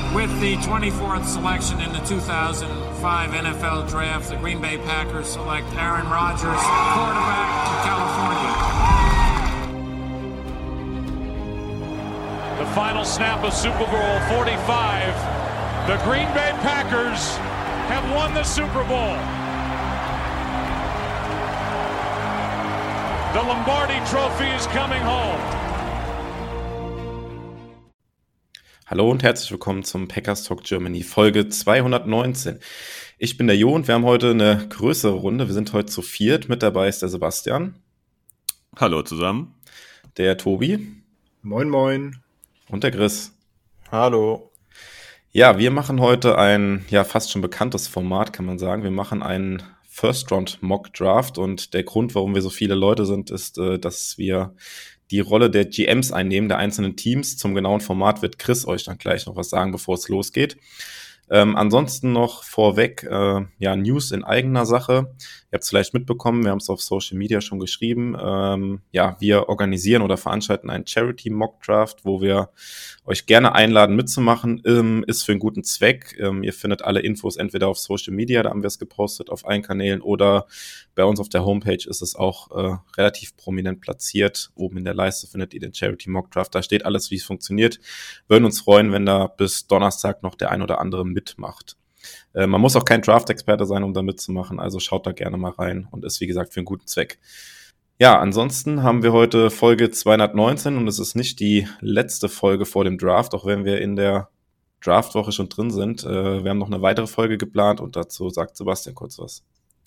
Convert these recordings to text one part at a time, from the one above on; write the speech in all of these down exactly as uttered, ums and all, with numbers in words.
With the twenty-fourth selection in the two thousand five N F L Draft, the Green Bay Packers select Aaron Rodgers, quarterback of California. The final snap of Super Bowl forty-five. The Green Bay Packers have won the Super Bowl. The Lombardi Trophy is coming home. Hallo und herzlich willkommen zum Packers Talk Germany Folge zweihundertneunzehn. Ich bin der Jo und wir haben heute eine größere Runde. Wir sind heute zu viert. Mit dabei ist der Sebastian. Hallo zusammen. Der Tobi. Moin, moin. Und der Chris. Hallo. Ja, wir machen heute ein ja fast schon bekanntes Format, kann man sagen. Wir machen einen First-Round-Mock-Draft und der Grund, warum wir so viele Leute sind, ist, dass wir die Rolle der G Ms einnehmen, der einzelnen Teams. Zum genauen Format wird Chris euch dann gleich noch was sagen, bevor es losgeht. Ähm, ansonsten noch vorweg, äh, ja, News in eigener Sache. Ihr habt es vielleicht mitbekommen, wir haben es auf Social Media schon geschrieben. Ähm, ja, wir organisieren oder veranstalten einen Charity-Mock-Draft, wo wir euch gerne einladen mitzumachen. Ähm, ist für einen guten Zweck. Ähm, ihr findet alle Infos entweder auf Social Media, da haben wir es gepostet auf allen Kanälen, oder bei uns auf der Homepage ist es auch äh, relativ prominent platziert. Oben in der Leiste findet ihr den Charity-Mock-Draft. Da steht alles, wie es funktioniert. Würden uns freuen, wenn da bis Donnerstag noch der ein oder andere mitmacht. Äh, man muss auch kein Draft-Experte sein, um da mitzumachen, also schaut da gerne mal rein und ist, wie gesagt, für einen guten Zweck. Ja, ansonsten haben wir heute Folge zweihundertneunzehn und es ist nicht die letzte Folge vor dem Draft, auch wenn wir in der Draftwoche schon drin sind. Äh, wir haben noch eine weitere Folge geplant und dazu sagt Sebastian kurz was.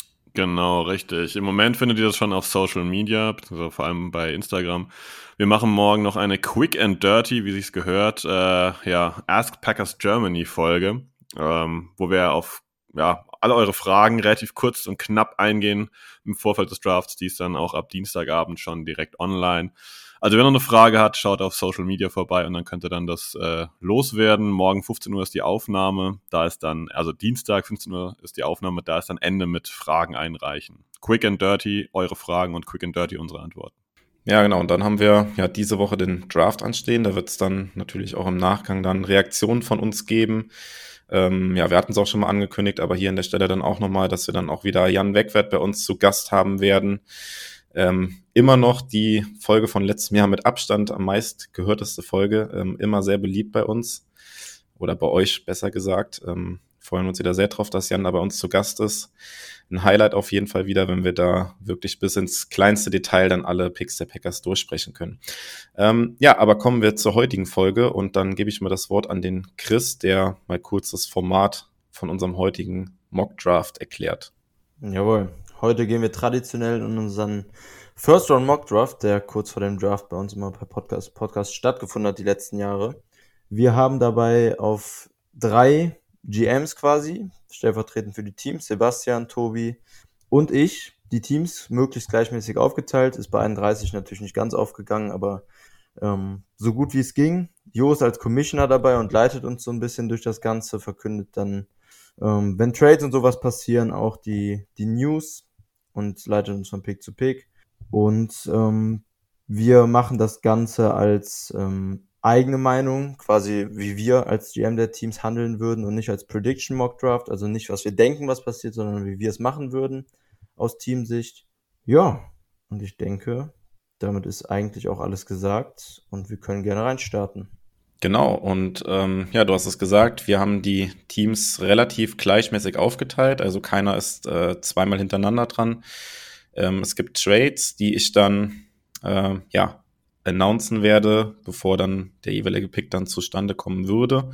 Genau, richtig. Im Moment findet ihr das schon auf Social Media, beziehungsweise vor allem bei Instagram. Wir machen morgen noch eine Quick and Dirty, wie sich's gehört, äh, ja, Ask Packers Germany Folge, ähm, wo wir auf ja alle eure Fragen relativ kurz und knapp eingehen im Vorfeld des Drafts. Die ist dann auch ab Dienstagabend schon direkt online. Also wer noch eine Frage hat, schaut auf Social Media vorbei und dann könnt ihr dann das äh, loswerden. Morgen fünfzehn Uhr ist die Aufnahme. Da ist dann, also Dienstag fünfzehn Uhr ist die Aufnahme. Da ist dann Ende mit Fragen einreichen. Quick and Dirty, eure Fragen und Quick and Dirty unsere Antworten. Ja, genau. Und dann haben wir ja diese Woche den Draft anstehen. Da wird es dann natürlich auch im Nachgang dann Reaktionen von uns geben. Ähm, ja, wir hatten es auch schon mal angekündigt, aber hier an der Stelle dann auch nochmal, dass wir dann auch wieder Jan Wegwert bei uns zu Gast haben werden. Ähm, immer noch die Folge von letztem Jahr mit Abstand am meist gehörteste Folge, ähm, immer sehr beliebt bei uns oder bei euch besser gesagt. Ähm, freuen uns wieder sehr drauf, dass Jan da bei uns zu Gast ist. Ein Highlight auf jeden Fall wieder, wenn wir da wirklich bis ins kleinste Detail dann alle Picks der Packers durchsprechen können. Ähm, ja, aber kommen wir zur heutigen Folge und dann gebe ich mal das Wort an den Chris, der mal kurz das Format von unserem heutigen Mock-Draft erklärt. Jawohl. Heute gehen wir traditionell in unseren First-Round-Mock-Draft, der kurz vor dem Draft bei uns immer per Podcast, Podcast stattgefunden hat die letzten Jahre. Wir haben dabei auf drei G Ms quasi, stellvertretend für die Teams, Sebastian, Tobi und ich, die Teams möglichst gleichmäßig aufgeteilt. Ist bei einunddreißig natürlich nicht ganz aufgegangen, aber ähm, so gut wie es ging. Jo ist als Commissioner dabei und leitet uns so ein bisschen durch das Ganze, verkündet dann, ähm, wenn Trades und sowas passieren, auch die, die News und leitet uns von Pick zu Pick. Und ähm, wir machen das Ganze als ähm, eigene Meinung, quasi wie wir als G M der Teams handeln würden und nicht als Prediction Mock Draft, also nicht, was wir denken, was passiert, sondern wie wir es machen würden aus Teamsicht. Ja, und ich denke, damit ist eigentlich auch alles gesagt und wir können gerne reinstarten. Genau, und ähm, ja, du hast es gesagt, wir haben die Teams relativ gleichmäßig aufgeteilt, also keiner ist äh, zweimal hintereinander dran. Ähm, es gibt Trades, die ich dann, äh, ja, announcen werde, bevor dann der jeweilige Pick dann zustande kommen würde.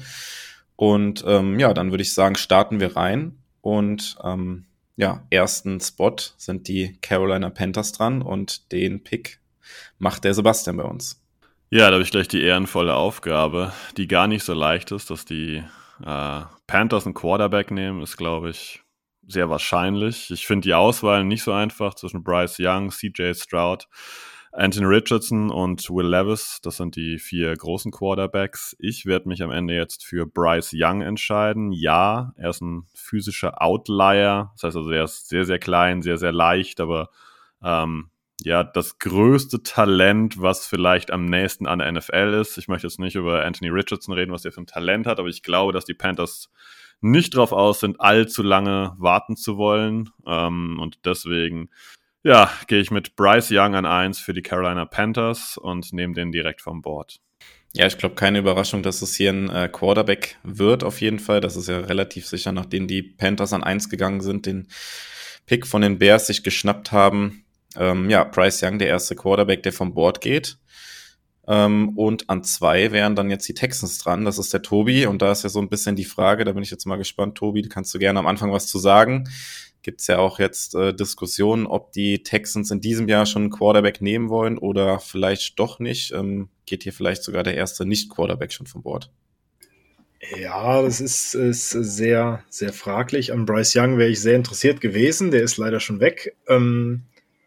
Und ähm, ja, dann würde ich sagen, starten wir rein. Und ähm, ja, ersten Spot sind die Carolina Panthers dran und den Pick macht der Sebastian bei uns. Ja, da habe ich gleich die ehrenvolle Aufgabe, die gar nicht so leicht ist, dass die äh, Panthers einen Quarterback nehmen, ist, glaube ich, sehr wahrscheinlich. Ich finde die Auswahl nicht so einfach zwischen Bryce Young, C J Stroud, Anthony Richardson und Will Levis, das sind die vier großen Quarterbacks. Ich werde mich am Ende jetzt für Bryce Young entscheiden. Ja, er ist ein physischer Outlier, das heißt also, er ist sehr, sehr klein, sehr, sehr leicht, aber ähm, ja, das größte Talent, was vielleicht am nächsten an der N F L ist. Ich möchte jetzt nicht über Anthony Richardson reden, was der für ein Talent hat, aber ich glaube, dass die Panthers nicht drauf aus sind, allzu lange warten zu wollen. Ähm, und deswegen, ja, gehe ich mit Bryce Young an eins für die Carolina Panthers und nehme den direkt vom Board. Ja, ich glaube, keine Überraschung, dass es hier ein äh, Quarterback wird auf jeden Fall. Das ist ja relativ sicher, nachdem die Panthers an eins gegangen sind, den Pick von den Bears sich geschnappt haben. Ähm, ja, Bryce Young, der erste Quarterback, der vom Board geht. Ähm, und an zwei wären dann jetzt die Texans dran. Das ist der Tobi. Und da ist ja so ein bisschen die Frage, da bin ich jetzt mal gespannt, Tobi, kannst du gerne am Anfang was zu sagen. Gibt es ja auch jetzt äh, Diskussionen, ob die Texans in diesem Jahr schon einen Quarterback nehmen wollen oder vielleicht doch nicht. Ähm, geht hier vielleicht sogar der erste Nicht-Quarterback schon vom Board? Ja, das ist, ist sehr, sehr fraglich. An Bryce Young wäre ich sehr interessiert gewesen. Der ist leider schon weg. Ähm,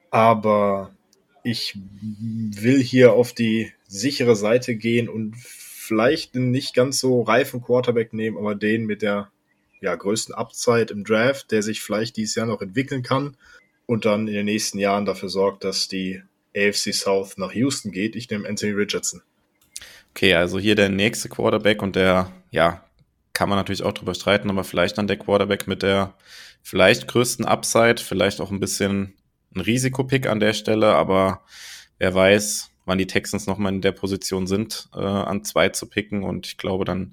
aber ich will hier auf die sichere Seite gehen und vielleicht einen nicht ganz so reifen Quarterback nehmen, aber den mit der ja, größten Upside im Draft, der sich vielleicht dieses Jahr noch entwickeln kann und dann in den nächsten Jahren dafür sorgt, dass die A F C South nach Houston geht. Ich nehme Anthony Richardson. Okay, also hier der nächste Quarterback und der, ja, kann man natürlich auch drüber streiten, aber vielleicht dann der Quarterback mit der vielleicht größten Upside, vielleicht auch ein bisschen ein Risikopick an der Stelle, aber wer weiß, wann die Texans nochmal in der Position sind, äh, an zwei zu picken und ich glaube dann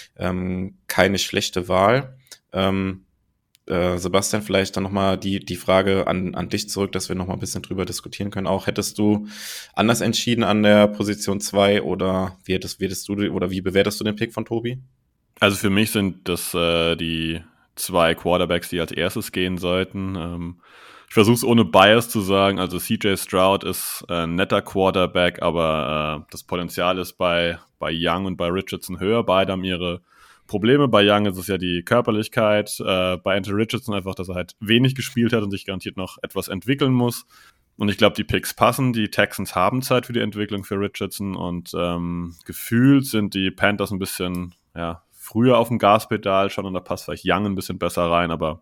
ähm, keine schlechte Wahl. Ähm, äh, Sebastian, vielleicht dann nochmal die, die Frage an, an dich zurück, dass wir nochmal ein bisschen drüber diskutieren können. Auch hättest du anders entschieden an der Position zwei oder wie hättest, wie hättest du oder wie bewertest du den Pick von Tobi? Also für mich sind das äh, die zwei Quarterbacks, die als erstes gehen sollten. Ähm, ich versuche es ohne Bias zu sagen. Also C J Stroud ist ein netter Quarterback, aber äh, das Potenzial ist bei, bei Young und bei Richardson höher. Beide haben ihre Probleme. Bei Young ist es ja die Körperlichkeit. Äh, bei Anthony Richardson einfach, dass er halt wenig gespielt hat und sich garantiert noch etwas entwickeln muss. Und ich glaube, die Picks passen. Die Texans haben Zeit für die Entwicklung für Richardson und ähm, gefühlt sind die Panthers ein bisschen ja, früher auf dem Gaspedal schon und da passt vielleicht Young ein bisschen besser rein, aber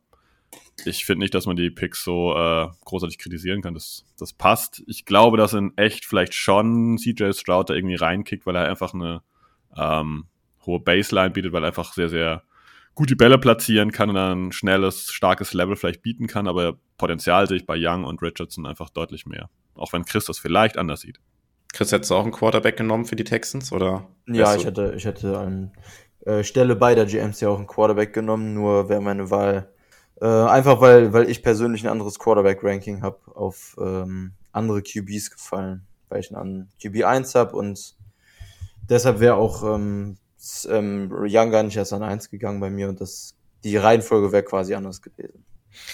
ich finde nicht, dass man die Picks so äh, großartig kritisieren kann. Das, das passt. Ich glaube, dass in echt vielleicht schon C J Stroud da irgendwie reinkickt, weil er einfach eine ähm, hohe Baseline bietet, weil er einfach sehr, sehr gut die Bälle platzieren kann und dann ein schnelles, starkes Level vielleicht bieten kann, aber Potenzial sehe ich bei Young und Richardson einfach deutlich mehr. Auch wenn Chris das vielleicht anders sieht. Chris, hättest du auch einen Quarterback genommen für die Texans, oder? Ja, ich hätte, ich hätte an äh, Stelle beider G Ms ja auch einen Quarterback genommen, nur wäre meine Wahl äh, einfach, weil, weil ich persönlich ein anderes Quarterback-Ranking habe, auf ähm, andere Q Bs gefallen, weil ich einen Q B eins habe und deshalb wäre auch ähm, ähm, Young gar nicht erst an eins gegangen bei mir und das die Reihenfolge wäre quasi anders gewesen.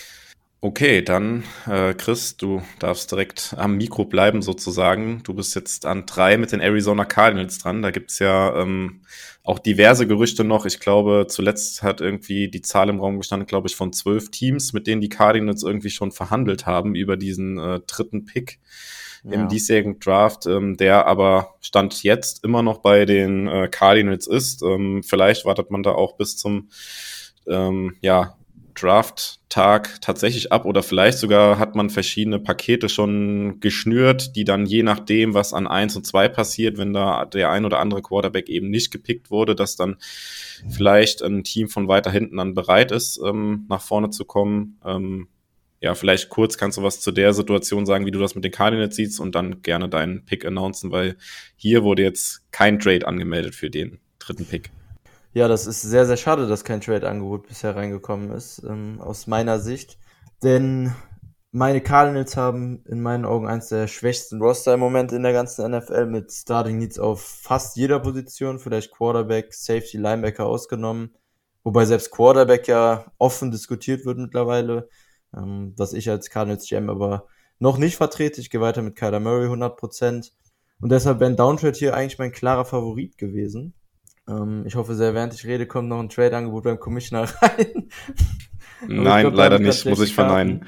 Okay, dann äh, Chris, du darfst direkt am Mikro bleiben sozusagen. Du bist jetzt an drei mit den Arizona Cardinals dran. Da gibt's ja ähm, auch diverse Gerüchte noch. Ich glaube, zuletzt hat irgendwie die Zahl im Raum gestanden, glaube ich, von zwölf Teams, mit denen die Cardinals irgendwie schon verhandelt haben über diesen äh, dritten Pick ja. im diesjährigen Draft, ähm, der aber Stand jetzt immer noch bei den äh, Cardinals ist. Ähm, vielleicht wartet man da auch bis zum ähm, ja Draft-Tag tatsächlich ab oder vielleicht sogar hat man verschiedene Pakete schon geschnürt, die dann je nachdem, was an eins und zwei passiert, wenn da der ein oder andere Quarterback eben nicht gepickt wurde, dass dann vielleicht ein Team von weiter hinten dann bereit ist, ähm, nach vorne zu kommen. Ähm, ja, vielleicht kurz kannst du was zu der Situation sagen, wie du das mit den Cardinals siehst und dann gerne deinen Pick announcen, weil hier wurde jetzt kein Trade angemeldet für den dritten Pick. Ja, das ist sehr, sehr schade, dass kein Trade-Angebot bisher reingekommen ist, ähm, aus meiner Sicht. Denn meine Cardinals haben in meinen Augen eins der schwächsten Roster im Moment in der ganzen N F L mit Starting Needs auf fast jeder Position, vielleicht Quarterback, Safety, Linebacker ausgenommen. Wobei selbst Quarterback ja offen diskutiert wird mittlerweile, ähm, was ich als Cardinals G M aber noch nicht vertrete. Ich gehe weiter mit Kyler Murray hundert Prozent. Und deshalb wäre ein Downtrade hier eigentlich mein klarer Favorit gewesen. Ich hoffe sehr, während ich rede, kommt noch ein Trade-Angebot beim Commissioner rein. Nein, glaub, leider nicht, muss ich verneinen.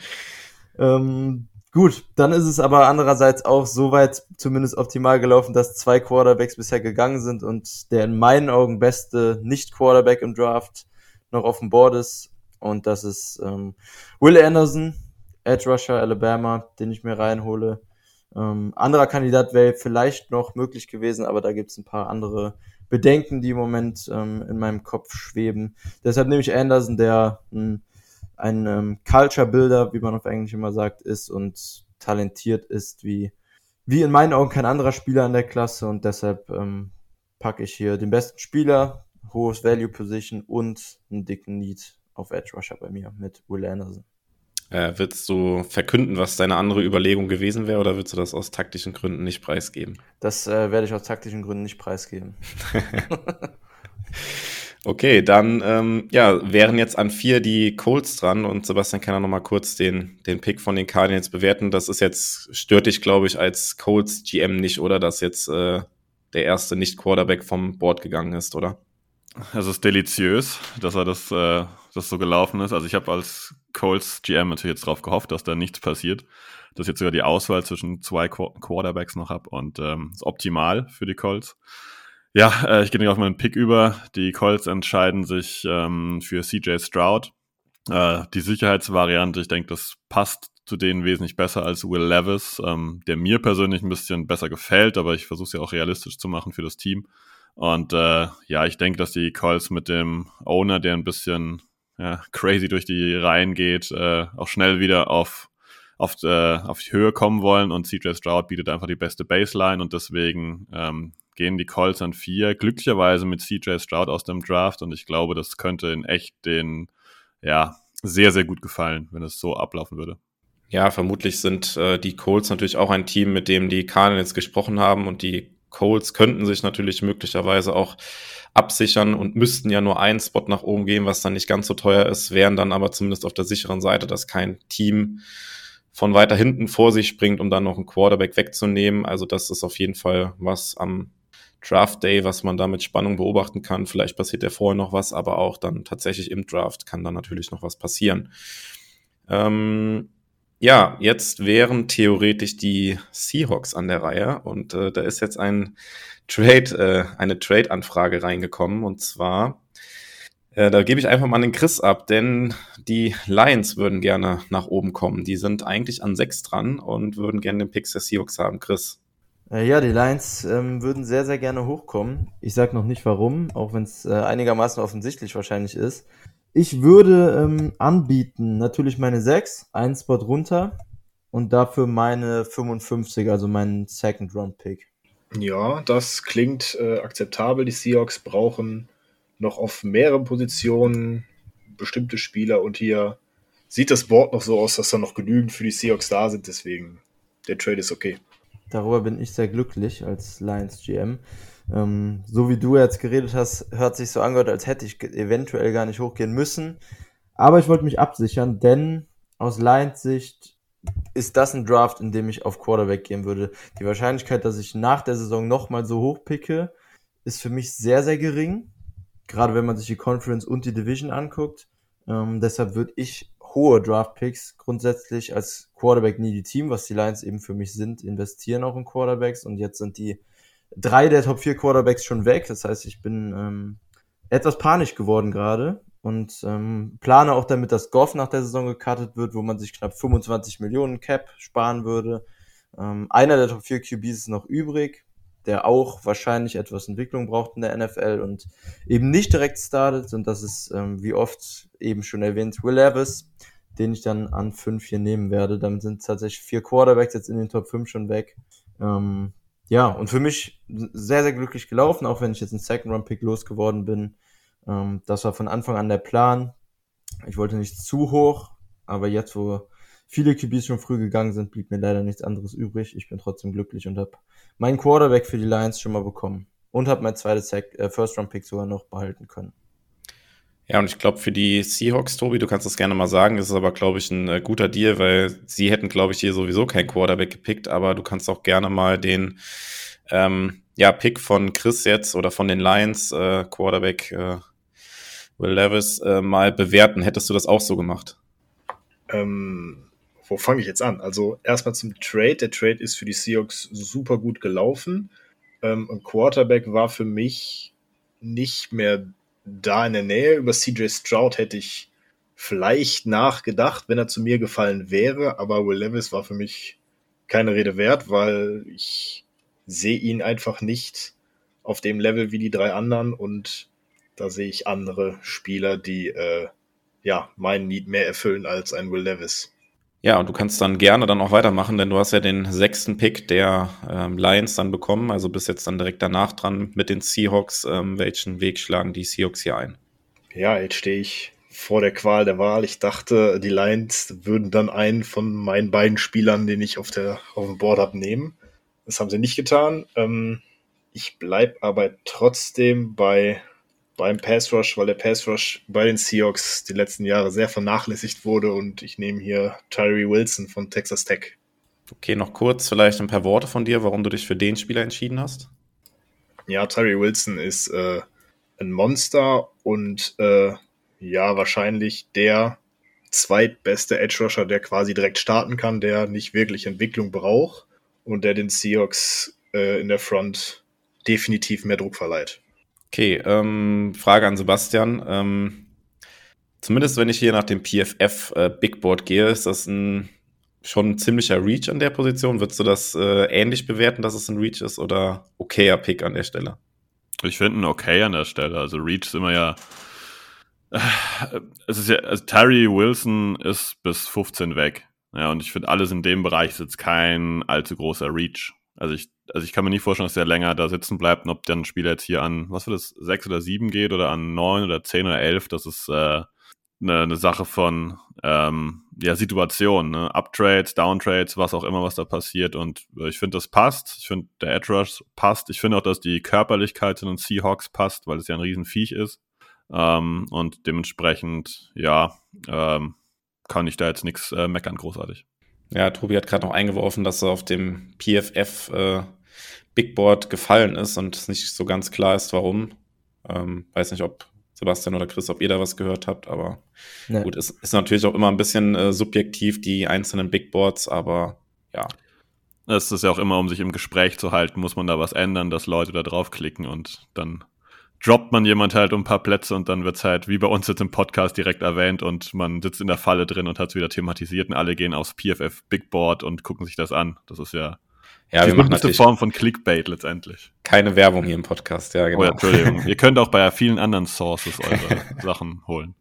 Ähm, gut, dann ist es aber andererseits auch soweit zumindest optimal gelaufen, dass zwei Quarterbacks bisher gegangen sind und der in meinen Augen beste Nicht-Quarterback im Draft noch auf dem Board ist. Und das ist ähm, Will Anderson, Edge Rusher, Alabama, den ich mir reinhole. Ähm, anderer Kandidat wäre vielleicht noch möglich gewesen, aber da gibt es ein paar andere Bedenken, die im Moment ähm, in meinem Kopf schweben. Deshalb nehme ich Anderson, der ein, ein ähm, Culture Builder, wie man auf Englisch immer sagt, ist und talentiert ist, wie, wie in meinen Augen kein anderer Spieler in der Klasse, und deshalb ähm, packe ich hier den besten Spieler, hohes Value Position und einen dicken Need auf Edge Rusher bei mir mit Will Anderson. Äh, willst du verkünden, was deine andere Überlegung gewesen wäre, oder willst du das aus taktischen Gründen nicht preisgeben? Das äh, werde ich aus taktischen Gründen nicht preisgeben. Okay, dann ähm, ja, wären jetzt an vier die Colts dran, und Sebastian kann ja nochmal kurz den, den Pick von den Cardinals bewerten. Das ist jetzt, stört dich, glaube ich, als Colts G M nicht, oder? Dass jetzt äh, der erste Nicht-Quarterback vom Board gegangen ist, oder? Es ist deliziös, dass er das, äh, das so gelaufen ist. Also ich habe als Colts G M natürlich jetzt darauf gehofft, dass da nichts passiert, dass ich jetzt sogar die Auswahl zwischen zwei Qu- Quarterbacks noch habe, und ähm, ist optimal für die Colts. Ja, äh, ich gehe auf meinen Pick über. Die Colts entscheiden sich ähm, für C J Stroud. Äh, die Sicherheitsvariante, ich denke, das passt zu denen wesentlich besser als Will Levis, ähm, der mir persönlich ein bisschen besser gefällt, aber ich versuche es ja auch realistisch zu machen für das Team. Und äh, ja, ich denke, dass die Colts mit dem Owner, der ein bisschen ja, crazy durch die Reihen geht, äh, auch schnell wieder auf, auf, äh, auf die Höhe kommen wollen, und C J Stroud bietet einfach die beste Baseline, und deswegen ähm, gehen die Colts an vier, glücklicherweise mit C J Stroud aus dem Draft, und ich glaube, das könnte in echt den, ja, sehr, sehr gut gefallen, wenn es so ablaufen würde. Ja, vermutlich sind äh, die Colts natürlich auch ein Team, mit dem die Cardinals gesprochen haben, und die Colts könnten sich natürlich möglicherweise auch absichern und müssten ja nur einen Spot nach oben gehen, was dann nicht ganz so teuer ist, wären dann aber zumindest auf der sicheren Seite, dass kein Team von weiter hinten vor sich springt, um dann noch einen Quarterback wegzunehmen. Also das ist auf jeden Fall was am Draft Day, was man da mit Spannung beobachten kann. Vielleicht passiert ja vorher noch was, aber auch dann tatsächlich im Draft kann dann natürlich noch was passieren. Ähm, Ja, jetzt wären theoretisch die Seahawks an der Reihe, und äh, da ist jetzt ein Trade, äh, eine Trade-Anfrage reingekommen, und zwar, äh, da gebe ich einfach mal an den Chris ab, denn die Lions würden gerne nach oben kommen. Die sind eigentlich an sechs dran und würden gerne den Picks der Seahawks haben. Chris? Äh, ja, die Lions ähm, würden sehr, sehr gerne hochkommen. Ich sag noch nicht warum, auch wenn es äh, einigermaßen offensichtlich wahrscheinlich ist. Ich würde ähm, anbieten, natürlich meine sechs, einen Spot runter, und dafür meine fünfundfünfzig, also meinen Second-Round-Pick. Ja, das klingt äh, akzeptabel. Die Seahawks brauchen noch auf mehreren Positionen bestimmte Spieler, und hier sieht das Board noch so aus, dass da noch genügend für die Seahawks da sind, deswegen der Trade ist okay. Darüber bin ich sehr glücklich als Lions G M. Ähm, so wie du jetzt geredet hast, hört sich so angehört, als hätte ich ge- eventuell gar nicht hochgehen müssen. Aber ich wollte mich absichern, denn aus Lions Sicht ist das ein Draft, in dem ich auf Quarterback gehen würde. Die Wahrscheinlichkeit, dass ich nach der Saison nochmal so hoch picke, ist für mich sehr, sehr gering. Gerade wenn man sich die Conference und die Division anguckt. Ähm, deshalb würde ich hohe Draft-Picks grundsätzlich als Quarterback-needy-Team, was die Lions eben für mich sind, investieren auch in Quarterbacks. Und jetzt sind die drei der Top vier Quarterbacks schon weg. Das heißt, ich bin ähm, etwas panisch geworden gerade und ähm, plane auch damit, dass Goff nach der Saison gecuttet wird, wo man sich knapp fünfundzwanzig Millionen Cap sparen würde. Ähm, einer der Top vier Q Bs ist noch übrig, der auch wahrscheinlich etwas Entwicklung braucht in der N F L und eben nicht direkt startet. Und das ist, ähm, wie oft eben schon erwähnt, Will Levis, den ich dann an fünf hier nehmen werde. Damit sind tatsächlich vier Quarterbacks jetzt in den Top fünf schon weg. Ähm, ja, und für mich sehr, sehr glücklich gelaufen, auch wenn ich jetzt einen Second-Round-Pick losgeworden bin. Ähm, das war von Anfang an der Plan. Ich wollte nicht zu hoch, aber jetzt, wo viele Q Bs schon früh gegangen sind, blieb mir leider nichts anderes übrig. Ich bin trotzdem glücklich und habe meinen Quarterback für die Lions schon mal bekommen. Und habe mein zweites äh, First-Round-Pick sogar noch behalten können. Ja, und ich glaube, für die Seahawks, Tobi, du kannst das gerne mal sagen, das ist aber, glaube ich, ein äh, guter Deal, weil sie hätten, glaube ich, hier sowieso keinen Quarterback gepickt, aber du kannst auch gerne mal den ähm, ja, Pick von Chris jetzt oder von den Lions, äh, Quarterback äh, Will Levis, äh, mal bewerten. Hättest du das auch so gemacht? Ähm, wo fange ich jetzt an? Also erstmal zum Trade. Der Trade ist für die Seahawks super gut gelaufen. Ähm, ein Quarterback war für mich nicht mehr da in der Nähe. Über C J Stroud hätte ich vielleicht nachgedacht, wenn er zu mir gefallen wäre, aber Will Levis war für mich keine Rede wert, weil ich sehe ihn einfach nicht auf dem Level wie die drei anderen und da sehe ich andere Spieler, die äh, ja meinen Need mehr erfüllen als ein Will Levis. Ja, und du kannst dann gerne dann auch weitermachen, denn du hast ja den sechsten Pick der ähm, Lions dann bekommen, also bist jetzt dann direkt danach dran mit den Seahawks. Ähm, welchen Weg schlagen die Seahawks hier ein? Ja, jetzt stehe ich vor der Qual der Wahl. Ich dachte, die Lions würden dann einen von meinen beiden Spielern, den ich auf, der, auf dem Board habe, nehmen. Das haben sie nicht getan. Ähm, ich bleibe aber trotzdem bei beim Pass Rush, weil der Pass Rush bei den Seahawks die letzten Jahre sehr vernachlässigt wurde und ich nehme hier Tyree Wilson von Texas Tech. Okay, noch kurz vielleicht ein paar Worte von dir, warum du dich für den Spieler entschieden hast. Ja, Tyree Wilson ist äh, ein Monster und äh, ja, wahrscheinlich der zweitbeste Edge Rusher, der quasi direkt starten kann, der nicht wirklich Entwicklung braucht und der den Seahawks äh, in der Front definitiv mehr Druck verleiht. Okay, ähm, Frage an Sebastian. Ähm, zumindest wenn ich hier nach dem P F F äh, Big Board gehe, ist das ein schon ein ziemlicher Reach an der Position. Würdest du das äh, ähnlich bewerten, dass es ein Reach ist oder okayer Pick an der Stelle? Ich finde einen okay an der Stelle. Also Reach ist immer ja äh, es ist ja, also Tyree Wilson ist bis fünfzehn weg. Ja, und ich finde, alles in dem Bereich ist jetzt kein allzu großer Reach. Also ich, also ich kann mir nicht vorstellen, dass der länger da sitzen bleibt und ob dann ein Spieler jetzt hier an, was für das, sechs oder sieben geht oder an neun oder zehn oder elf, das ist äh, eine, eine Sache von ähm, ja, Situation, ne? Uptrades, Downtrades, was auch immer, was da passiert und ich finde, das passt. Ich finde, der Edge Rush passt. Ich finde auch, dass die Körperlichkeit zu den Seahawks passt, weil es ja ein Riesenviech ist. Ähm, und dementsprechend, ja, ähm, kann ich da jetzt nichts äh, meckern, großartig. Ja, Tobi hat gerade noch eingeworfen, dass er auf dem P F F äh, Big Board gefallen ist und es nicht so ganz klar ist, warum. Ähm, weiß nicht, ob Sebastian oder Chris, ob ihr da was gehört habt, aber nee. Gut, es ist natürlich auch immer ein bisschen äh, subjektiv, die einzelnen Big Boards, aber ja. Es ist ja auch immer, um sich im Gespräch zu halten, muss man da was ändern, dass Leute da draufklicken und dann droppt man jemand halt um ein paar Plätze und dann wird's halt wie bei uns jetzt im Podcast direkt erwähnt und man sitzt in der Falle drin und hat's wieder thematisiert und alle gehen aufs P F F Big Board und gucken sich das an. Das ist ja, ja die gute Form von Clickbait letztendlich. Keine Werbung hier im Podcast, ja genau. Oh ja, Entschuldigung. Ihr könnt auch bei vielen anderen Sources eure Sachen holen.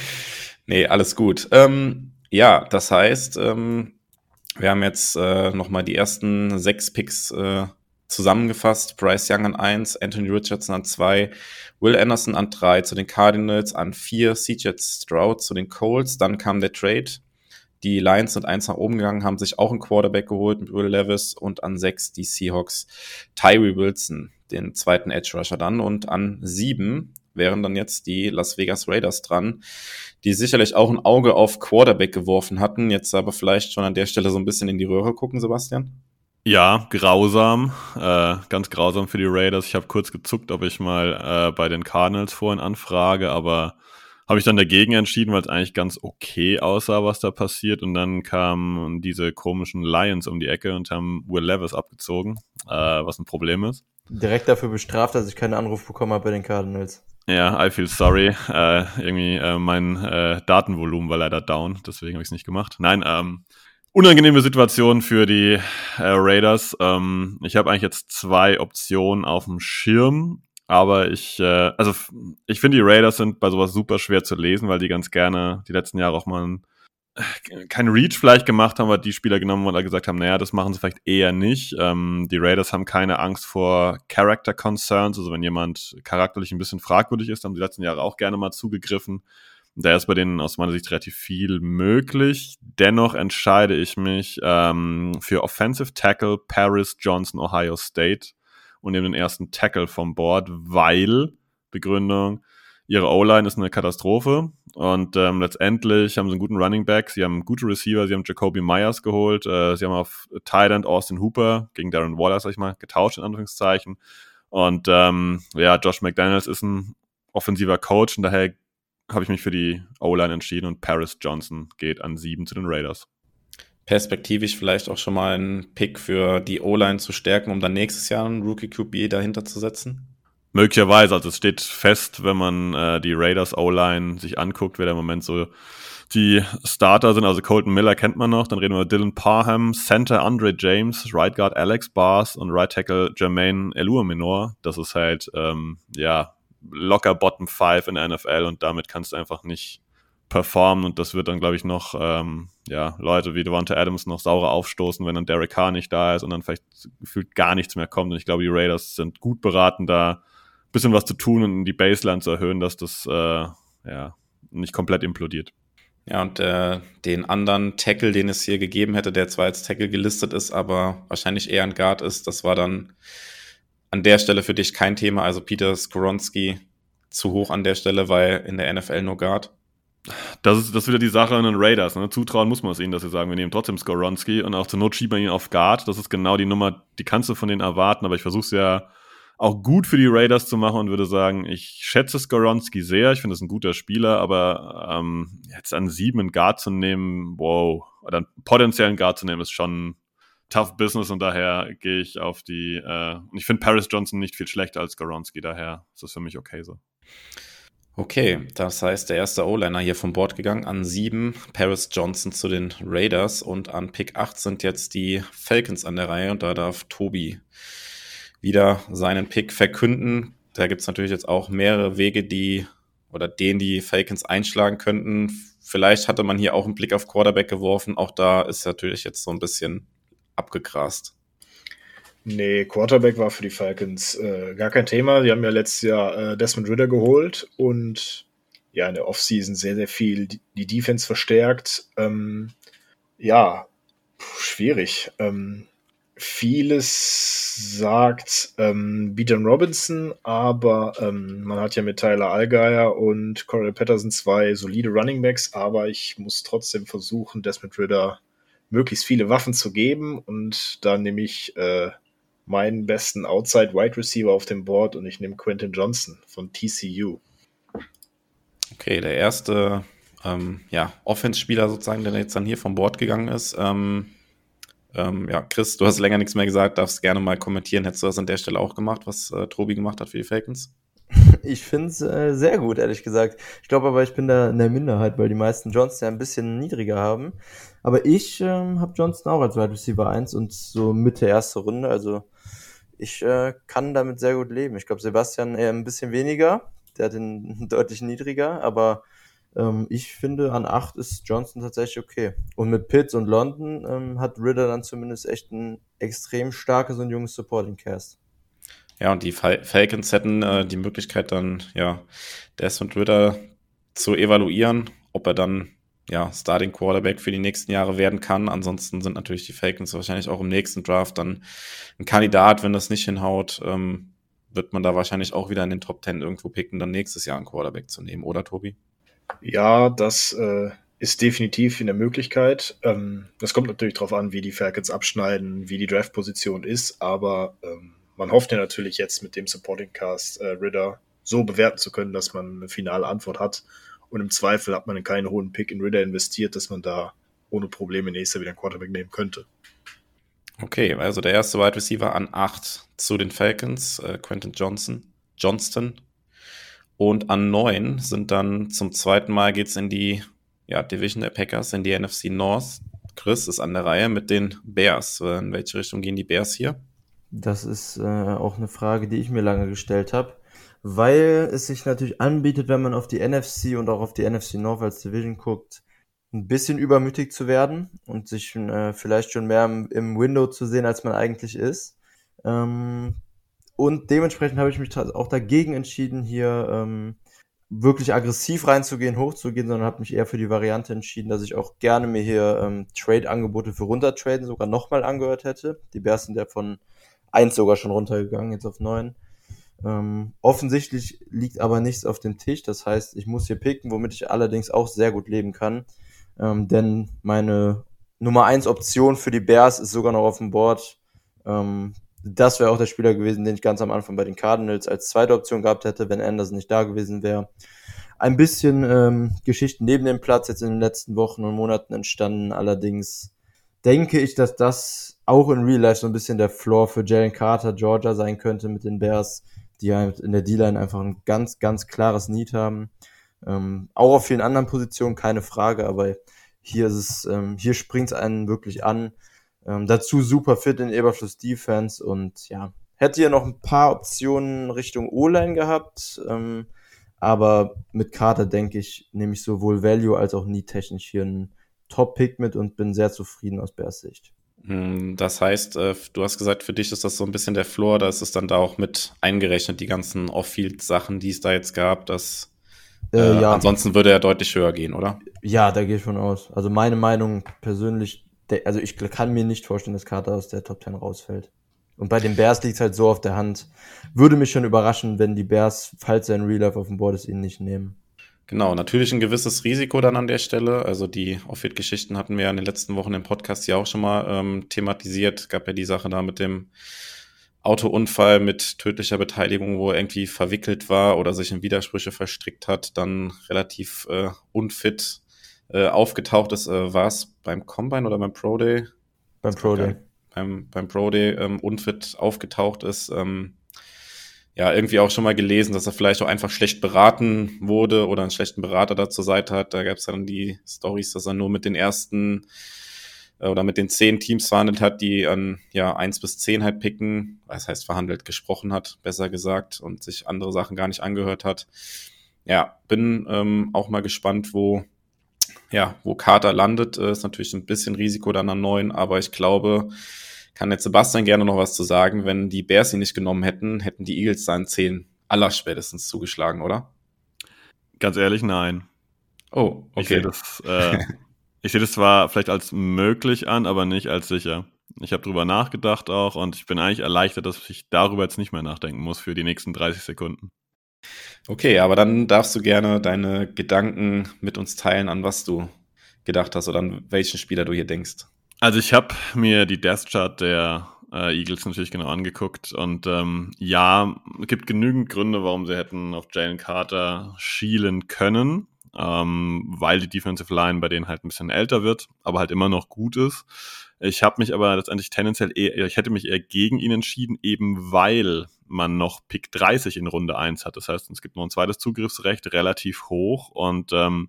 Nee, alles gut. Ähm, ja, das heißt, ähm, wir haben jetzt äh, nochmal die ersten sechs Picks äh, zusammengefasst. Bryce Young an eins, Anthony Richardson an zwei, Will Anderson an drei zu den Cardinals, an vier C J Stroud zu den Colts. Dann kam der Trade. Die Lions sind eins nach oben gegangen, haben sich auch einen Quarterback geholt mit Will Levis und an sechs die Seahawks Tyree Wilson, den zweiten Edge Rusher dann. Und an sieben wären dann jetzt die Las Vegas Raiders dran, die sicherlich auch ein Auge auf Quarterback geworfen hatten, jetzt aber vielleicht schon an der Stelle so ein bisschen in die Röhre gucken, Sebastian? Ja, grausam, äh, ganz grausam für die Raiders. Ich habe kurz gezuckt, ob ich mal äh, bei den Cardinals vorhin anfrage, aber habe ich dann dagegen entschieden, weil es eigentlich ganz okay aussah, was da passiert. Und dann kamen diese komischen Lions um die Ecke und haben Will Levis abgezogen, äh, was ein Problem ist. Direkt dafür bestraft, dass ich keinen Anruf bekommen habe bei den Cardinals. Ja, I feel sorry. Äh, irgendwie äh, mein äh, Datenvolumen war leider down, deswegen habe ich es nicht gemacht. Nein, ähm, unangenehme Situation für die äh, Raiders. Ähm, ich habe eigentlich jetzt zwei Optionen auf dem Schirm, aber ich, äh, also ich finde, die Raiders sind bei sowas super schwer zu lesen, weil die ganz gerne die letzten Jahre auch mal ein, äh, kein Reach vielleicht gemacht haben, weil die Spieler genommen haben und gesagt haben, naja, das machen sie vielleicht eher nicht. Ähm, die Raiders haben keine Angst vor Character Concerns, also wenn jemand charakterlich ein bisschen fragwürdig ist, haben die letzten Jahre auch gerne mal zugegriffen. Da ist bei denen aus meiner Sicht relativ viel möglich. Dennoch entscheide ich mich ähm, für Offensive Tackle Paris Johnson, Ohio State und nehme den ersten Tackle vom Board, weil, Begründung, ihre O-Line ist eine Katastrophe und ähm, letztendlich haben sie einen guten Running Back, sie haben gute Receiver, sie haben Jacoby Myers geholt, äh, sie haben auf Tight End Austin Hooper gegen Darren Waller, sag ich mal, getauscht in Anführungszeichen und ähm, ja, Josh McDaniels ist ein offensiver Coach und daher habe ich mich für die O-Line entschieden und Paris Johnson geht an sieben zu den Raiders. Perspektivisch vielleicht auch schon mal einen Pick für die O-Line zu stärken, um dann nächstes Jahr einen Rookie-Q B dahinter zu setzen? Möglicherweise, also es steht fest, wenn man äh, die Raiders O-Line sich anguckt, wer da im Moment so die Starter sind. Also Colton Miller kennt man noch, dann reden wir über Dylan Parham, Center Andre James, Right Guard Alex Bars und Right Tackle Jermaine Elueminor. Das ist halt, ähm, ja, locker Bottom five in der N F L und damit kannst du einfach nicht performen und das wird dann, glaube ich, noch ähm, ja, Leute wie Devonta Adams noch saurer aufstoßen, wenn dann Derek Carr nicht da ist und dann vielleicht gefühlt gar nichts mehr kommt. Und ich glaube, die Raiders sind gut beraten, da ein bisschen was zu tun und die Baseline zu erhöhen, dass das äh, ja nicht komplett implodiert. Ja, und äh, den anderen Tackle, den es hier gegeben hätte, der zwar als Tackle gelistet ist, aber wahrscheinlich eher ein Guard ist, das war dann an der Stelle für dich kein Thema. Also Peter Skoronski zu hoch an der Stelle, weil in der N F L nur Guard. Das ist, das ist wieder die Sache an den Raiders. Ne? Zutrauen muss man es ihnen, dass sie sagen, wir nehmen trotzdem Skoronski und auch zur Not schieben wir ihn auf Guard. Das ist genau die Nummer, die kannst du von denen erwarten, aber ich versuche es ja auch gut für die Raiders zu machen und würde sagen, ich schätze Skoronski sehr, ich finde, das ist ein guter Spieler, aber ähm, jetzt an sieben einen Guard zu nehmen, wow, oder einen potenziellen Guard zu nehmen, ist schon tough business und daher gehe ich auf die, äh, und ich finde Paris Johnson nicht viel schlechter als Skoronski, daher ist das für mich okay so. Okay, das heißt, der erste O-Liner hier vom Board gegangen. An sieben Paris Johnson zu den Raiders und an Pick acht sind jetzt die Falcons an der Reihe und da darf Tobi wieder seinen Pick verkünden. Da gibt es natürlich jetzt auch mehrere Wege, die oder den die Falcons einschlagen könnten. Vielleicht hatte man hier auch einen Blick auf Quarterback geworfen. Auch da ist natürlich jetzt so ein bisschen abgegrast. Nee, Quarterback war für die Falcons äh, gar kein Thema. Die haben ja letztes Jahr äh, Desmond Ridder geholt und ja in der Offseason sehr, sehr viel die, die Defense verstärkt. Ähm, ja, schwierig. Ähm, vieles sagt ähm, Bijan Robinson, aber ähm, man hat ja mit Tyler Allgeier und Corey Patterson zwei solide Runningbacks, aber ich muss trotzdem versuchen, Desmond Ridder möglichst viele Waffen zu geben und da nehme ich äh, meinen besten Outside-Wide Receiver auf dem Board und ich nehme Quentin Johnson von T C U. Okay, der erste ähm, ja, Offense-Spieler sozusagen, der jetzt dann hier vom Board gegangen ist. Ähm, ähm, ja, Chris, du hast länger nichts mehr gesagt, darfst gerne mal kommentieren. Hättest du das an der Stelle auch gemacht, was äh, Tobi gemacht hat für die Falcons? Ich finde es äh, sehr gut, ehrlich gesagt. Ich glaube aber, ich bin da in der Minderheit, weil die meisten Johnson ja ein bisschen niedriger haben. Aber ich ähm, habe Johnson auch als Wide Receiver eins und so Mitte erste Runde. Also ich äh, kann damit sehr gut leben. Ich glaube, Sebastian eher ein bisschen weniger. Der hat ihn deutlich niedriger. Aber ähm, ich finde, an acht ist Johnson tatsächlich okay. Und mit Pitts und London ähm, hat Ridder dann zumindest echt ein extrem starkes und junges Supporting Cast. Ja, und die Fal- Falcons hätten äh, die Möglichkeit dann, ja, Desmond Ridder zu evaluieren, ob er dann, ja, Starting Quarterback für die nächsten Jahre werden kann. Ansonsten sind natürlich die Falcons wahrscheinlich auch im nächsten Draft dann ein Kandidat. Wenn das nicht hinhaut, ähm, wird man da wahrscheinlich auch wieder in den Top Ten irgendwo picken, dann nächstes Jahr einen Quarterback zu nehmen, oder Tobi? Ja, das äh, ist definitiv in der Möglichkeit. Ähm, das kommt natürlich darauf an, wie die Falcons abschneiden, wie die Draft-Position ist, aber ähm, man hofft ja natürlich jetzt mit dem Supporting Cast äh, Ridder so bewerten zu können, dass man eine finale Antwort hat. Und im Zweifel hat man in keinen hohen Pick in Ridder investiert, dass man da ohne Probleme nächstes Jahr wieder einen Quarterback nehmen könnte. Okay, also der erste Wide Receiver an acht zu den Falcons, äh, Quentin Johnson, Johnston. Und an neun sind dann zum zweiten Mal geht's in die ja, Division der Packers, in die N F C North. Chris ist an der Reihe mit den Bears. In welche Richtung gehen die Bears hier? Das ist äh, auch eine Frage, die ich mir lange gestellt habe, weil es sich natürlich anbietet, wenn man auf die N F C und auch auf die N F C North als Division guckt, ein bisschen übermütig zu werden und sich äh, vielleicht schon mehr im, im Window zu sehen, als man eigentlich ist. Ähm, und dementsprechend habe ich mich auch dagegen entschieden, hier ähm, wirklich aggressiv reinzugehen, hochzugehen, sondern habe mich eher für die Variante entschieden, dass ich auch gerne mir hier ähm, Trade-Angebote für runtertraden sogar nochmal angehört hätte. Die Bears sind ja von eins sogar schon runtergegangen, jetzt auf neun. Ähm, offensichtlich liegt aber nichts auf dem Tisch, das heißt, ich muss hier picken, womit ich allerdings auch sehr gut leben kann, ähm, denn meine Nummer eins Option für die Bears ist sogar noch auf dem Board. Ähm, das wäre auch der Spieler gewesen, den ich ganz am Anfang bei den Cardinals als zweite Option gehabt hätte, wenn Anderson nicht da gewesen wäre. Ein bisschen ähm, Geschichten neben dem Platz jetzt in den letzten Wochen und Monaten entstanden, allerdings denke ich, dass das auch in Real Life so ein bisschen der Floor für Jalen Carter, Georgia sein könnte mit den Bears, die halt in der D-Line einfach ein ganz, ganz klares Need haben. Ähm, auch auf vielen anderen Positionen, keine Frage, aber hier ist es, ähm, hier springt es einen wirklich an. Ähm, dazu super fit in Eberfluss Defense und ja, hätte hier noch ein paar Optionen Richtung O-Line gehabt, ähm, aber mit Carter, denke ich, nehme ich sowohl Value als auch Need-technisch hier einen Top-Pick mit und bin sehr zufrieden aus Bears Sicht. Das heißt, äh, du hast gesagt, für dich ist das so ein bisschen der Floor, da ist es dann da auch mit eingerechnet, die ganzen Off-Field-Sachen, die es da jetzt gab, dass äh, Äh, ja, ansonsten würde er deutlich höher gehen, oder? ja, da gehe ich von aus. Also meine Meinung persönlich, der, also ich kann mir nicht vorstellen, dass Carter aus der Top Ten rausfällt. Und bei den Bears liegt es halt so auf der Hand. Würde mich schon überraschen, wenn die Bears, falls er in Real Life auf dem Board ist, ihn nicht nehmen. Genau, natürlich ein gewisses Risiko dann an der Stelle. Also die Off-Field-Geschichten hatten wir ja in den letzten Wochen im Podcast ja auch schon mal ähm, thematisiert. Gab ja die Sache da mit dem Autounfall mit tödlicher Beteiligung, wo er irgendwie verwickelt war oder sich in Widersprüche verstrickt hat, dann relativ äh, unfit äh, aufgetaucht ist. Äh, war es beim Combine oder beim Pro Day? Beim Pro Day. Beim, beim Pro Day ähm, unfit aufgetaucht ist. Ähm, ja, irgendwie auch schon mal gelesen, dass er vielleicht auch einfach schlecht beraten wurde oder einen schlechten Berater da zur Seite hat. Da gab es dann die Storys, dass er nur mit den ersten äh, oder mit den zehn Teams verhandelt hat, die an ja eins bis zehn halt picken. Das heißt, verhandelt, gesprochen hat, besser gesagt, und sich andere Sachen gar nicht angehört hat. Ja, bin ähm, auch mal gespannt, wo ja, wo Carter landet. Äh, ist natürlich ein bisschen Risiko dann an neun, aber ich glaube, kann jetzt Sebastian gerne noch was zu sagen. Wenn die Bears ihn nicht genommen hätten, hätten die Eagles dann zehn allerspätestens zugeschlagen, oder? Ganz ehrlich, nein. Oh, okay. Ich sehe das, äh, ich sehe das zwar vielleicht als möglich an, aber nicht als sicher. Ich habe drüber nachgedacht auch und ich bin eigentlich erleichtert, dass ich darüber jetzt nicht mehr nachdenken muss für die nächsten dreißig Sekunden. Okay, aber dann darfst du gerne deine Gedanken mit uns teilen, an was du gedacht hast oder an welchen Spieler du hier denkst. Also ich habe mir die Death Chart der äh, Eagles natürlich genau angeguckt und ähm, ja, es gibt genügend Gründe, warum sie hätten auf Jalen Carter schielen können, ähm, weil die Defensive Line bei denen halt ein bisschen älter wird, aber halt immer noch gut ist. Ich habe mich aber letztendlich tendenziell eher, ich hätte mich eher gegen ihn entschieden, eben weil man noch Pick dreißig in Runde eins hat. Das heißt, es gibt noch ein zweites Zugriffsrecht, relativ hoch und ähm,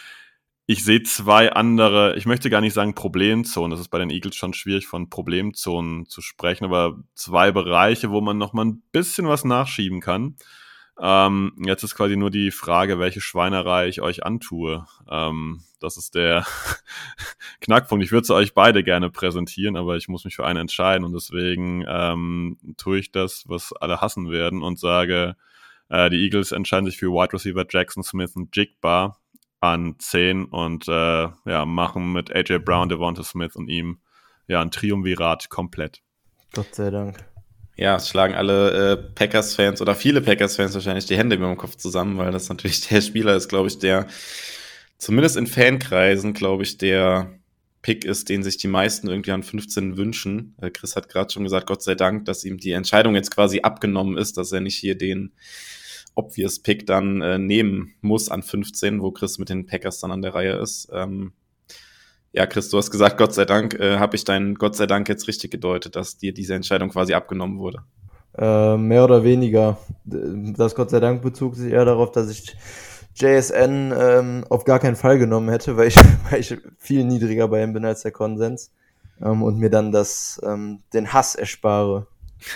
ich sehe zwei andere, ich möchte gar nicht sagen Problemzonen, das ist bei den Eagles schon schwierig von Problemzonen zu sprechen, aber zwei Bereiche, wo man noch mal ein bisschen was nachschieben kann. Ähm, jetzt ist quasi nur die Frage, welche Schweinerei ich euch antue. Ähm, das ist der Knackpunkt. Ich würde sie euch beide gerne präsentieren, aber ich muss mich für eine entscheiden und deswegen ähm, tue ich das, was alle hassen werden und sage, äh, die Eagles entscheiden sich für Wide Receiver Jackson Smith und Jigba an zehn und äh, ja, machen mit A J Brown, Devonta Smith und ihm ja ein Triumvirat komplett. Gott sei Dank. Ja, es schlagen alle äh, Packers-Fans oder viele Packers-Fans wahrscheinlich die Hände über dem Kopf zusammen, weil das natürlich der Spieler ist, glaube ich, der zumindest in Fankreisen, glaube ich, der Pick ist, den sich die meisten irgendwie an fünfzehn wünschen. Äh, Chris hat gerade schon gesagt, Gott sei Dank, dass ihm die Entscheidung jetzt quasi abgenommen ist, dass er nicht hier den obvious Pick dann äh, nehmen muss an fünfzehn, wo Chris mit den Packers dann an der Reihe ist. Ähm, ja, Chris, du hast gesagt, Gott sei Dank, äh, habe ich deinen Gott sei Dank jetzt richtig gedeutet, dass dir diese Entscheidung quasi abgenommen wurde. Äh, mehr oder weniger. Das Gott sei Dank bezog sich eher darauf, dass ich J S N ähm, auf gar keinen Fall genommen hätte, weil ich, weil ich viel niedriger bei ihm bin als der Konsens ähm, und mir dann das, ähm, den Hass erspare.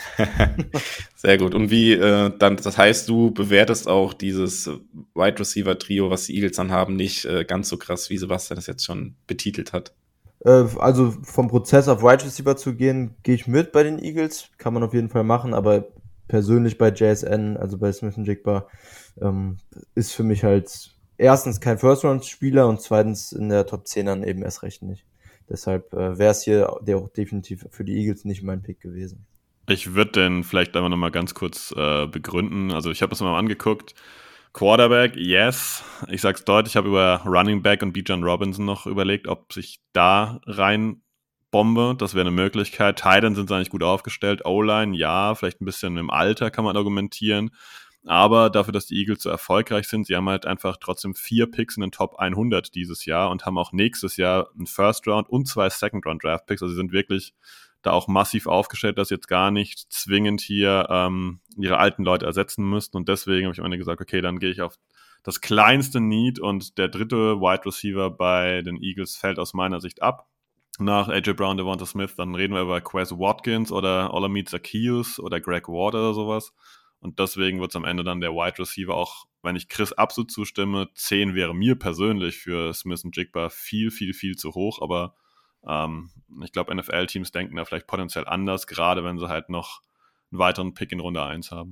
Sehr gut. Und wie äh, dann, das heißt, du bewertest auch dieses Wide Receiver Trio, was die Eagles dann haben, nicht äh, ganz so krass, wie Sebastian das jetzt schon betitelt hat. Äh, also vom Prozess auf Wide Receiver zu gehen, gehe ich mit bei den Eagles. Kann man auf jeden Fall machen, aber persönlich bei J S N, also bei Smith und Jigba, ähm, ist für mich halt erstens kein First-Round-Spieler und zweitens in der Top zehn dann eben erst recht nicht. Deshalb äh, wäre es hier der auch definitiv für die Eagles nicht mein Pick gewesen. Ich würde den vielleicht einfach nochmal ganz kurz äh, begründen. Also ich habe das mal angeguckt. Quarterback, yes. Ich sag's deutlich, ich habe über Running Back und Bijan Robinson noch überlegt, ob sich da rein bombe. Das wäre eine Möglichkeit. Titans sind eigentlich gut aufgestellt. O-Line, ja. Vielleicht ein bisschen im Alter kann man argumentieren. Aber dafür, dass die Eagles so erfolgreich sind, sie haben halt einfach trotzdem vier Picks in den Top hundert dieses Jahr und haben auch nächstes Jahr einen First-Round und zwei Second-Round-Draft-Picks. Also sie sind wirklich da auch massiv aufgestellt, dass sie jetzt gar nicht zwingend hier ähm, ihre alten Leute ersetzen müssten. Und deswegen habe ich am Ende gesagt, okay, dann gehe ich auf das kleinste Need und der dritte Wide Receiver bei den Eagles fällt aus meiner Sicht ab. Nach A J Brown, Devonta Smith, dann reden wir über Quez Watkins oder Olamide Zaccheaus oder Greg Ward oder sowas. Und deswegen wird es am Ende dann der Wide Receiver auch, wenn ich Chris absolut zustimme, zehn wäre mir persönlich für Smith und Jigba viel, viel, viel zu hoch. Aber ähm, ich glaube, N F L-Teams denken da vielleicht potenziell anders, gerade wenn sie halt noch einen weiteren Pick in Runde eins haben.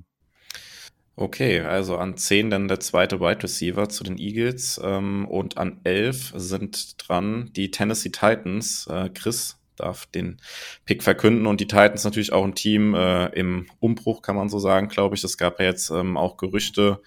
Okay, also an zehn dann der zweite Wide Receiver zu den Eagles ähm, und an elf sind dran die Tennessee Titans. Äh, Chris darf den Pick verkünden und die Titans natürlich auch ein Team äh, im Umbruch, kann man so sagen, glaube ich. Es gab ja jetzt ähm, auch Gerüchte,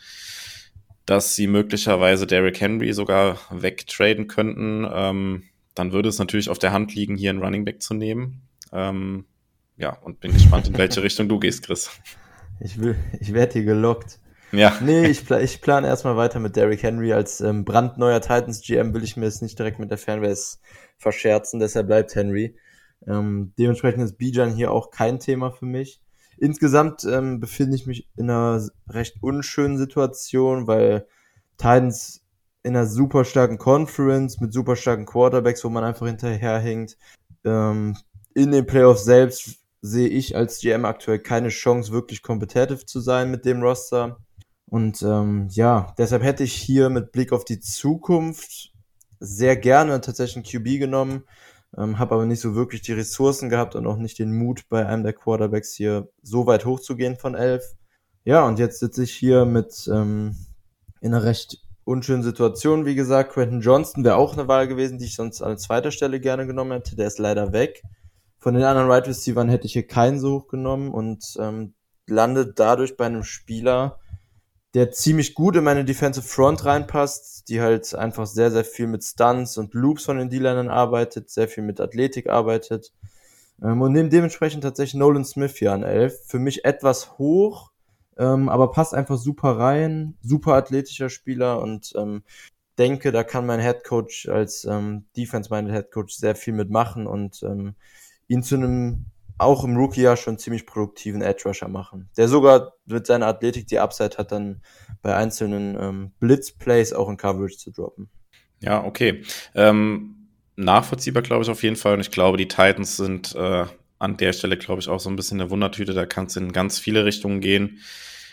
dass sie möglicherweise Derrick Henry sogar wegtraden könnten. Ähm, dann würde es natürlich auf der Hand liegen, hier einen Running Back zu nehmen. Ähm, ja, und bin gespannt, in welche Richtung du gehst, Chris. Ich will, ich werde hier gelockt. Ja. Nee, ich, pla- ich plane erstmal weiter mit Derrick Henry. Als ähm, brandneuer Titans G M will ich mir jetzt nicht direkt mit der Fanbase verscherzen, deshalb bleibt Henry. Ähm, dementsprechend ist Bijan hier auch kein Thema für mich. Insgesamt ähm, befinde ich mich in einer recht unschönen Situation, weil Titans in einer super starken Conference mit super starken Quarterbacks, wo man einfach hinterherhinkt. Ähm, in den Playoffs selbst sehe ich als G M aktuell keine Chance, wirklich competitive zu sein mit dem Roster. Und ähm, ja, deshalb hätte ich hier mit Blick auf die Zukunft sehr gerne tatsächlich einen Q B genommen, ähm, habe aber nicht so wirklich die Ressourcen gehabt und auch nicht den Mut, bei einem der Quarterbacks hier so weit hochzugehen von elf. Ja, und jetzt sitze ich hier mit ähm, in einer recht unschönen Situation, wie gesagt. Quentin Johnston wäre auch eine Wahl gewesen, die ich sonst an zweiter Stelle gerne genommen hätte. Der ist leider weg. Von den anderen Wide Receivers hätte ich hier keinen so hoch genommen und ähm, landet dadurch bei einem Spieler, der ziemlich gut in meine Defensive Front reinpasst, die halt einfach sehr, sehr viel mit Stunts und Loops von den D-Linern arbeitet, sehr viel mit Athletik arbeitet. Ähm, und nehme dementsprechend tatsächlich Nolan Smith hier an elf. Für mich etwas hoch, ähm, aber passt einfach super rein. Super athletischer Spieler und ähm, denke, da kann mein Headcoach als ähm, Defense-minded Headcoach sehr viel mitmachen und ähm, ihn zu einem, auch im Rookie-Jahr schon ziemlich produktiven Edge-Rusher machen. Der sogar mit seiner Athletik die Upside hat, dann bei einzelnen ähm, Blitz-Plays auch in Coverage zu droppen. Ja, okay. Ähm, nachvollziehbar, glaube ich, auf jeden Fall. Und ich glaube, die Titans sind äh, an der Stelle, glaube ich, auch so ein bisschen eine Wundertüte. Da kann es in ganz viele Richtungen gehen.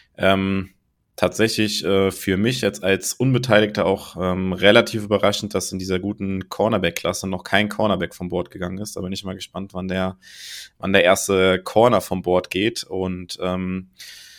Ähm, tatsächlich äh, für mich jetzt als Unbeteiligter auch ähm, relativ überraschend, dass in dieser guten Cornerback-Klasse noch kein Cornerback vom Board gegangen ist. Da bin ich mal gespannt, wann der, wann der erste Corner vom Board geht. Und ähm,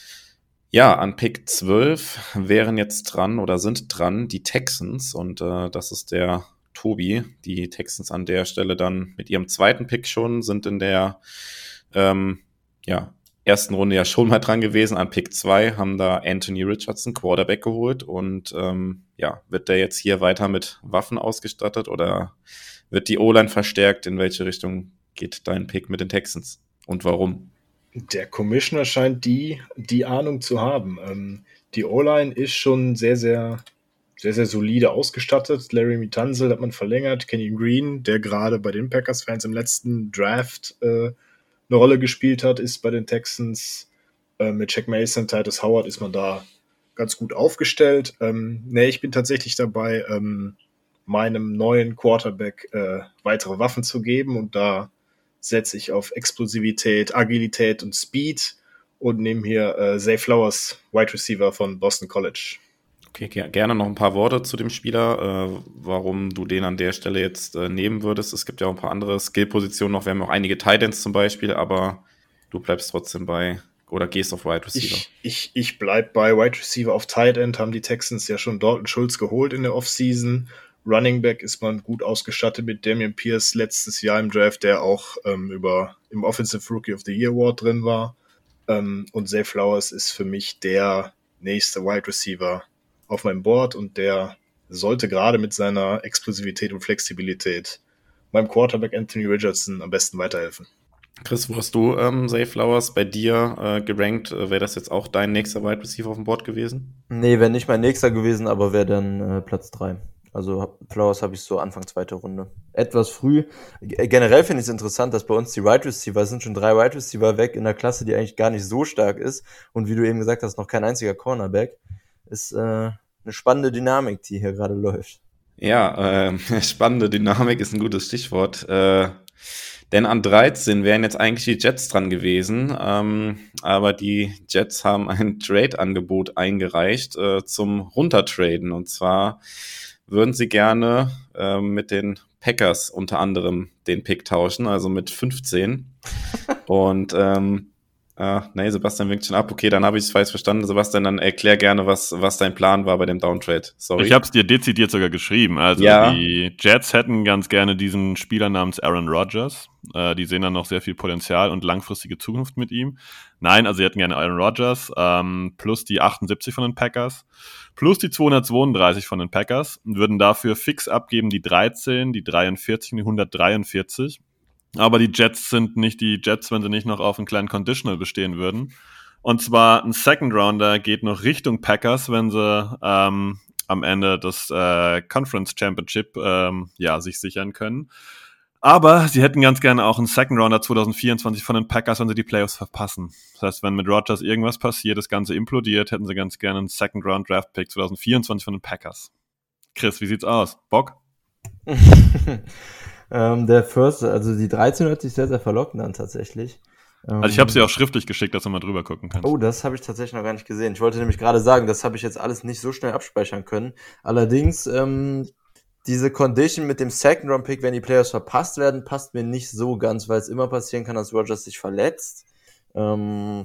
ja, an Pick zwölf wären jetzt dran oder sind dran die Texans. Und äh, das ist der Tobi. Die Texans an der Stelle dann mit ihrem zweiten Pick schon, sind in der ähm, ja ersten Runde ja schon mal dran gewesen. An Pick zwei haben da Anthony Richardson, Quarterback, geholt und ähm, ja, wird der jetzt hier weiter mit Waffen ausgestattet oder wird die O-Line verstärkt? In welche Richtung geht dein Pick mit den Texans und warum? Der Commissioner scheint die, die Ahnung zu haben. Ähm, die O-Line ist schon sehr, sehr, sehr, sehr solide ausgestattet. Laremy Tunsil hat man verlängert, Kenny Green, der gerade bei den Packers-Fans im letzten Draft äh, eine Rolle gespielt hat, ist bei den Texans. Äh, mit Jack Mason, Titus Howard ist man da ganz gut aufgestellt. Ähm, nee, ich bin tatsächlich dabei, ähm, meinem neuen Quarterback äh, weitere Waffen zu geben und da setze ich auf Explosivität, Agilität und Speed und nehme hier äh, Zay Flowers, Wide Receiver von Boston College. Okay, ger- gerne noch ein paar Worte zu dem Spieler, äh, warum du den an der Stelle jetzt äh, nehmen würdest. Es gibt ja auch ein paar andere Skill-Positionen noch. Wir haben auch einige Tight Ends zum Beispiel, aber du bleibst trotzdem bei oder gehst auf Wide Receiver. Ich, ich, ich bleib bei Wide Receiver. Auf Tight End haben die Texans ja schon Dalton Schultz geholt in der Offseason. Running Back ist man gut ausgestattet mit Dameon Pierce letztes Jahr im Draft, der auch ähm, über im Offensive Rookie of the Year Award drin war. Ähm, und Zay Flowers ist für mich der nächste Wide Receiver auf meinem Board und der sollte gerade mit seiner Explosivität und Flexibilität meinem Quarterback Anthony Richardson am besten weiterhelfen. Chris, wo hast du ähm, Zay Flowers bei dir äh, gerankt? Äh, wäre das jetzt auch dein nächster Wide Receiver auf dem Board gewesen? Nee, wäre nicht mein nächster gewesen, aber wäre dann äh, Platz drei. Also Flowers habe ich so Anfang zweite Runde. Etwas früh. G- Generell finde ich es interessant, dass bei uns die Wide Receiver, es sind schon drei Wide Receiver weg in einer Klasse, die eigentlich gar nicht so stark ist. Und wie du eben gesagt hast, noch kein einziger Cornerback. Ist äh, eine spannende Dynamik, die hier gerade läuft. Ja, äh, spannende Dynamik ist ein gutes Stichwort. Äh, denn an dreizehn wären jetzt eigentlich die Jets dran gewesen, ähm, aber die Jets haben ein Trade-Angebot eingereicht äh, zum Runtertraden. Und zwar würden sie gerne äh, mit den Packers unter anderem den Pick tauschen, also mit fünfzehn. Und ähm, ah, nee, Sebastian winkt schon ab. Okay, dann habe ich es falsch verstanden. Sebastian, dann erklär gerne, was, was dein Plan war bei dem Downtrade. Sorry. Ich habe es dir dezidiert sogar geschrieben. Also Ja. Die Jets hätten ganz gerne diesen Spieler namens Aaron Rodgers. Äh, die sehen dann noch sehr viel Potenzial und langfristige Zukunft mit ihm. Nein, also sie hätten gerne Aaron Rodgers ähm, plus die achtundsiebzig von den Packers plus die zweihundertzweiunddreißig von den Packers und würden dafür fix abgeben die dreizehn, die dreiundvierzig und die hundertdreiundvierzig. Aber die Jets sind nicht die Jets, wenn sie nicht noch auf einen kleinen Conditional bestehen würden. Und zwar ein Second Rounder geht noch Richtung Packers, wenn sie ähm, am Ende das äh, Conference Championship ähm, ja, sich sichern können. Aber sie hätten ganz gerne auch einen Second Rounder zwanzig vierundzwanzig von den Packers, wenn sie die Playoffs verpassen. Das heißt, wenn mit Rodgers irgendwas passiert, das Ganze implodiert, hätten sie ganz gerne einen Second Round Draft Pick zwanzig vierundzwanzig von den Packers. Chris, wie sieht's aus? Bock? ähm, der First, also die dreizehn hört sich sehr, sehr verlockend an tatsächlich. Ähm, Also ich habe sie auch schriftlich geschickt, dass du mal drüber gucken kannst. Oh, das habe ich tatsächlich noch gar nicht gesehen. Ich wollte nämlich gerade sagen, das habe ich jetzt alles nicht so schnell abspeichern können. Allerdings, ähm, diese Condition mit dem Second Round Pick, wenn die Playoffs verpasst werden, passt mir nicht so ganz, weil es immer passieren kann, dass Rodgers sich verletzt. Ähm,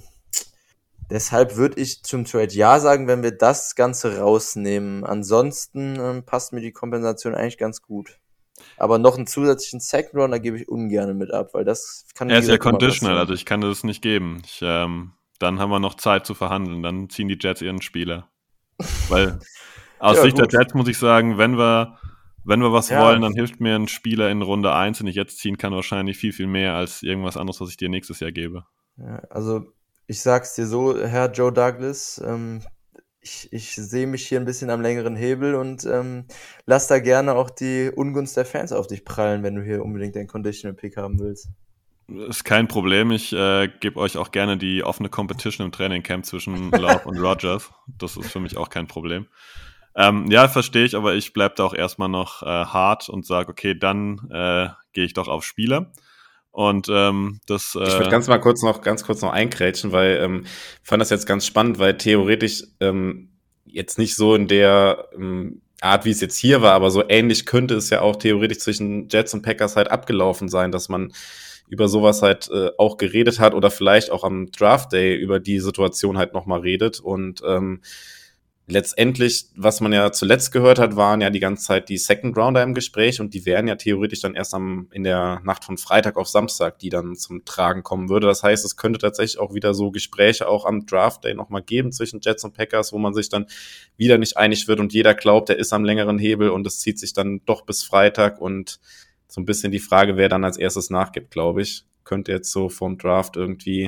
deshalb würde ich zum Trade ja sagen, wenn wir das Ganze rausnehmen. Ansonsten ähm, passt mir die Kompensation eigentlich ganz gut. Aber noch einen zusätzlichen Second Round, da gebe ich ungern mit ab, weil das kann Er ist ja wie gesagt, immer conditional, passieren. also ich kann das nicht geben. Ich, ähm, dann haben wir noch Zeit zu verhandeln. Dann ziehen die Jets ihren Spieler. Weil aus Ja, Sicht gut. der Jets muss ich sagen, wenn wir, wenn wir was Ja. wollen, dann hilft mir ein Spieler in Runde eins, den ich jetzt ziehen kann, wahrscheinlich viel, viel mehr als irgendwas anderes, was ich dir nächstes Jahr gebe. Ja, also ich sag's dir so, Herr Joe Douglas, ähm, ich, ich sehe mich hier ein bisschen am längeren Hebel und ähm, lass da gerne auch die Ungunst der Fans auf dich prallen, wenn du hier unbedingt den Conditional Pick haben willst. Ist kein Problem. Ich äh, gebe euch auch gerne die offene Competition im Trainingcamp zwischen Love und Rodgers. Das ist für mich auch kein Problem. Ähm, ja, verstehe ich, aber ich bleibe da auch erstmal noch äh, hart und sage, okay, dann äh, gehe ich doch auf Spieler. Und ähm, das. Äh, Ich würde ganz mal kurz noch, ganz kurz noch einkrätschen, weil ähm, ich fand das jetzt ganz spannend, weil theoretisch ähm, jetzt nicht so in der ähm, Art, wie es jetzt hier war, aber so ähnlich könnte es ja auch theoretisch zwischen Jets und Packers halt abgelaufen sein, dass man über sowas halt äh, auch geredet hat oder vielleicht auch am Draft Day über die Situation halt nochmal redet. Und ähm, letztendlich, was man ja zuletzt gehört hat, waren ja die ganze Zeit die Second Rounder im Gespräch und die wären ja theoretisch dann erst am, in der Nacht von Freitag auf Samstag, die dann zum Tragen kommen würde. Das heißt, es könnte tatsächlich auch wieder so Gespräche auch am Draft Day nochmal geben zwischen Jets und Packers, wo man sich dann wieder nicht einig wird und jeder glaubt, er ist am längeren Hebel und es zieht sich dann doch bis Freitag und so ein bisschen die Frage, wer dann als erstes nachgibt, glaube ich, könnte jetzt so vom Draft irgendwie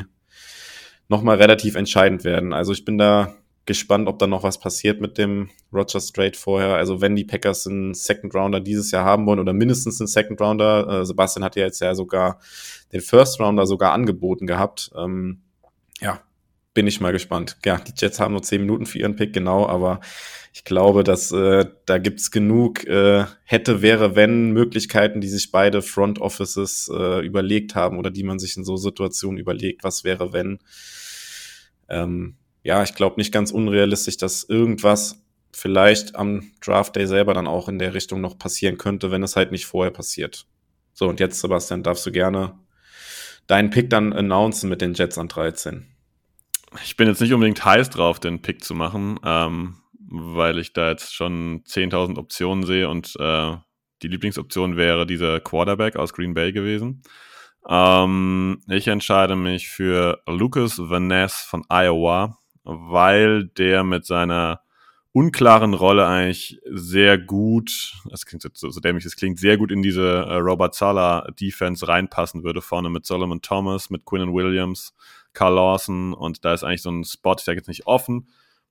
nochmal relativ entscheidend werden. Also ich bin da gespannt, ob da noch was passiert mit dem Rodgers Trade vorher. Also wenn die Packers einen Second Rounder dieses Jahr haben wollen oder mindestens einen Second Rounder, äh, Sebastian hat ja jetzt ja sogar den First Rounder sogar angeboten gehabt. Ähm, ja, bin ich mal gespannt. Ja, die Jets haben nur zehn Minuten für ihren Pick, genau, aber ich glaube, dass äh, da gibt's genug äh, hätte, wäre, wenn Möglichkeiten, die sich beide Front Offices äh, überlegt haben oder die man sich in so Situationen überlegt, was wäre, wenn. Ähm, ja, ich glaube nicht ganz unrealistisch, dass irgendwas vielleicht am Draft Day selber dann auch in der Richtung noch passieren könnte, wenn es halt nicht vorher passiert. So, und jetzt, Sebastian, darfst du gerne deinen Pick dann announcen mit den Jets an dreizehn. Ich bin jetzt nicht unbedingt heiß drauf, den Pick zu machen, ähm, weil ich da jetzt schon zehntausend Optionen sehe und äh, die Lieblingsoption wäre dieser Quarterback aus Green Bay gewesen. Ähm, ich entscheide mich für Lucas Van Ness von Iowa, weil der mit seiner unklaren Rolle eigentlich sehr gut, das klingt so, so dämlich, das klingt sehr gut in diese äh, Robert Saleh Defense reinpassen würde, vorne mit Solomon Thomas, mit Quinnen Williams, Carl Lawson und da ist eigentlich so ein Spot, ich sage jetzt nicht offen,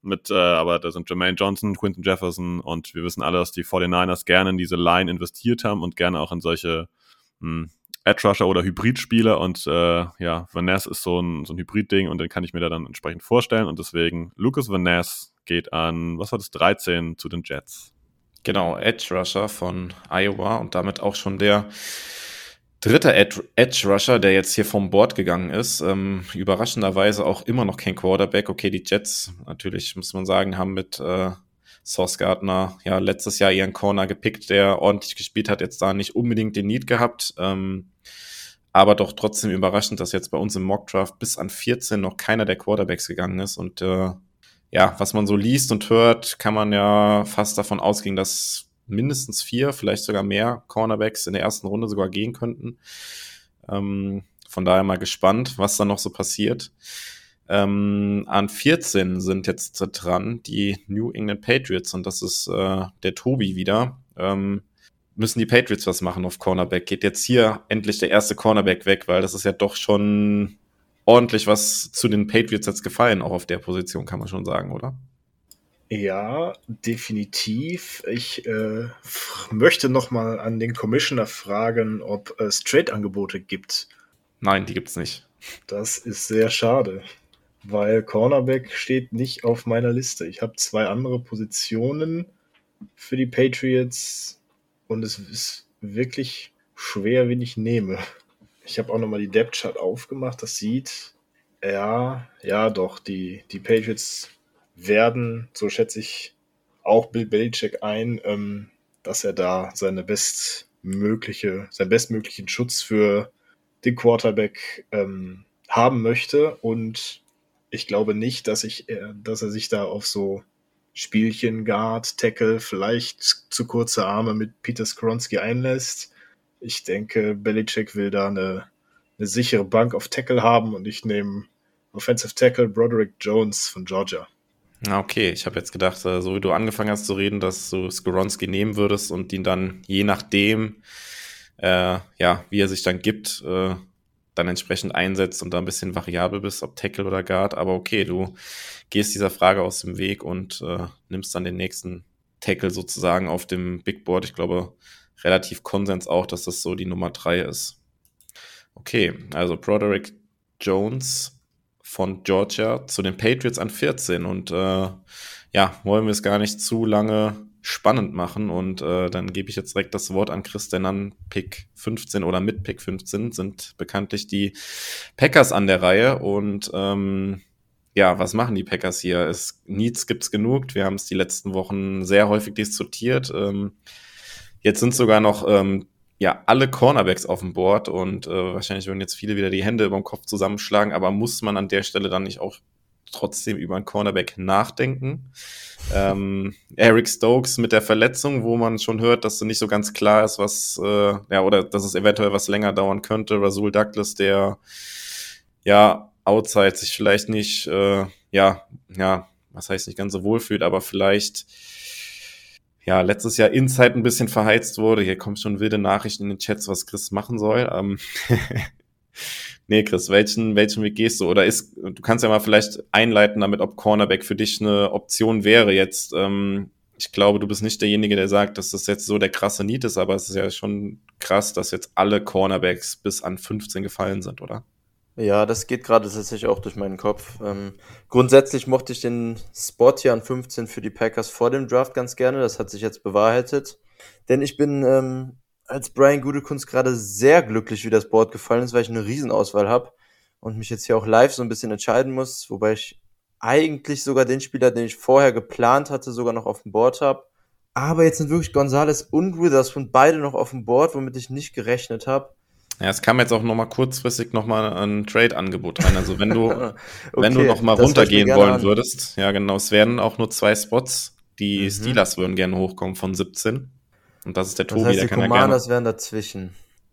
mit, äh, aber da sind Jermaine Johnson, Quinton Jefferson und wir wissen alle, dass die forty-niners gerne in diese Line investiert haben und gerne auch in solche mh, Edge-Rusher oder Hybrid-Spieler und äh, ja, Van Ness ist so ein, so ein Hybrid-Ding und den kann ich mir da dann entsprechend vorstellen und deswegen Lucas Van Ness geht an, was war das, dreizehn zu den Jets. Genau, Edge-Rusher von Iowa und damit auch schon der dritte Edge-Rusher, der jetzt hier vom Board gegangen ist. Ähm, überraschenderweise auch immer noch kein Quarterback. Okay, die Jets, natürlich muss man sagen, haben mit äh, Sauce Gardner ja letztes Jahr ihren Corner gepickt, der ordentlich gespielt hat, jetzt da nicht unbedingt den Need gehabt. Ähm, aber doch trotzdem überraschend, dass jetzt bei uns im Mockdraft bis an vierzehn noch keiner der Quarterbacks gegangen ist. Und äh, ja, was man so liest und hört, kann man ja fast davon ausgehen, dass mindestens vier, vielleicht sogar mehr Cornerbacks in der ersten Runde sogar gehen könnten. Ähm, von daher mal gespannt, was da noch so passiert. Ähm, an vierzehn sind jetzt dran die New England Patriots und das ist äh, der Tobi wieder. Ähm, müssen die Patriots was machen auf Cornerback? Geht jetzt hier endlich der erste Cornerback weg, weil das ist ja doch schon ordentlich was zu den Patriots jetzt gefallen, auch auf der Position, kann man schon sagen, oder? Ja, definitiv. Ich äh, f- möchte nochmal an den Commissioner fragen, ob es Trade-Angebote gibt. Nein, die gibt's nicht. Das ist sehr schade, weil Cornerback steht nicht auf meiner Liste. Ich habe zwei andere Positionen für die Patriots und es ist wirklich schwer, wen ich nehme. Ich habe auch nochmal die Depth-Chart aufgemacht. Das sieht, ja, ja doch, die, die Patriots werden, so schätze ich auch Bill Belichick ein, ähm, dass er da seine bestmögliche, seinen bestmöglichen Schutz für den Quarterback ähm, haben möchte. Und ich glaube nicht, dass ich, äh, dass er sich da auf so Spielchen, Guard, Tackle, vielleicht zu kurze Arme mit Peter Skoronski einlässt. Ich denke, Belichick will da eine, eine sichere Bank auf Tackle haben und ich nehme Offensive Tackle Broderick Jones von Georgia. Ah, okay, ich habe jetzt gedacht, so wie du angefangen hast zu reden, dass du Skoronski nehmen würdest und ihn dann je nachdem, äh, ja, wie er sich dann gibt, äh, dann entsprechend einsetzt und da ein bisschen variabel bist, ob Tackle oder Guard. Aber okay, du gehst dieser Frage aus dem Weg und äh, nimmst dann den nächsten Tackle sozusagen auf dem Big Board. Ich glaube, relativ Konsens auch, dass das so die Nummer drei ist. Okay, also Broderick Jones von Georgia zu den Patriots an vierzehn und äh, ja, wollen wir es gar nicht zu lange spannend machen und äh, dann gebe ich jetzt direkt das Wort an Chris, denn an Pick fünfzehn oder mit Pick fünfzehn sind bekanntlich die Packers an der Reihe und ähm, ja, was machen die Packers hier? Es, Needs gibt's genug, wir haben es die letzten Wochen sehr häufig diskutiert, ähm, jetzt sind sogar noch ähm, ja, alle Cornerbacks auf dem Board und äh, wahrscheinlich würden jetzt viele wieder die Hände über den Kopf zusammenschlagen, aber muss man an der Stelle dann nicht auch trotzdem über einen Cornerback nachdenken? ähm, Eric Stokes mit der Verletzung, wo man schon hört, dass nicht so ganz klar ist, was, äh, ja, oder dass es eventuell was länger dauern könnte. Rasul Douglas, der ja outside sich vielleicht nicht, äh, ja, ja, was heißt nicht ganz so wohl fühlt, aber vielleicht ja, letztes Jahr Inside ein bisschen verheizt wurde. Hier kommen schon wilde Nachrichten in den Chats, was Chris machen soll. Ähm nee, Chris, welchen, welchen Weg gehst du? Oder ist, du kannst ja mal vielleicht einleiten damit, ob Cornerback für dich eine Option wäre jetzt. Ähm, ich glaube, du bist nicht derjenige, der sagt, dass das jetzt so der krasse Need ist, aber es ist ja schon krass, dass jetzt alle Cornerbacks bis an fünfzehn gefallen sind, oder? Ja, das geht gerade tatsächlich auch durch meinen Kopf. Ähm, grundsätzlich mochte ich den Spot hier an fünfzehn für die Packers vor dem Draft ganz gerne. Das hat sich jetzt bewahrheitet. Denn ich bin ähm, als Brian Gutekunst gerade sehr glücklich, wie das Board gefallen ist, weil ich eine Riesenauswahl habe und mich jetzt hier auch live so ein bisschen entscheiden muss, wobei ich eigentlich sogar den Spieler, den ich vorher geplant hatte, sogar noch auf dem Board habe. Aber jetzt sind wirklich Gonzalez und Witherspoon beide noch auf dem Board, womit ich nicht gerechnet habe. Ja, es kam jetzt auch nochmal kurzfristig nochmal ein Trade-Angebot rein. Also wenn du, okay, wenn du nochmal runtergehen wollen an. würdest, ja genau, es werden auch nur zwei Spots. Die Mhm. Steelers würden gerne hochkommen von siebzehn. Und das ist der Das Tobi, heißt, der die kann ja gerne. Commanders wären dazwischen.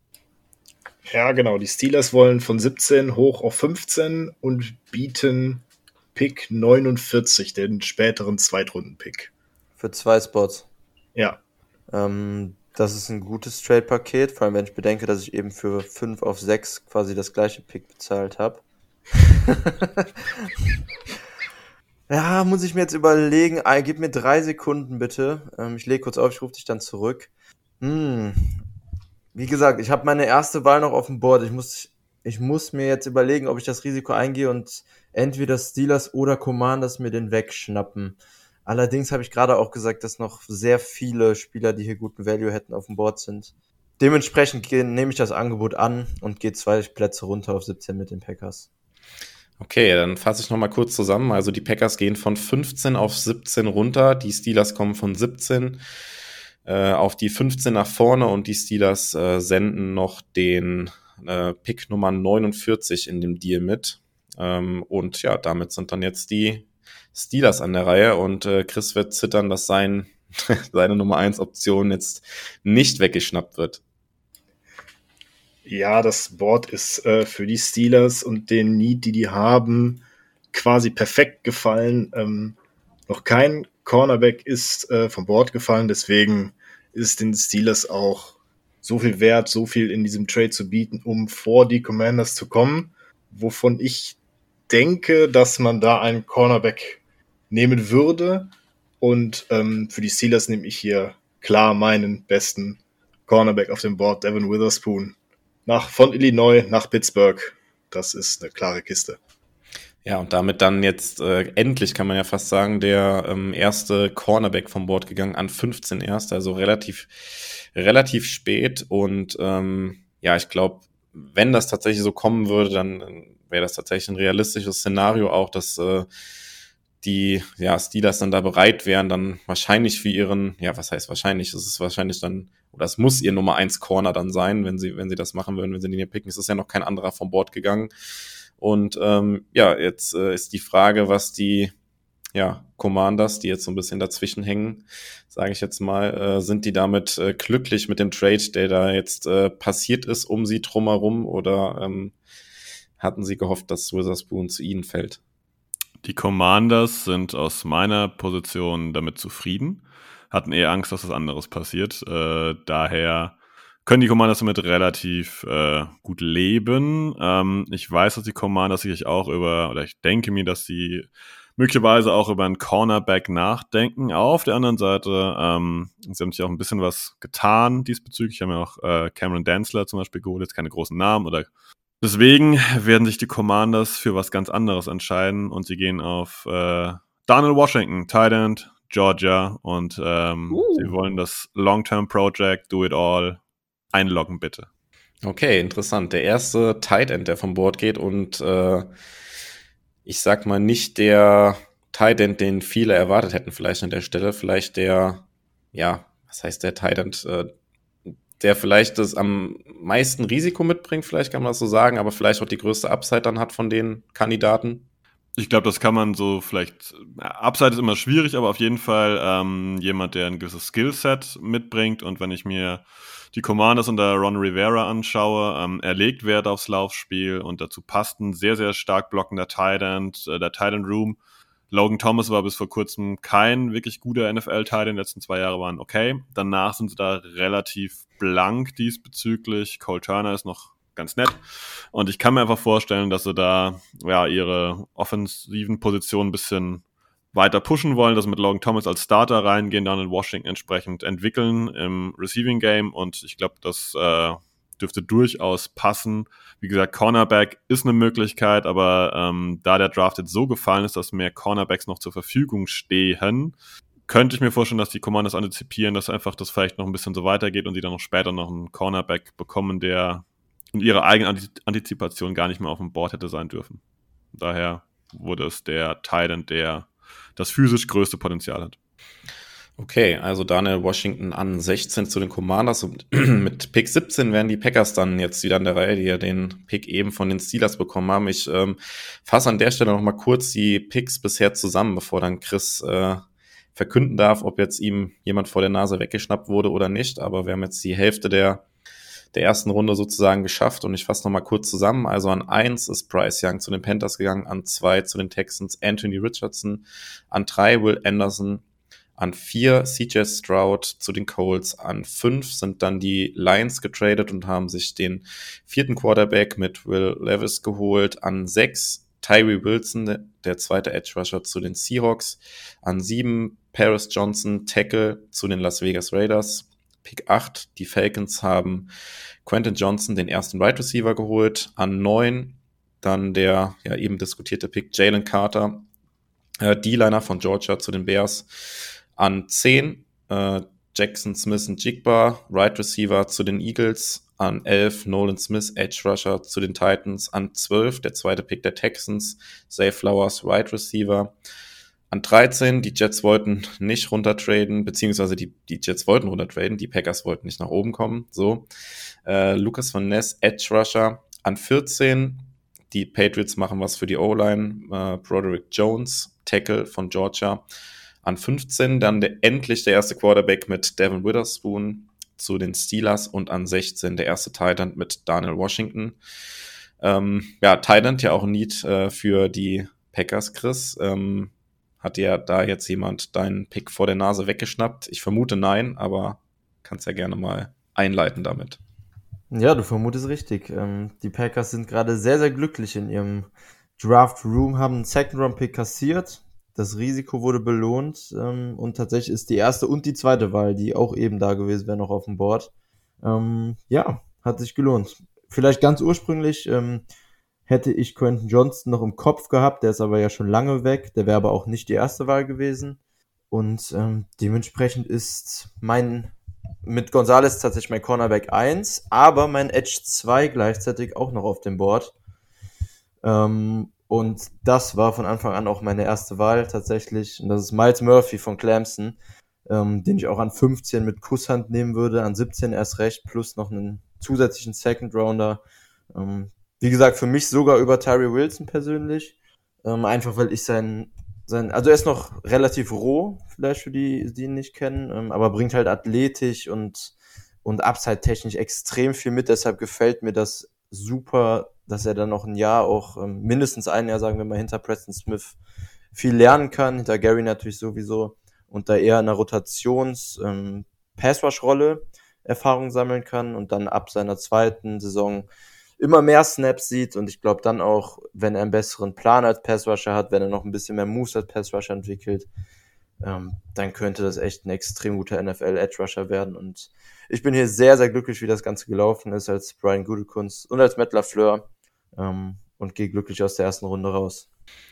Ja, genau. Die Steelers wollen von siebzehn hoch auf fünfzehn und bieten Pick neunundvierzig, den späteren Zweitrunden-Pick. Für zwei Spots. Ja. Ähm, das ist ein gutes Trade-Paket, vor allem wenn ich bedenke, dass ich eben für fünf auf sechs quasi das gleiche Pick bezahlt habe. Ja, muss ich mir jetzt überlegen. Ah, gib mir drei Sekunden bitte. Ähm, ich lege kurz auf, ich rufe dich dann zurück. Hm. Wie gesagt, ich habe meine erste Wahl noch auf dem Board. Ich muss, ich muss mir jetzt überlegen, ob ich das Risiko eingehe und entweder Steelers oder Commanders mir den wegschnappen. Allerdings habe ich gerade auch gesagt, dass noch sehr viele Spieler, die hier guten Value hätten, auf dem Board sind. Dementsprechend ge- nehme ich das Angebot an und gehe zwei Plätze runter auf siebzehn mit den Packers. Okay, dann fasse ich nochmal kurz zusammen. Also die Packers gehen von fünfzehn auf siebzehn runter, die Steelers kommen von siebzehn äh, auf die fünfzehn nach vorne und die Steelers äh, senden noch den äh, Pick Nummer neunundvierzig in dem Deal mit. Ähm, und ja, damit sind dann jetzt die Steelers an der Reihe und äh, Chris wird zittern, dass sein, seine Nummer eins Option jetzt nicht weggeschnappt wird. Ja, das Board ist äh, für die Steelers und den Need, die die haben, quasi perfekt gefallen. Ähm, noch kein Cornerback ist äh, vom Board gefallen, deswegen ist es den Steelers auch so viel wert, so viel in diesem Trade zu bieten, um vor die Commanders zu kommen, wovon ich denke, dass man da einen Cornerback nehmen würde. Und ähm, für die Steelers nehme ich hier klar meinen besten Cornerback auf dem Board, Devin Witherspoon. Nach, von Illinois nach Pittsburgh. Das ist eine klare Kiste. Ja, und damit dann jetzt äh, endlich, kann man ja fast sagen, der ähm, erste Cornerback vom Board gegangen, an fünfzehn erst, also relativ, relativ spät. Und ähm, ja, ich glaube, wenn das tatsächlich so kommen würde, dann wäre das tatsächlich ein realistisches Szenario auch, dass äh, die ja, Steelers dann da bereit wären, dann wahrscheinlich für ihren, ja, was heißt wahrscheinlich, es ist wahrscheinlich dann, oder es muss ihr Nummer eins Corner dann sein, wenn sie, wenn sie das machen würden, wenn sie den hier picken. Es ist ja noch kein anderer vom Board gegangen. Und ähm, ja, jetzt äh, ist die Frage, was die ja, Commanders, die jetzt so ein bisschen dazwischen hängen, sage ich jetzt mal, äh, sind die damit äh, glücklich mit dem Trade, der da jetzt äh, passiert ist, um sie drumherum, oder ähm, hatten sie gehofft, dass Witherspoon zu ihnen fällt? Die Commanders sind aus meiner Position damit zufrieden, hatten eher Angst, dass was anderes passiert. Äh, daher können die Commanders damit relativ äh, gut leben. Ähm, ich weiß, dass die Commanders sich auch über, oder ich denke mir, dass sie möglicherweise auch über einen Cornerback nachdenken. Auf der anderen Seite, ähm, sie haben sich auch ein bisschen was getan diesbezüglich. Ich habe ja auch äh, Cameron Dantzler zum Beispiel geholt, jetzt keine großen Namen, oder deswegen werden sich die Commanders für was ganz anderes entscheiden und sie gehen auf äh, Darnell Washington, Tight End, Georgia, und ähm, uh. sie wollen das Long-Term-Project, Do It All, einloggen, bitte. Okay, interessant. Der erste Tight End, der vom Board geht, und äh, ich sag mal nicht der Tight End, den viele erwartet hätten vielleicht an der Stelle, vielleicht der, ja, was heißt der Tight End, äh, der vielleicht das am meisten Risiko mitbringt, vielleicht kann man das so sagen, aber vielleicht auch die größte Upside dann hat von den Kandidaten. Ich glaube, das kann man so vielleicht, Upside ist immer schwierig, aber auf jeden Fall ähm, jemand, der ein gewisses Skillset mitbringt, und wenn ich mir die Commanders unter Ron Rivera anschaue, ähm, er legt Wert aufs Laufspiel und dazu passt ein sehr, sehr stark blockender Tight End, äh, der Tight End Room. Logan Thomas war bis vor kurzem kein wirklich guter N F L-Tight End, die letzten zwei Jahre waren okay. Danach sind sie da relativ blank diesbezüglich. Cole Turner ist noch ganz nett. Und ich kann mir einfach vorstellen, dass sie da ja ihre offensiven Positionen ein bisschen weiter pushen wollen, dass sie mit Logan Thomas als Starter reingehen, dann in Washington entsprechend entwickeln im Receiving Game. Und ich glaube, das äh, dürfte durchaus passen. Wie gesagt, Cornerback ist eine Möglichkeit, aber ähm, da der Draft jetzt so gefallen ist, dass mehr Cornerbacks noch zur Verfügung stehen, könnte ich mir vorstellen, dass die Commanders antizipieren, dass einfach das vielleicht noch ein bisschen so weitergeht und sie dann noch später noch einen Cornerback bekommen, der in ihrer eigenen Antizipation gar nicht mehr auf dem Board hätte sein dürfen. Daher wurde es der Tight End, der das physisch größte Potenzial hat. Okay, also Darnell Washington an sechzehn zu den Commanders, und mit Pick siebzehn werden die Packers dann jetzt wieder an der Reihe, die ja den Pick eben von den Steelers bekommen haben. Ich ähm, fasse an der Stelle noch mal kurz die Picks bisher zusammen, bevor dann Chris äh, verkünden darf, ob jetzt ihm jemand vor der Nase weggeschnappt wurde oder nicht. Aber wir haben jetzt die Hälfte der der ersten Runde sozusagen geschafft, und ich fasse noch mal kurz zusammen. Also an eins ist Bryce Young zu den Panthers gegangen, an zwei zu den Texans Anthony Richardson, an drei Will Anderson, an vier C J Stroud zu den Colts, an fünf sind dann die Lions getradet und haben sich den vierten Quarterback mit Will Levis geholt, an sechs Tyree Wilson, der, der zweite Edge Rusher, zu den Seahawks. An sieben Paris Johnson, Tackle, zu den Las Vegas Raiders. Pick acht, die Falcons haben Quentin Johnson, den ersten Wide Receiver, geholt. An neun dann der ja eben diskutierte Pick Jalen Carter, äh, D-Liner von Georgia, zu den Bears. An zehn äh, Jackson Smith-Njigba, Wide Receiver, zu den Eagles. An elf Nolan Smith, Edge Rusher, zu den Titans. An zwölf der zweite Pick der Texans, Zay Flowers, Wide Receiver. An dreizehn, die Jets wollten nicht runtertraden, beziehungsweise die, die Jets wollten runtertraden, die Packers wollten nicht nach oben kommen. So, äh, Lucas Van Ness, Edge Rusher. An vierzehn, die Patriots machen was für die O-Line, äh, Broderick Jones, Tackle von Georgia. An fünfzehn dann der, endlich der erste Quarterback mit Devin Witherspoon zu den Steelers. Und an sechzehn der erste Tight End mit Daniel Washington. Ähm, ja, Tight End ja auch ein Need äh, für die Packers, Chris. Ähm, Hat dir da jetzt jemand deinen Pick vor der Nase weggeschnappt? Ich vermute nein, aber kannst ja gerne mal einleiten damit. Ja, du vermutest richtig. Ähm, die Packers sind gerade sehr, sehr glücklich in ihrem Draft-Room, haben einen Second-Round-Pick kassiert. Das Risiko wurde belohnt ähm, und tatsächlich ist die erste und die zweite Wahl, die auch eben da gewesen wäre, noch auf dem Board. Ähm, ja, hat sich gelohnt. Vielleicht ganz ursprünglich ähm, hätte ich Quentin Johnston noch im Kopf gehabt, der ist aber ja schon lange weg, der wäre aber auch nicht die erste Wahl gewesen. Und ähm, dementsprechend ist mein, mit Gonzalez tatsächlich mein Cornerback eins, aber mein Edge zwei gleichzeitig auch noch auf dem Board. Ähm, und das war von Anfang an auch meine erste Wahl tatsächlich. Und das ist Myles Murphy von Clemson, ähm, den ich auch an fünfzehn mit Kusshand nehmen würde, an siebzehn erst recht, plus noch einen zusätzlichen Second Rounder. Ähm, Wie gesagt, für mich sogar über Tyree Wilson persönlich. Ähm, einfach weil ich sein, sein, also er ist noch relativ roh, vielleicht für die, die ihn nicht kennen, ähm, aber bringt halt athletisch und, und upside-technisch extrem viel mit. Deshalb gefällt mir das super, dass er dann noch ein Jahr auch, ähm, mindestens ein Jahr, sagen wir mal, hinter Preston Smith viel lernen kann. Hinter Gary natürlich sowieso. Und da eher in einer Rotations-, ähm, Pass-Rush-Rolle Erfahrung sammeln kann und dann ab seiner zweiten Saison immer mehr Snaps sieht und ich glaube dann auch, wenn er einen besseren Plan als Pass-Rusher hat, wenn er noch ein bisschen mehr Moves als Pass-Rusher entwickelt, ähm, dann könnte das echt ein extrem guter N F L-Edge-Rusher werden und ich bin hier sehr, sehr glücklich, wie das Ganze gelaufen ist als Brian Gutekunst und als Matt LaFleur ähm, und gehe glücklich aus der ersten Runde raus.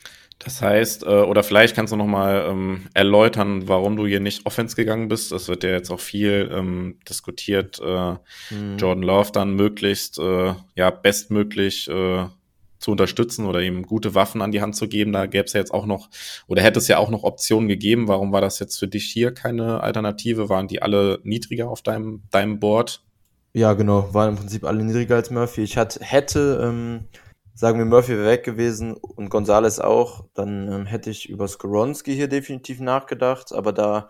Das heißt, äh, oder vielleicht kannst du nochmal ähm, erläutern, warum du hier nicht Offense gegangen bist. Das wird ja jetzt auch viel ähm, diskutiert. Äh, mhm. Jordan Love dann möglichst, äh, ja, bestmöglich äh, zu unterstützen oder ihm gute Waffen an die Hand zu geben. Da gäbe es ja jetzt auch noch, oder hätte es ja auch noch Optionen gegeben. Warum war das jetzt für dich hier keine Alternative? Waren die alle niedriger auf deinem, deinem Board? Ja, genau, waren im Prinzip alle niedriger als Murphy. Ich hatte, hätte... Ähm Sagen wir, Murphy wäre weg gewesen und Gonzalez auch, dann ähm, hätte ich über Skoronski hier definitiv nachgedacht, aber da,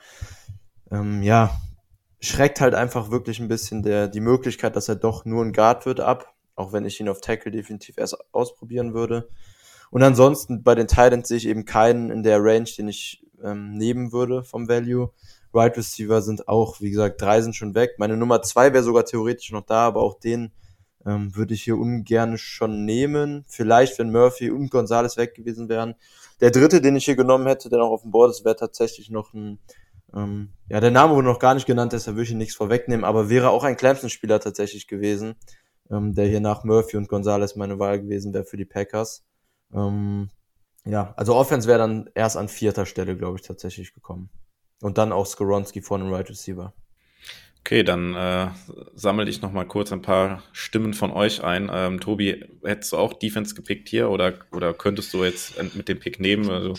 ähm, ja, schreckt halt einfach wirklich ein bisschen der die Möglichkeit, dass er doch nur ein Guard wird, ab, auch wenn ich ihn auf Tackle definitiv erst ausprobieren würde. Und ansonsten bei den Titans sehe ich eben keinen in der Range, den ich ähm, nehmen würde vom Value. Wide Receiver sind auch, wie gesagt, drei sind schon weg. Meine Nummer zwei wäre sogar theoretisch noch da, aber auch den Ähm, würde ich hier ungern schon nehmen. Vielleicht, wenn Murphy und Gonzalez weg gewesen wären. Der dritte, den ich hier genommen hätte, der noch auf dem Board ist, wäre tatsächlich noch ein, ähm, ja, der Name wurde noch gar nicht genannt, deshalb würde ich nichts vorwegnehmen, aber wäre auch ein Clemson-Spieler tatsächlich gewesen, ähm, der hier nach Murphy und Gonzalez meine Wahl gewesen wäre für die Packers. Ähm, ja, also Offense wäre dann erst an vierter Stelle, glaube ich, tatsächlich gekommen. Und dann auch Skoronski vor einem Wide Receiver. Okay, dann äh, sammle ich noch mal kurz ein paar Stimmen von euch ein. Ähm, Tobi, hättest du auch Defense gepickt hier oder, oder könntest du jetzt mit dem Pick nehmen? Also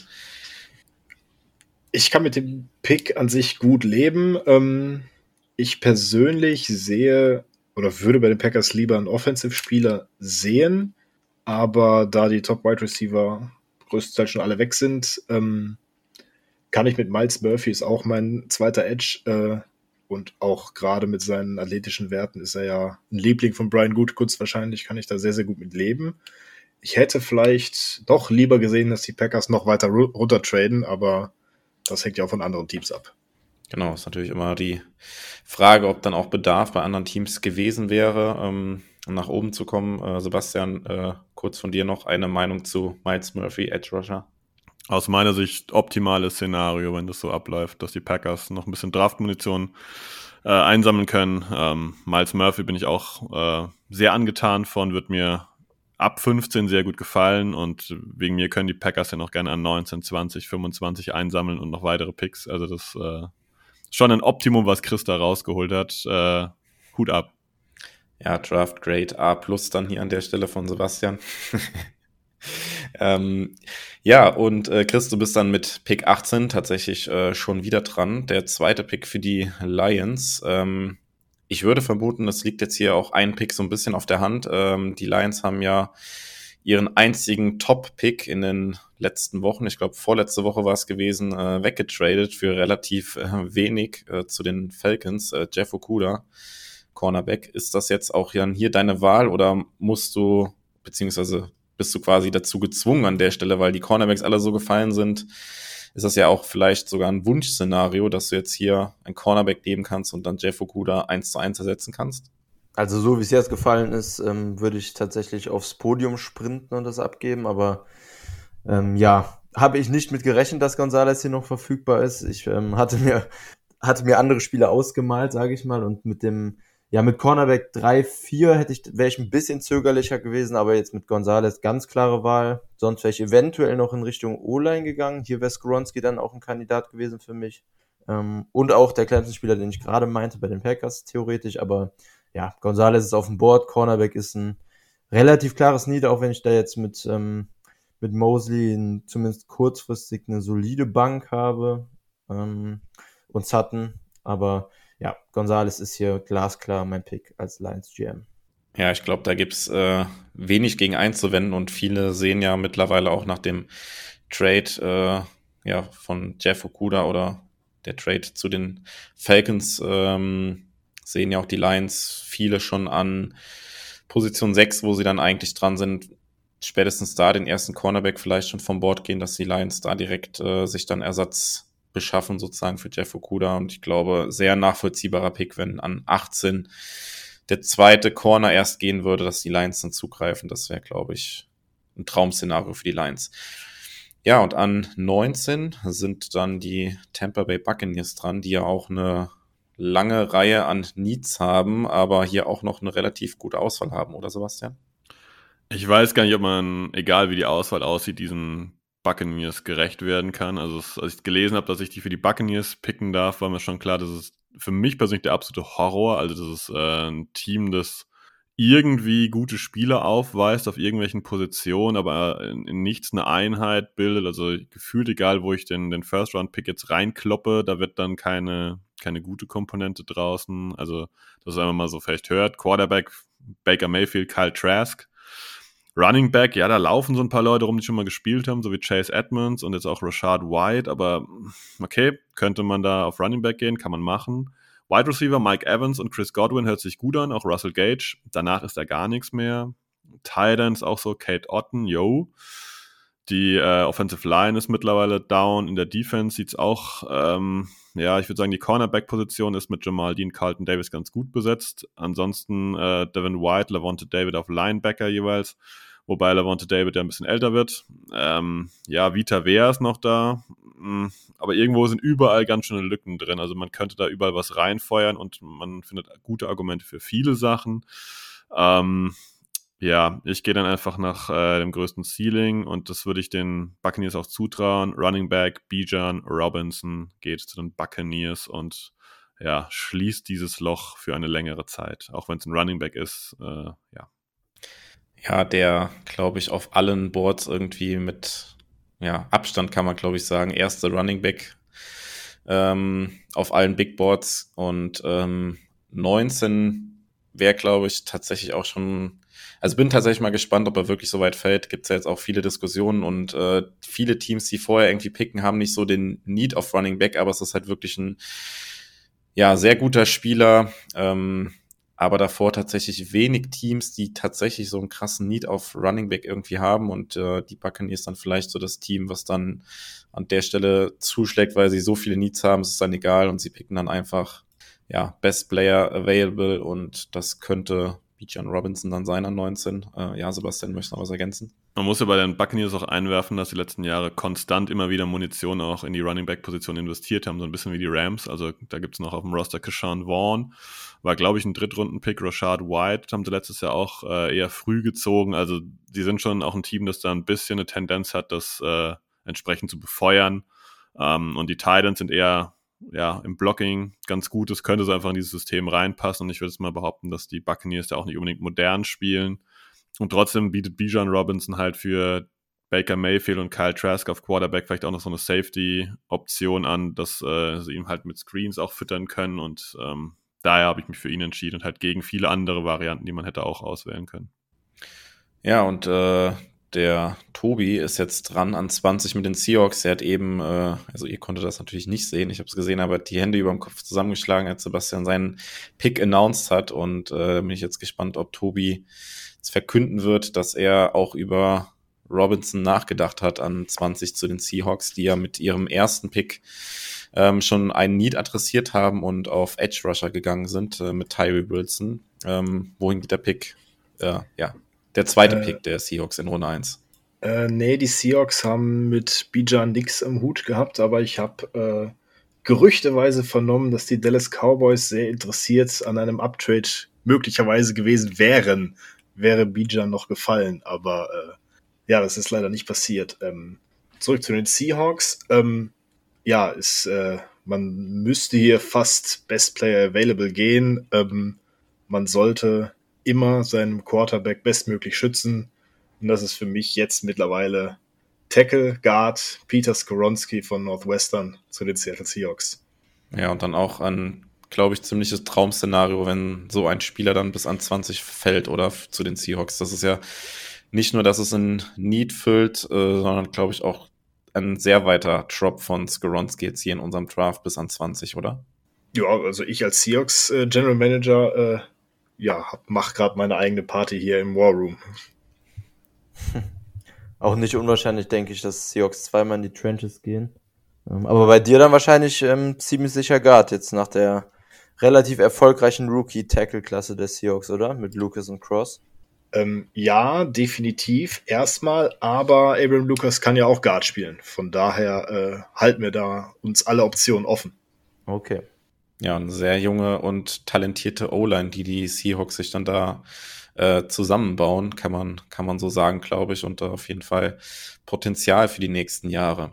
ich kann mit dem Pick an sich gut leben. Ähm, ich persönlich sehe oder würde bei den Packers lieber einen Offensive-Spieler sehen, aber da die Top-Wide-Receiver größtenteils schon alle weg sind, ähm, kann ich mit Myles Murphy, ist auch mein zweiter Edge, äh, und auch gerade mit seinen athletischen Werten ist er ja ein Liebling von Brian Gutekunst wahrscheinlich, kann ich da sehr, sehr gut mit leben. Ich hätte vielleicht doch lieber gesehen, dass die Packers noch weiter runter traden, aber das hängt ja auch von anderen Teams ab. Genau, ist natürlich immer die Frage, ob dann auch Bedarf bei anderen Teams gewesen wäre, ähm, nach oben zu kommen. Äh, Sebastian, äh, kurz von dir noch eine Meinung zu Myles Murphy, Edge Rusher. Aus meiner Sicht optimales Szenario, wenn das so abläuft, dass die Packers noch ein bisschen Draftmunition äh, einsammeln können. Ähm, Myles Murphy bin ich auch äh, sehr angetan von, wird mir ab fünfzehn sehr gut gefallen und wegen mir können die Packers ja noch gerne an neunzehn, zwanzig, fünfundzwanzig einsammeln und noch weitere Picks. Also das äh, ist schon ein Optimum, was Chris da rausgeholt hat. Äh, Hut ab. Ja, Draft Grade A plus dann hier an der Stelle von Sebastian. ähm, ja, und äh, Chris, du bist dann mit Pick achtzehn tatsächlich äh, schon wieder dran. Der zweite Pick für die Lions. Ähm, ich würde vermuten, es liegt jetzt hier auch ein Pick so ein bisschen auf der Hand. Ähm, die Lions haben ja ihren einzigen Top-Pick in den letzten Wochen, ich glaube vorletzte Woche war es gewesen, äh, weggetradet für relativ äh, wenig äh, zu den Falcons. Äh, Jeff Okudah, Cornerback. Ist das jetzt auch dann hier deine Wahl oder musst du, beziehungsweise bist du quasi dazu gezwungen an der Stelle, weil die Cornerbacks alle so gefallen sind, ist das ja auch vielleicht sogar ein Wunschszenario, dass du jetzt hier ein Cornerback nehmen kannst und dann Jeff Okudah eins zu eins ersetzen kannst? Also so wie es jetzt gefallen ist, ähm, würde ich tatsächlich aufs Podium sprinten und das abgeben, aber ähm, ja, habe ich nicht mit gerechnet, dass Gonzalez hier noch verfügbar ist. Ich ähm, hatte mir hatte mir andere Spieler ausgemalt, sage ich mal, und mit dem ja mit Cornerback drei, vier hätte ich wäre ich ein bisschen zögerlicher gewesen, aber jetzt mit Gonzalez ganz klare Wahl. Sonst wäre ich eventuell noch in Richtung O-Line gegangen. Hier wäre Skoronski dann auch ein Kandidat gewesen für mich. Ähm, und auch der Clemson-Spieler, den ich gerade meinte, bei den Packers theoretisch, aber ja, Gonzalez ist auf dem Board, Cornerback ist ein relativ klares Need, auch wenn ich da jetzt mit, ähm, mit Mosley in, zumindest kurzfristig eine solide Bank habe ähm, und Sutton, aber ja, Gonzalez ist hier glasklar mein Pick als Lions G M. Ja, ich glaube, da gibt's äh, wenig gegen einzuwenden und viele sehen ja mittlerweile auch nach dem Trade äh, ja, von Jeff Okudah oder der Trade zu den Falcons ähm, sehen ja auch die Lions viele schon an Position sechs, wo sie dann eigentlich dran sind, spätestens da den ersten Cornerback vielleicht schon vom Board gehen, dass die Lions da direkt äh, sich dann Ersatz beschaffen sozusagen für Jeff Okudah und ich glaube, sehr nachvollziehbarer Pick, wenn an achtzehn der zweite Corner erst gehen würde, dass die Lions dann zugreifen. Das wäre, glaube ich, ein Traum-Szenario für die Lions. Ja, und an neunzehn sind dann die Tampa Bay Buccaneers dran, die ja auch eine lange Reihe an Needs haben, aber hier auch noch eine relativ gute Auswahl haben, oder Sebastian? Ich weiß gar nicht, ob man, egal wie die Auswahl aussieht, diesen Buccaneers gerecht werden kann. Also als ich gelesen habe, dass ich die für die Buccaneers picken darf, war mir schon klar, das ist für mich persönlich der absolute Horror. Also das ist äh, ein Team, das irgendwie gute Spieler aufweist auf irgendwelchen Positionen, aber in, in nichts eine Einheit bildet. Also gefühlt egal, wo ich den, den First-Round-Pick jetzt reinkloppe, da wird dann keine, keine gute Komponente draußen. Also das ist einfach mal so vielleicht hört. Quarterback, Baker Mayfield, Kyle Trask. Running Back, ja, da laufen so ein paar Leute rum, die schon mal gespielt haben, so wie Chase Edmonds und jetzt auch Rashad White, aber okay, könnte man da auf Running Back gehen, kann man machen. Wide Receiver, Mike Evans und Chris Godwin hört sich gut an, auch Russell Gage, danach ist da gar nichts mehr. Tight Ends auch so, Kate Otten, yo. Die äh, Offensive Line ist mittlerweile down, in der Defense sieht es auch, ähm, ja, ich würde sagen, die Cornerback-Position ist mit Jamal Dean, Carlton Davis ganz gut besetzt. Ansonsten äh, Devin White, Lavonte David auf Linebacker jeweils, wobei Lavonte David ja ein bisschen älter wird. Ähm, ja, Vita Vea ist noch da, aber irgendwo sind überall ganz schöne Lücken drin. Also man könnte da überall was reinfeuern und man findet gute Argumente für viele Sachen. Ähm, Ja, ich gehe dann einfach nach äh, dem größten Ceiling und das würde ich den Buccaneers auch zutrauen. Running Back Bijan Robinson geht zu den Buccaneers und ja, schließt dieses Loch für eine längere Zeit, auch wenn es ein Running Back ist. Äh, ja. Ja, der, glaube ich, auf allen Boards irgendwie mit ja, Abstand kann man, glaube ich, sagen, erste Running Back ähm, auf allen Big Boards und ähm, neunzehn wäre, glaube ich, tatsächlich auch schon. Also bin tatsächlich mal gespannt, ob er wirklich so weit fällt. Gibt es ja jetzt auch viele Diskussionen und äh, viele Teams, die vorher irgendwie picken, haben nicht so den Need auf Running Back, aber es ist halt wirklich ein ja sehr guter Spieler, ähm, aber davor tatsächlich wenig Teams, die tatsächlich so einen krassen Need auf Running Back irgendwie haben und äh, die Buccaneers dann vielleicht so das Team, was dann an der Stelle zuschlägt, weil sie so viele Needs haben, es ist dann egal und sie picken dann einfach ja Best Player Available und das könnte Bijan Robinson dann seiner neunzehn. Äh, ja, Sebastian, möchtest du noch was ergänzen? Man muss ja bei den Buccaneers auch einwerfen, dass die letzten Jahre konstant immer wieder Munition auch in die Running-Back-Position investiert haben, so ein bisschen wie die Rams. Also da gibt es noch auf dem Roster Keshawn Vaughn, war, glaube ich, ein Drittrunden-Pick. Rashad White haben sie letztes Jahr auch äh, eher früh gezogen. Also die sind schon auch ein Team, das da ein bisschen eine Tendenz hat, das äh, entsprechend zu befeuern. Ähm, und die Titans sind eher ja im Blocking ganz gut. Es könnte so einfach in dieses System reinpassen. Und ich würde jetzt mal behaupten, dass die Buccaneers da auch nicht unbedingt modern spielen. Und trotzdem bietet Bijan Robinson halt für Baker Mayfield und Kyle Trask auf Quarterback vielleicht auch noch so eine Safety-Option an, dass äh, sie ihm halt mit Screens auch füttern können. Und ähm, daher habe ich mich für ihn entschieden und halt gegen viele andere Varianten, die man hätte auch auswählen können. Ja, und äh, der Tobi ist jetzt dran an zwanzig mit den Seahawks. Er hat eben, äh, also ihr konntet das natürlich nicht sehen, ich habe es gesehen, aber die Hände über dem Kopf zusammengeschlagen, als Sebastian seinen Pick announced hat. Und äh, bin ich jetzt gespannt, ob Tobi jetzt verkünden wird, dass er auch über Robinson nachgedacht hat an zwanzig zu den Seahawks, die ja mit ihrem ersten Pick ähm, schon einen Need adressiert haben und auf Edge Rusher gegangen sind äh, mit Tyree Wilson. Ähm, wohin geht der Pick? Äh, ja, der zweite äh, Pick der Seahawks in Runde eins. Äh, nee, die Seahawks haben mit Bijan nix am Hut gehabt, aber ich habe äh, gerüchteweise vernommen, dass die Dallas Cowboys sehr interessiert an einem Uptrade möglicherweise gewesen wären, wäre Bijan noch gefallen, aber äh, ja, das ist leider nicht passiert. Ähm, zurück zu den Seahawks. Ähm, ja, ist, äh, man müsste hier fast Best Player Available gehen. Ähm, man sollte immer seinen Quarterback bestmöglich schützen. Und das ist für mich jetzt mittlerweile Tackle Guard Peter Skoronski von Northwestern zu den Seattle Seahawks. Ja, und dann auch ein, glaube ich, ziemliches Traum-Szenario, wenn so ein Spieler dann bis an zwanzig fällt oder zu den Seahawks. Das ist ja nicht nur, dass es ein Need füllt, äh, sondern, glaube ich, auch ein sehr weiter Drop von Skoronski jetzt hier in unserem Draft bis an zwanzig, oder? Ja, also ich als Seahawks äh, General Manager äh, ja, mach gerade meine eigene Party hier im War Room. Auch nicht unwahrscheinlich, denke ich, dass Seahawks zweimal in die Trenches gehen. Ähm, aber bei dir dann wahrscheinlich ähm, ziemlich sicher Guard jetzt nach der relativ erfolgreichen Rookie-Tackle-Klasse der Seahawks, oder? Mit Lucas und Cross. Ähm, ja, definitiv erstmal, aber Abraham Lucas kann ja auch Guard spielen. Von daher äh, halten wir da uns alle Optionen offen. Okay. Ja, eine sehr junge und talentierte O-Line, die die Seahawks sich dann da äh, zusammenbauen, kann man, kann man so sagen, glaube ich, und da auf jeden Fall Potenzial für die nächsten Jahre.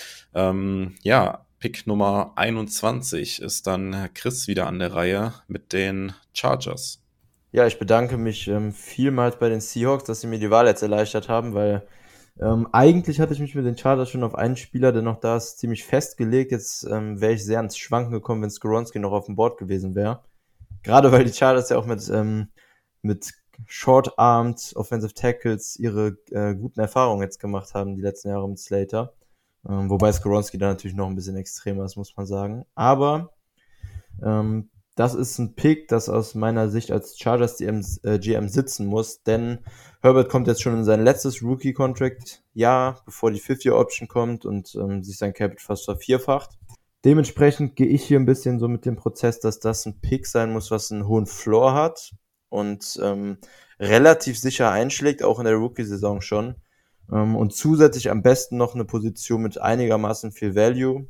Ähm, ja, Pick Nummer einundzwanzig ist dann Chris wieder an der Reihe mit den Chargers. Ja, ich bedanke mich ähm, vielmals bei den Seahawks, dass sie mir die Wahl jetzt erleichtert haben, weil ähm, eigentlich hatte ich mich mit den Chargers schon auf einen Spieler, der noch da ist, ziemlich festgelegt. Jetzt ähm, wäre ich sehr ans Schwanken gekommen, wenn Skoronski noch auf dem Board gewesen wäre. Gerade weil die Chargers ja auch mit, ähm, mit Short-Armed Offensive Tackles ihre äh, guten Erfahrungen jetzt gemacht haben, die letzten Jahre mit Slater. Ähm, wobei Skoronski da natürlich noch ein bisschen extremer ist, muss man sagen. Aber ähm, das ist ein Pick, das aus meiner Sicht als Chargers G M, äh, G M sitzen muss, denn Herbert kommt jetzt schon in sein letztes Rookie-Contract-Jahr, bevor die Fifth-Year-Option kommt und ähm, sich sein Cap fast vervierfacht. Dementsprechend gehe ich hier ein bisschen so mit dem Prozess, dass das ein Pick sein muss, was einen hohen Floor hat und ähm, relativ sicher einschlägt, auch in der Rookie-Saison schon. Ähm, und zusätzlich am besten noch eine Position mit einigermaßen viel Value,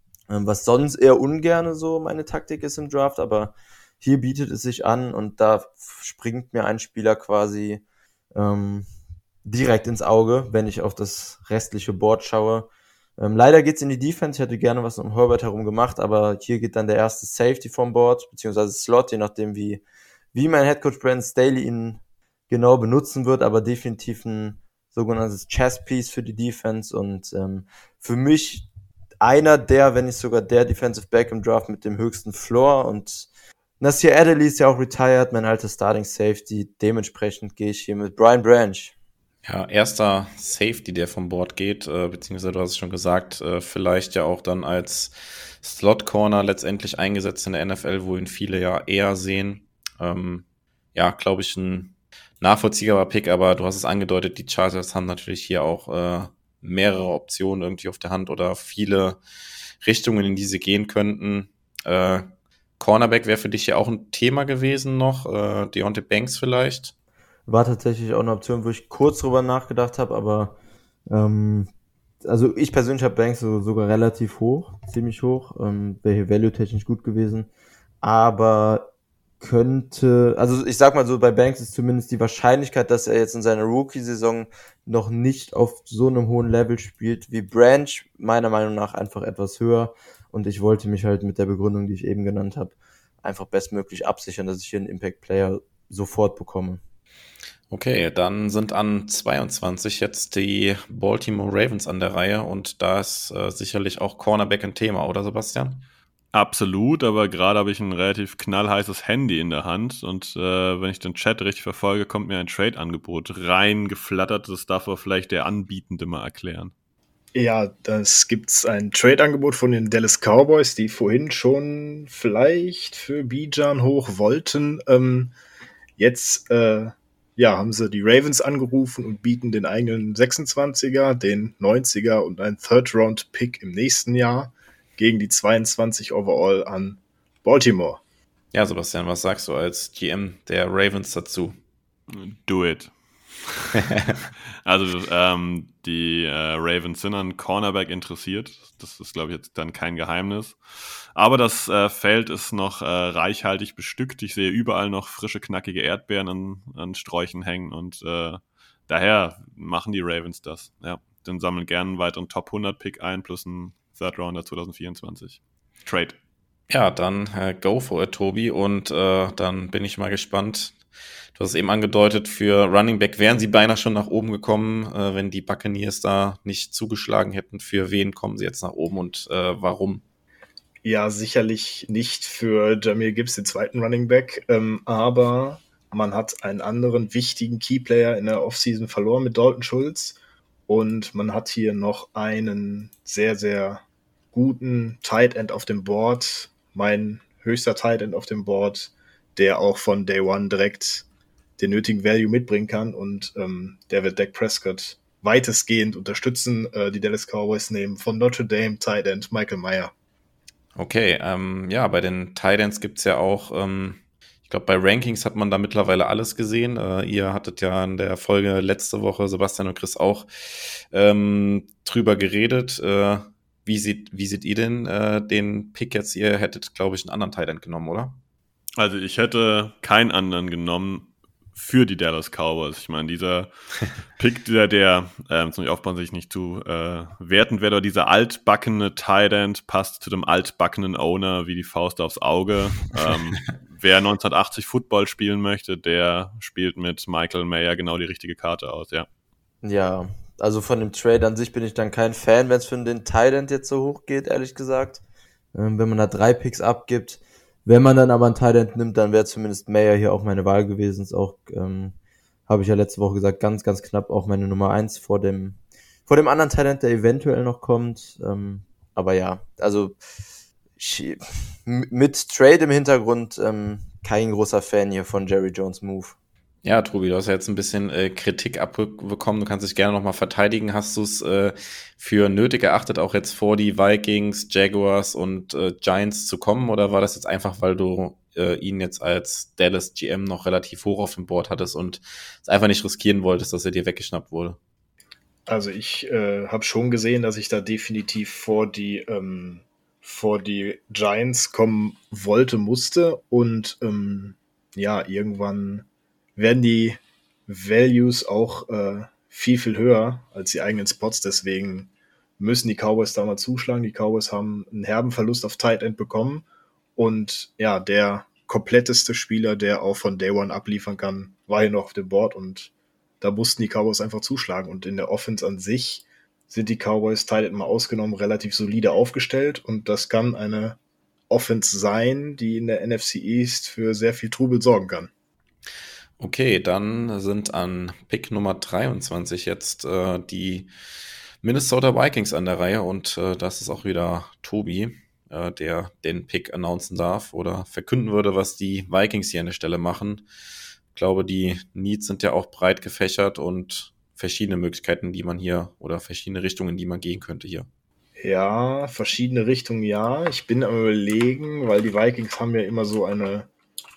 was sonst eher ungerne so meine Taktik ist im Draft, aber hier bietet es sich an und da springt mir ein Spieler quasi ähm, direkt ins Auge, wenn ich auf das restliche Board schaue. Ähm, leider geht's in die Defense, ich hätte gerne was um Herbert herum gemacht, aber hier geht dann der erste Safety vom Board, beziehungsweise Slot, je nachdem wie, wie mein Headcoach Brandon Staley ihn genau benutzen wird, aber definitiv ein sogenanntes Chess-Piece für die Defense und ähm, für mich einer der, wenn nicht sogar der Defensive Back im Draft mit dem höchsten Floor und Nasir Adderley ist ja auch retired, mein alter Starting Safety, dementsprechend gehe ich hier mit Brian Branch. Ja, erster Safety, der vom Board geht, äh, beziehungsweise du hast es schon gesagt, äh, vielleicht ja auch dann als Slot-Corner letztendlich eingesetzt in der N F L, wo ihn viele ja eher sehen. Ähm, ja, glaube ich, ein nachvollziehbarer Pick, aber du hast es angedeutet, die Chargers haben natürlich hier auch äh, mehrere Optionen irgendwie auf der Hand oder viele Richtungen, in die sie gehen könnten. Äh, Cornerback wäre für dich ja auch ein Thema gewesen noch, äh, Deontay Banks vielleicht. War tatsächlich auch eine Option, wo ich kurz drüber nachgedacht habe, aber ähm, also ich persönlich habe Banks so, sogar relativ hoch, ziemlich hoch, ähm, wäre hier value-technisch gut gewesen, aber könnte, also ich sag mal so, bei Banks ist zumindest die Wahrscheinlichkeit, dass er jetzt in seiner Rookie-Saison noch nicht auf so einem hohen Level spielt wie Branch, meiner Meinung nach einfach etwas höher, und ich wollte mich halt mit der Begründung, die ich eben genannt habe, einfach bestmöglich absichern, dass ich hier einen Impact-Player sofort bekomme. Okay, dann sind an zweiundzwanzig jetzt die Baltimore Ravens an der Reihe und da ist äh, sicherlich auch Cornerback ein Thema, oder Sebastian? Absolut, aber gerade habe ich ein relativ knallheißes Handy in der Hand und äh, wenn ich den Chat richtig verfolge, kommt mir ein Trade-Angebot reingeflattert. Das darf aber vielleicht der Anbietende mal erklären. Ja, das gibt's ein Trade-Angebot von den Dallas Cowboys, die vorhin schon vielleicht für Bijan hoch wollten. Ähm, jetzt äh, ja, haben sie die Ravens angerufen und bieten den eigenen sechsundzwanziger, den neunziger und einen Third-Round-Pick im nächsten Jahr gegen die zweiundzwanzig Overall an Baltimore. Ja, Sebastian, was sagst du als G M der Ravens dazu? Do it. Also ähm, die äh, Ravens sind an Cornerback interessiert. Das ist, glaube ich, jetzt dann kein Geheimnis. Aber das äh, Feld ist noch äh, reichhaltig bestückt. Ich sehe überall noch frische, knackige Erdbeeren an, an Sträuchen hängen. Und äh, daher machen die Ravens das. Ja, dann sammeln gerne einen weiteren Top hundert Pick ein plus einen Third Rounder zwanzig vierundzwanzig. Trade. Ja, dann äh, go for it, Tobi. Und äh, dann bin ich mal gespannt. Du hast es eben angedeutet, für Running Back wären sie beinahe schon nach oben gekommen, äh, wenn die Buccaneers da nicht zugeschlagen hätten. Für wen kommen sie jetzt nach oben und äh, warum? Ja, sicherlich nicht für Jahmyr Gibbs, den zweiten Running Back, ähm, aber man hat einen anderen wichtigen Keyplayer in der Offseason verloren mit Dalton Schultz und man hat hier noch einen sehr, sehr guten Tight End auf dem Board, mein höchster Tight End auf dem Board, der auch von Day One direkt den nötigen Value mitbringen kann und ähm, der wird Dak Prescott weitestgehend unterstützen. Äh, die Dallas Cowboys nehmen von Notre Dame Tight End Michael Mayer. Okay, ähm, ja, bei den Tight Ends gibt's ja auch, ähm, ich glaube, bei Rankings hat man da mittlerweile alles gesehen. Äh, ihr hattet ja in der Folge letzte Woche, Sebastian und Chris, auch ähm, drüber geredet. Äh, wie, sieht, wie seht ihr denn äh, den Pick jetzt? Ihr hättet, glaube ich, einen anderen Tight End genommen, oder? Also ich hätte keinen anderen genommen für die Dallas Cowboys. Ich meine, dieser Pick, der, der ähm, zum aufpassen, sich nicht zu äh, werten werde, aber dieser altbackene Tight End passt zu dem altbackenen Owner wie die Faust aufs Auge. Ähm, wer neunzehnhundertachtzig Football spielen möchte, der spielt mit Michael Mayer genau die richtige Karte aus, ja. Ja, also von dem Trade an sich bin ich dann kein Fan, wenn es für den Tight End jetzt so hoch geht, ehrlich gesagt. Ähm, wenn man da drei Picks abgibt. Wenn man dann aber einen Tight End nimmt, dann wäre zumindest Mayer hier auch meine Wahl gewesen. Ist auch, ähm, habe ich ja letzte Woche gesagt, ganz, ganz knapp auch meine Nummer eins vor dem vor dem anderen Tight End, der eventuell noch kommt. Ähm, aber ja, also ich, mit Trade im Hintergrund ähm, kein großer Fan hier von Jerry Jones' Move. Ja, Tobi, du hast ja jetzt ein bisschen äh, Kritik abbekommen. Du kannst dich gerne nochmal verteidigen. Hast du es äh, für nötig erachtet, auch jetzt vor die Vikings, Jaguars und äh, Giants zu kommen? Oder war das jetzt einfach, weil du äh, ihn jetzt als Dallas G M noch relativ hoch auf dem Board hattest und es einfach nicht riskieren wolltest, dass er dir weggeschnappt wurde? Also ich äh, habe schon gesehen, dass ich da definitiv vor die, ähm, vor die Giants kommen wollte, musste. Und ähm, ja, irgendwann werden die Values auch äh, viel, viel höher als die eigenen Spots. Deswegen müssen die Cowboys da mal zuschlagen. Die Cowboys haben einen herben Verlust auf Tight End bekommen. Und ja, der kompletteste Spieler, der auch von Day One abliefern kann, war hier noch auf dem Board. Und da mussten die Cowboys einfach zuschlagen. Und in der Offense an sich sind die Cowboys, Tight End mal ausgenommen, relativ solide aufgestellt. Und das kann eine Offense sein, die in der N F C East für sehr viel Trubel sorgen kann. Okay, dann sind an Pick Nummer dreiundzwanzig jetzt äh, die Minnesota Vikings an der Reihe und äh, das ist auch wieder Tobi, äh, der den Pick announcen darf oder verkünden würde, was die Vikings hier an der Stelle machen. Ich glaube, die Needs sind ja auch breit gefächert und verschiedene Möglichkeiten, die man hier oder verschiedene Richtungen, die man gehen könnte hier. Ja, verschiedene Richtungen, ja. Ich bin am Überlegen, weil die Vikings haben ja immer so eine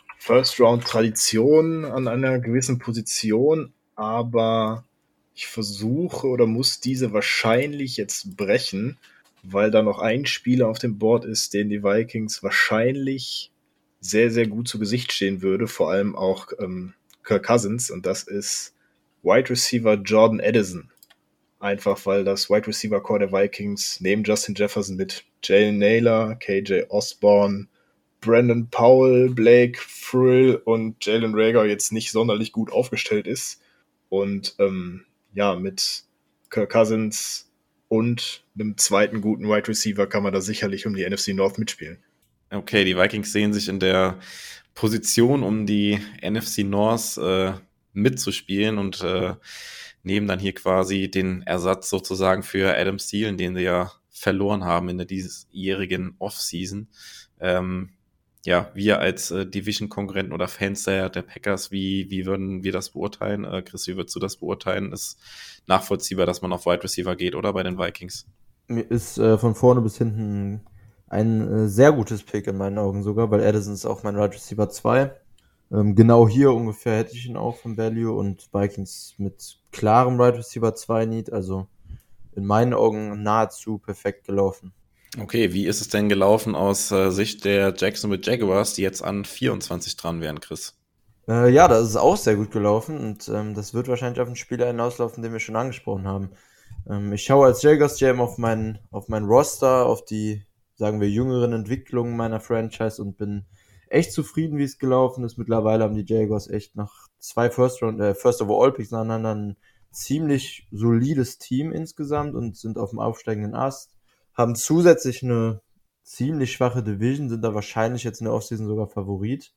First-Round-Tradition an einer gewissen Position, aber ich versuche oder muss diese wahrscheinlich jetzt brechen, weil da noch ein Spieler auf dem Board ist, den die Vikings wahrscheinlich sehr, sehr gut zu Gesicht stehen würde, vor allem auch ähm, Kirk Cousins, und das ist Wide Receiver Jordan Addison. Einfach weil das Wide Receiver Core der Vikings neben Justin Jefferson mit Jalen Naylor, K J Osborne, Brandon Powell, Blake Frill und Jalen Reagor jetzt nicht sonderlich gut aufgestellt ist. Und ähm, ja, mit Kirk Cousins und einem zweiten guten Wide Receiver kann man da sicherlich um die N F C North mitspielen. Okay, die Vikings sehen sich in der Position, um die N F C North äh, mitzuspielen und äh, nehmen dann hier quasi den Ersatz sozusagen für Adam Thielen, den sie ja verloren haben in der diesjährigen Offseason. Ähm, ja, wir als äh, Division-Konkurrenten oder Fans der, der Packers, wie, wie würden wir das beurteilen? Äh, Chris, wie würdest du das beurteilen? Ist nachvollziehbar, dass man auf Wide Receiver geht, oder bei den Vikings? Mir ist äh, von vorne bis hinten ein äh, sehr gutes Pick in meinen Augen sogar, weil Addison ist auch mein Wide Receiver zwei. Ähm, genau hier ungefähr hätte ich ihn auch vom Value, und Vikings mit klarem Wide Receiver zwei Need, also in meinen Augen nahezu perfekt gelaufen. Okay, wie ist es denn gelaufen aus äh, Sicht der Jacksonville Jaguars, die jetzt an vierundzwanzig dran wären, Chris? Äh, ja, das ist auch sehr gut gelaufen, und ähm, das wird wahrscheinlich auf den Spieler hinauslaufen, den wir schon angesprochen haben. Ähm, ich schaue als Jaguars-Jam auf mein, auf mein Roster, auf die, sagen wir, jüngeren Entwicklungen meiner Franchise und bin echt zufrieden, wie es gelaufen ist. Mittlerweile haben die Jaguars echt nach zwei First Round, äh, First Overall Picks nacheinander ein ziemlich solides Team insgesamt und sind auf dem aufsteigenden Ast. Haben zusätzlich eine ziemlich schwache Division, sind da wahrscheinlich jetzt in der Offseason sogar Favorit.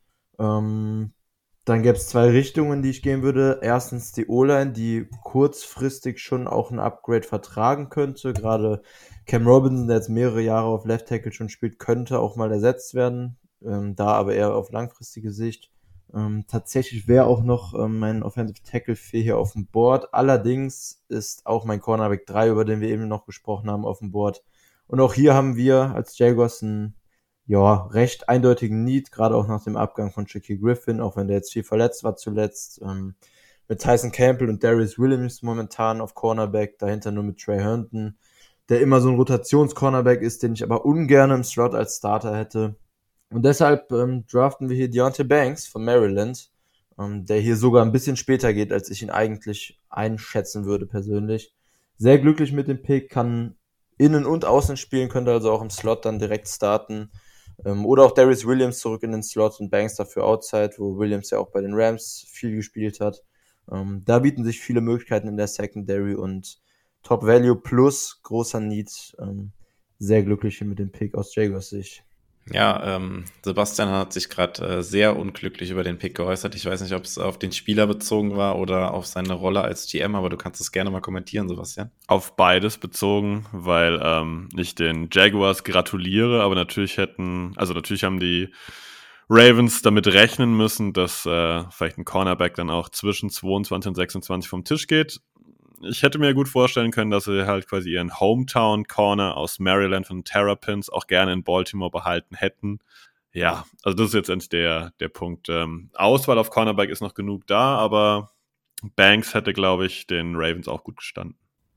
Ähm, dann gäbe es zwei Richtungen, die ich gehen würde. Erstens die O-Line, die kurzfristig schon auch ein Upgrade vertragen könnte. Gerade Cam Robinson, der jetzt mehrere Jahre auf Left Tackle schon spielt, könnte auch mal ersetzt werden. Ähm, da aber eher auf langfristige Sicht. Ähm, tatsächlich wäre auch noch ähm, mein Offensive Tackle für hier auf dem Board. Allerdings ist auch mein Cornerback drei, über den wir eben noch gesprochen haben, auf dem Board. Und auch hier haben wir als Jaguars einen ja, recht eindeutigen Need, gerade auch nach dem Abgang von Shaquille Griffin, auch wenn der jetzt viel verletzt war zuletzt. Ähm, mit Tyson Campbell und Darius Williams momentan auf Cornerback, dahinter nur mit Trey Herndon, der immer so ein Rotations-Cornerback ist, den ich aber ungern im Slot als Starter hätte. Und deshalb ähm, draften wir hier Deontay Banks von Maryland, ähm, der hier sogar ein bisschen später geht, als ich ihn eigentlich einschätzen würde persönlich. Sehr glücklich mit dem Pick, kann innen und außen spielen, könnte also auch im Slot dann direkt starten. Ähm, oder auch Darius Williams zurück in den Slot und Banks dafür Outside, wo Williams ja auch bei den Rams viel gespielt hat. Ähm, da bieten sich viele Möglichkeiten in der Secondary und Top Value plus großer Need. Ähm, sehr glücklich hier mit dem Pick aus Jaguars Sicht. Ja, ähm, Sebastian hat sich gerade äh, sehr unglücklich über den Pick geäußert. Ich weiß nicht, ob es auf den Spieler bezogen war oder auf seine Rolle als G M, aber du kannst es gerne mal kommentieren, Sebastian. Auf beides bezogen, weil ähm, ich den Jaguars gratuliere, aber natürlich hätten, also natürlich haben die Ravens damit rechnen müssen, dass äh, vielleicht ein Cornerback dann auch zwischen zweiundzwanzig und sechsundzwanzig vom Tisch geht. Ich hätte mir gut vorstellen können, dass sie halt quasi ihren Hometown-Corner aus Maryland von Terrapins auch gerne in Baltimore behalten hätten. Ja, also das ist jetzt endlich der, der Punkt. Ähm, Auswahl auf Cornerback ist noch genug da, aber Banks hätte, glaube ich, den Ravens auch gut gestanden.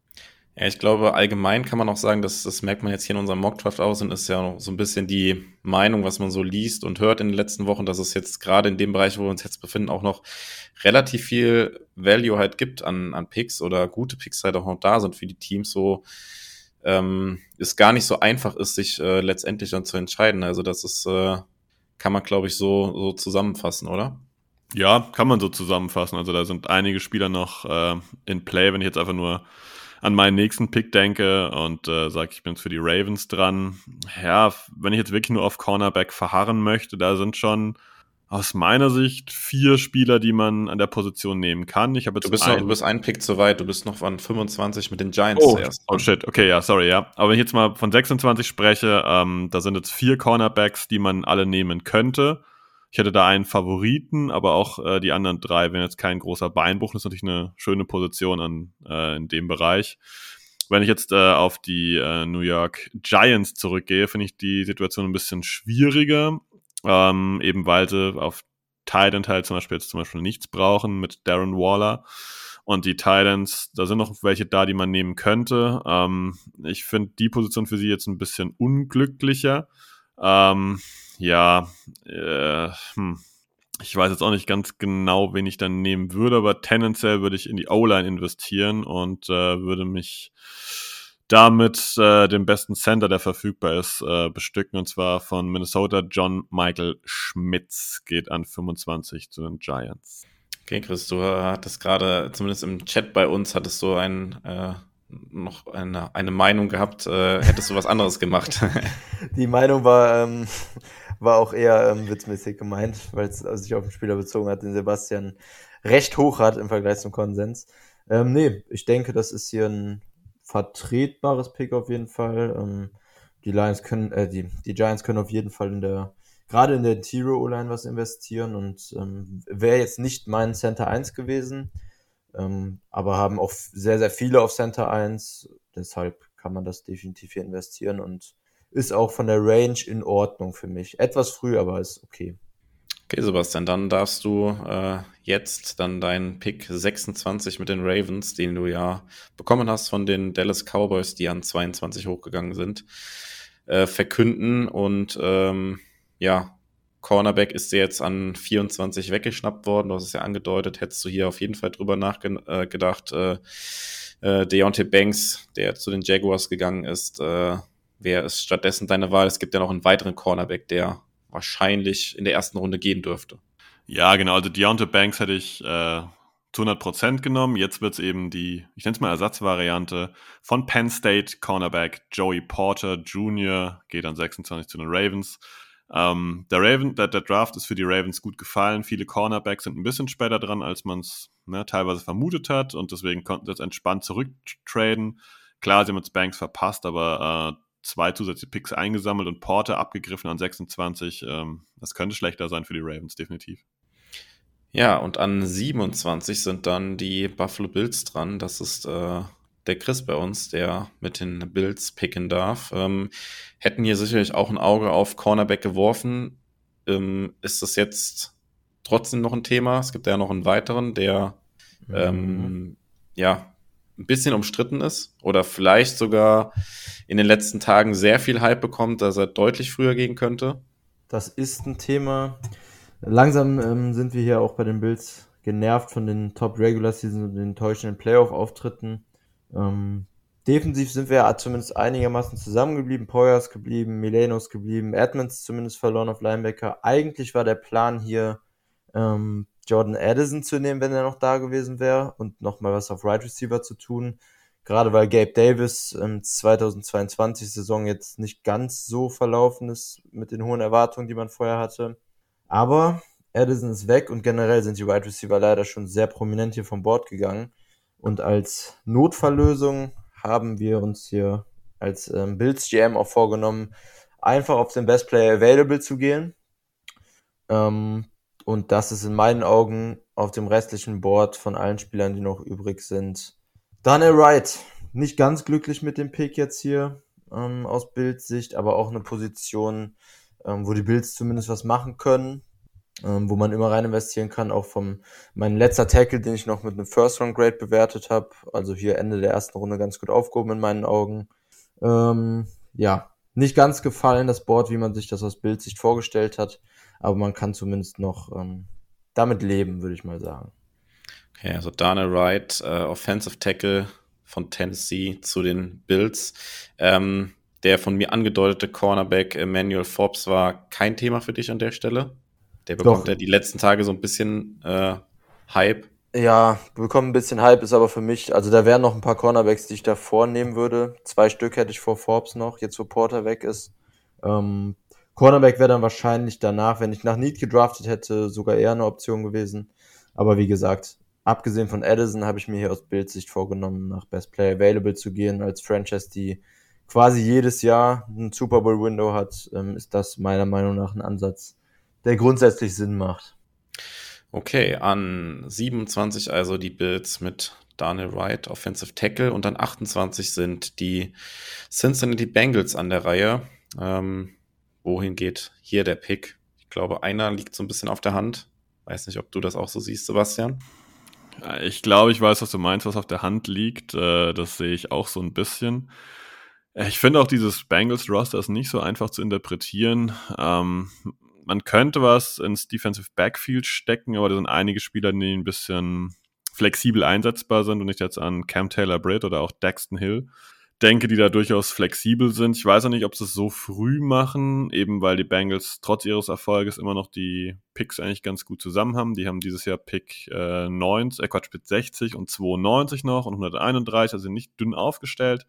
Ja, ich glaube, allgemein kann man auch sagen, dass das merkt man jetzt hier in unserem Mockdraft aus und ist ja noch so ein bisschen die Meinung, was man so liest und hört in den letzten Wochen, dass es jetzt gerade in dem Bereich, wo wir uns jetzt befinden, auch noch relativ viel Value halt gibt an, an Picks oder gute Picks halt auch noch da sind für die Teams, so ähm, es gar nicht so einfach ist, sich äh, letztendlich dann zu entscheiden. Also das ist, äh, kann man, glaube ich, so, so zusammenfassen, oder? Ja, kann man so zusammenfassen. Also da sind einige Spieler noch äh, in Play, wenn ich jetzt einfach nur an meinen nächsten Pick denke und äh, sage, ich bin jetzt für die Ravens dran. Ja, wenn ich jetzt wirklich nur auf Cornerback verharren möchte, da sind schon aus meiner Sicht vier Spieler, die man an der Position nehmen kann. Ich habe jetzt du, bist einen, noch, du bist einen Pick zu weit, du bist noch an fünfundzwanzig mit den Giants oh, zuerst. Oh shit, okay, ja, sorry, ja. Aber wenn ich jetzt mal von sechsundzwanzig spreche, ähm, da sind jetzt vier Cornerbacks, die man alle nehmen könnte. Ich hätte da einen Favoriten, aber auch äh, die anderen drei wären jetzt kein großer Beinbruch. Das ist natürlich eine schöne Position an, äh, in dem Bereich. wenn ich jetzt äh, auf die äh, New York Giants zurückgehe, finde ich die Situation ein bisschen schwieriger, ähm, eben weil sie auf Tight End halt zum Beispiel jetzt zum Beispiel nichts brauchen mit Darren Waller. Und die Titans, da sind noch welche da, die man nehmen könnte. Ähm, ich finde die Position für sie jetzt ein bisschen unglücklicher. Ähm, ja, äh, hm. Ich weiß jetzt auch nicht ganz genau, wen ich dann nehmen würde, aber tendenziell würde ich in die O-Line investieren und äh, würde mich damit äh, dem besten Center, der verfügbar ist, äh, bestücken. Und zwar von Minnesota, John Michael Schmitz, geht an fünfundzwanzig zu den Giants. Okay, Chris, du hattest gerade, zumindest im Chat bei uns, hattest du ein, äh, noch eine, eine Meinung gehabt, äh, hättest du was anderes gemacht? Die Meinung war, ähm, war auch eher ähm, witzmäßig gemeint, weil es also sich auf den Spieler bezogen hat, den Sebastian recht hoch hat im Vergleich zum Konsens. Ähm, nee, ich denke, das ist hier ein vertretbares Pick auf jeden Fall. Ähm, die Lions können, äh, die, die Giants können auf jeden Fall in der, gerade in der Interior O-Line was investieren und ähm, wäre jetzt nicht mein Center eins gewesen, ähm, aber haben auch sehr, sehr viele auf Center eins, deshalb kann man das definitiv hier investieren und ist auch von der Range in Ordnung für mich. Etwas früh, aber ist okay. Okay, Sebastian, dann darfst du äh, jetzt dann deinen Pick sechsundzwanzig mit den Ravens, den du ja bekommen hast von den Dallas Cowboys, die an zweiundzwanzig hochgegangen sind, äh, verkünden. Und ähm, ja, Cornerback ist dir jetzt an vierundzwanzig weggeschnappt worden. Du hast es ja angedeutet, hättest du hier auf jeden Fall drüber nachgedacht. Äh, äh, Deontay Banks, der zu den Jaguars gegangen ist, äh, wer ist stattdessen deine Wahl? Es gibt ja noch einen weiteren Cornerback, der wahrscheinlich in der ersten Runde gehen dürfte. Ja, genau. Also Deontay Banks hätte ich äh, zu hundert Prozent genommen. Jetzt wird es eben die, ich nenne es mal Ersatzvariante von Penn State Cornerback Joey Porter Junior geht an sechsundzwanzig zu den Ravens. Ähm, der, Raven, der, der Draft ist für die Ravens gut gefallen. Viele Cornerbacks sind ein bisschen später dran, als man es ne, teilweise vermutet hat und deswegen konnten sie jetzt entspannt zurücktraden. Klar, sie haben jetzt Banks verpasst, aber äh, zwei zusätzliche Picks eingesammelt und Porter abgegriffen an sechsundzwanzig. Ähm, das könnte schlechter sein für die Ravens, definitiv. Ja, und an siebenundzwanzig sind dann die Buffalo Bills dran. Das ist äh, der Chris bei uns, der mit den Bills picken darf. Ähm, hätten hier sicherlich auch ein Auge auf Cornerback geworfen. Ähm, ist das jetzt trotzdem noch ein Thema? Es gibt ja noch einen weiteren, der mhm. ähm, ja ein bisschen umstritten ist oder vielleicht sogar in den letzten Tagen sehr viel Hype bekommt, dass er deutlich früher gehen könnte. Das ist ein Thema. Langsam ähm, sind wir hier auch bei den Bills genervt von den Top-Regular-Season und den enttäuschenden Playoff-Auftritten. Ähm, defensiv sind wir ja zumindest einigermaßen zusammengeblieben. Poyers geblieben, Milenos geblieben, Edmonds zumindest verloren auf Linebacker. Eigentlich war der Plan hier, ähm, Jordan Addison zu nehmen, wenn er noch da gewesen wäre und nochmal was auf Right Receiver zu tun. Gerade weil Gabe Davis im zweitausendzweiundzwanzig-Saison jetzt nicht ganz so verlaufen ist mit den hohen Erwartungen, die man vorher hatte. Aber Addison ist weg und generell sind die Wide Receiver leider schon sehr prominent hier vom Board gegangen. Und als Notfalllösung haben wir uns hier als ähm, Bills G M auch vorgenommen, einfach auf den Best Player Available zu gehen. Ähm, und das ist in meinen Augen auf dem restlichen Board von allen Spielern, die noch übrig sind, Daniel Wright. Nicht ganz glücklich mit dem Pick jetzt hier ähm, aus Bills Sicht, aber auch eine Position, ähm, wo die Bills zumindest was machen können, ähm, wo man immer rein investieren kann, auch vom mein letzter Tackle, den ich noch mit einem First-Round-Grade bewertet habe, also hier Ende der ersten Runde ganz gut aufgehoben in meinen Augen. Ähm, ja, nicht ganz gefallen, das Board, wie man sich das aus Bills Sicht vorgestellt hat, aber man kann zumindest noch ähm, damit leben, würde ich mal sagen. Okay, also Daniel Wright, äh, Offensive Tackle von Tennessee zu den Bills. Ähm, der von mir angedeutete Cornerback Emmanuel Forbes war kein Thema für dich an der Stelle. Der bekommt ja die letzten Tage so ein bisschen äh, Hype. Ja, bekommt ein bisschen Hype, ist aber für mich, also da wären noch ein paar Cornerbacks, die ich da vornehmen würde. Zwei Stück hätte ich vor Forbes noch, jetzt wo Porter weg ist. Ähm, Cornerback wäre dann wahrscheinlich danach, wenn ich nach Need gedraftet hätte, sogar eher eine Option gewesen. Aber wie gesagt, abgesehen von Addison habe ich mir hier aus Bills Sicht vorgenommen, nach Best Player Available zu gehen. Als Franchise, die quasi jedes Jahr ein Super Bowl Window hat, ähm, ist das meiner Meinung nach ein Ansatz, der grundsätzlich Sinn macht. Okay, an siebenundzwanzig also die Bills mit Daniel Wright, Offensive Tackle, und dann achtundzwanzig sind die Cincinnati Bengals an der Reihe. Ähm, wohin geht hier der Pick? Ich glaube, einer liegt so ein bisschen auf der Hand. Weiß nicht, ob du das auch so siehst, Sebastian. Ich glaube, ich weiß, was du meinst, was auf der Hand liegt. Das sehe ich auch so ein bisschen. Ich finde auch, dieses Bengals-Roster ist nicht so einfach zu interpretieren. Ähm, man könnte was ins Defensive Backfield stecken, aber da sind einige Spieler, die ein bisschen flexibel einsetzbar sind, und ich jetzt an Cam Taylor-Britt oder auch Daxton Hill denke, die da durchaus flexibel sind. Ich weiß auch nicht, ob sie es so früh machen, eben weil die Bengals trotz ihres Erfolges immer noch die Picks eigentlich ganz gut zusammen haben. Die haben dieses Jahr Pick äh, neunzig, äh Quatsch, Pick sechzig und zweiundneunzig noch und hunderteinunddreißig, also nicht dünn aufgestellt.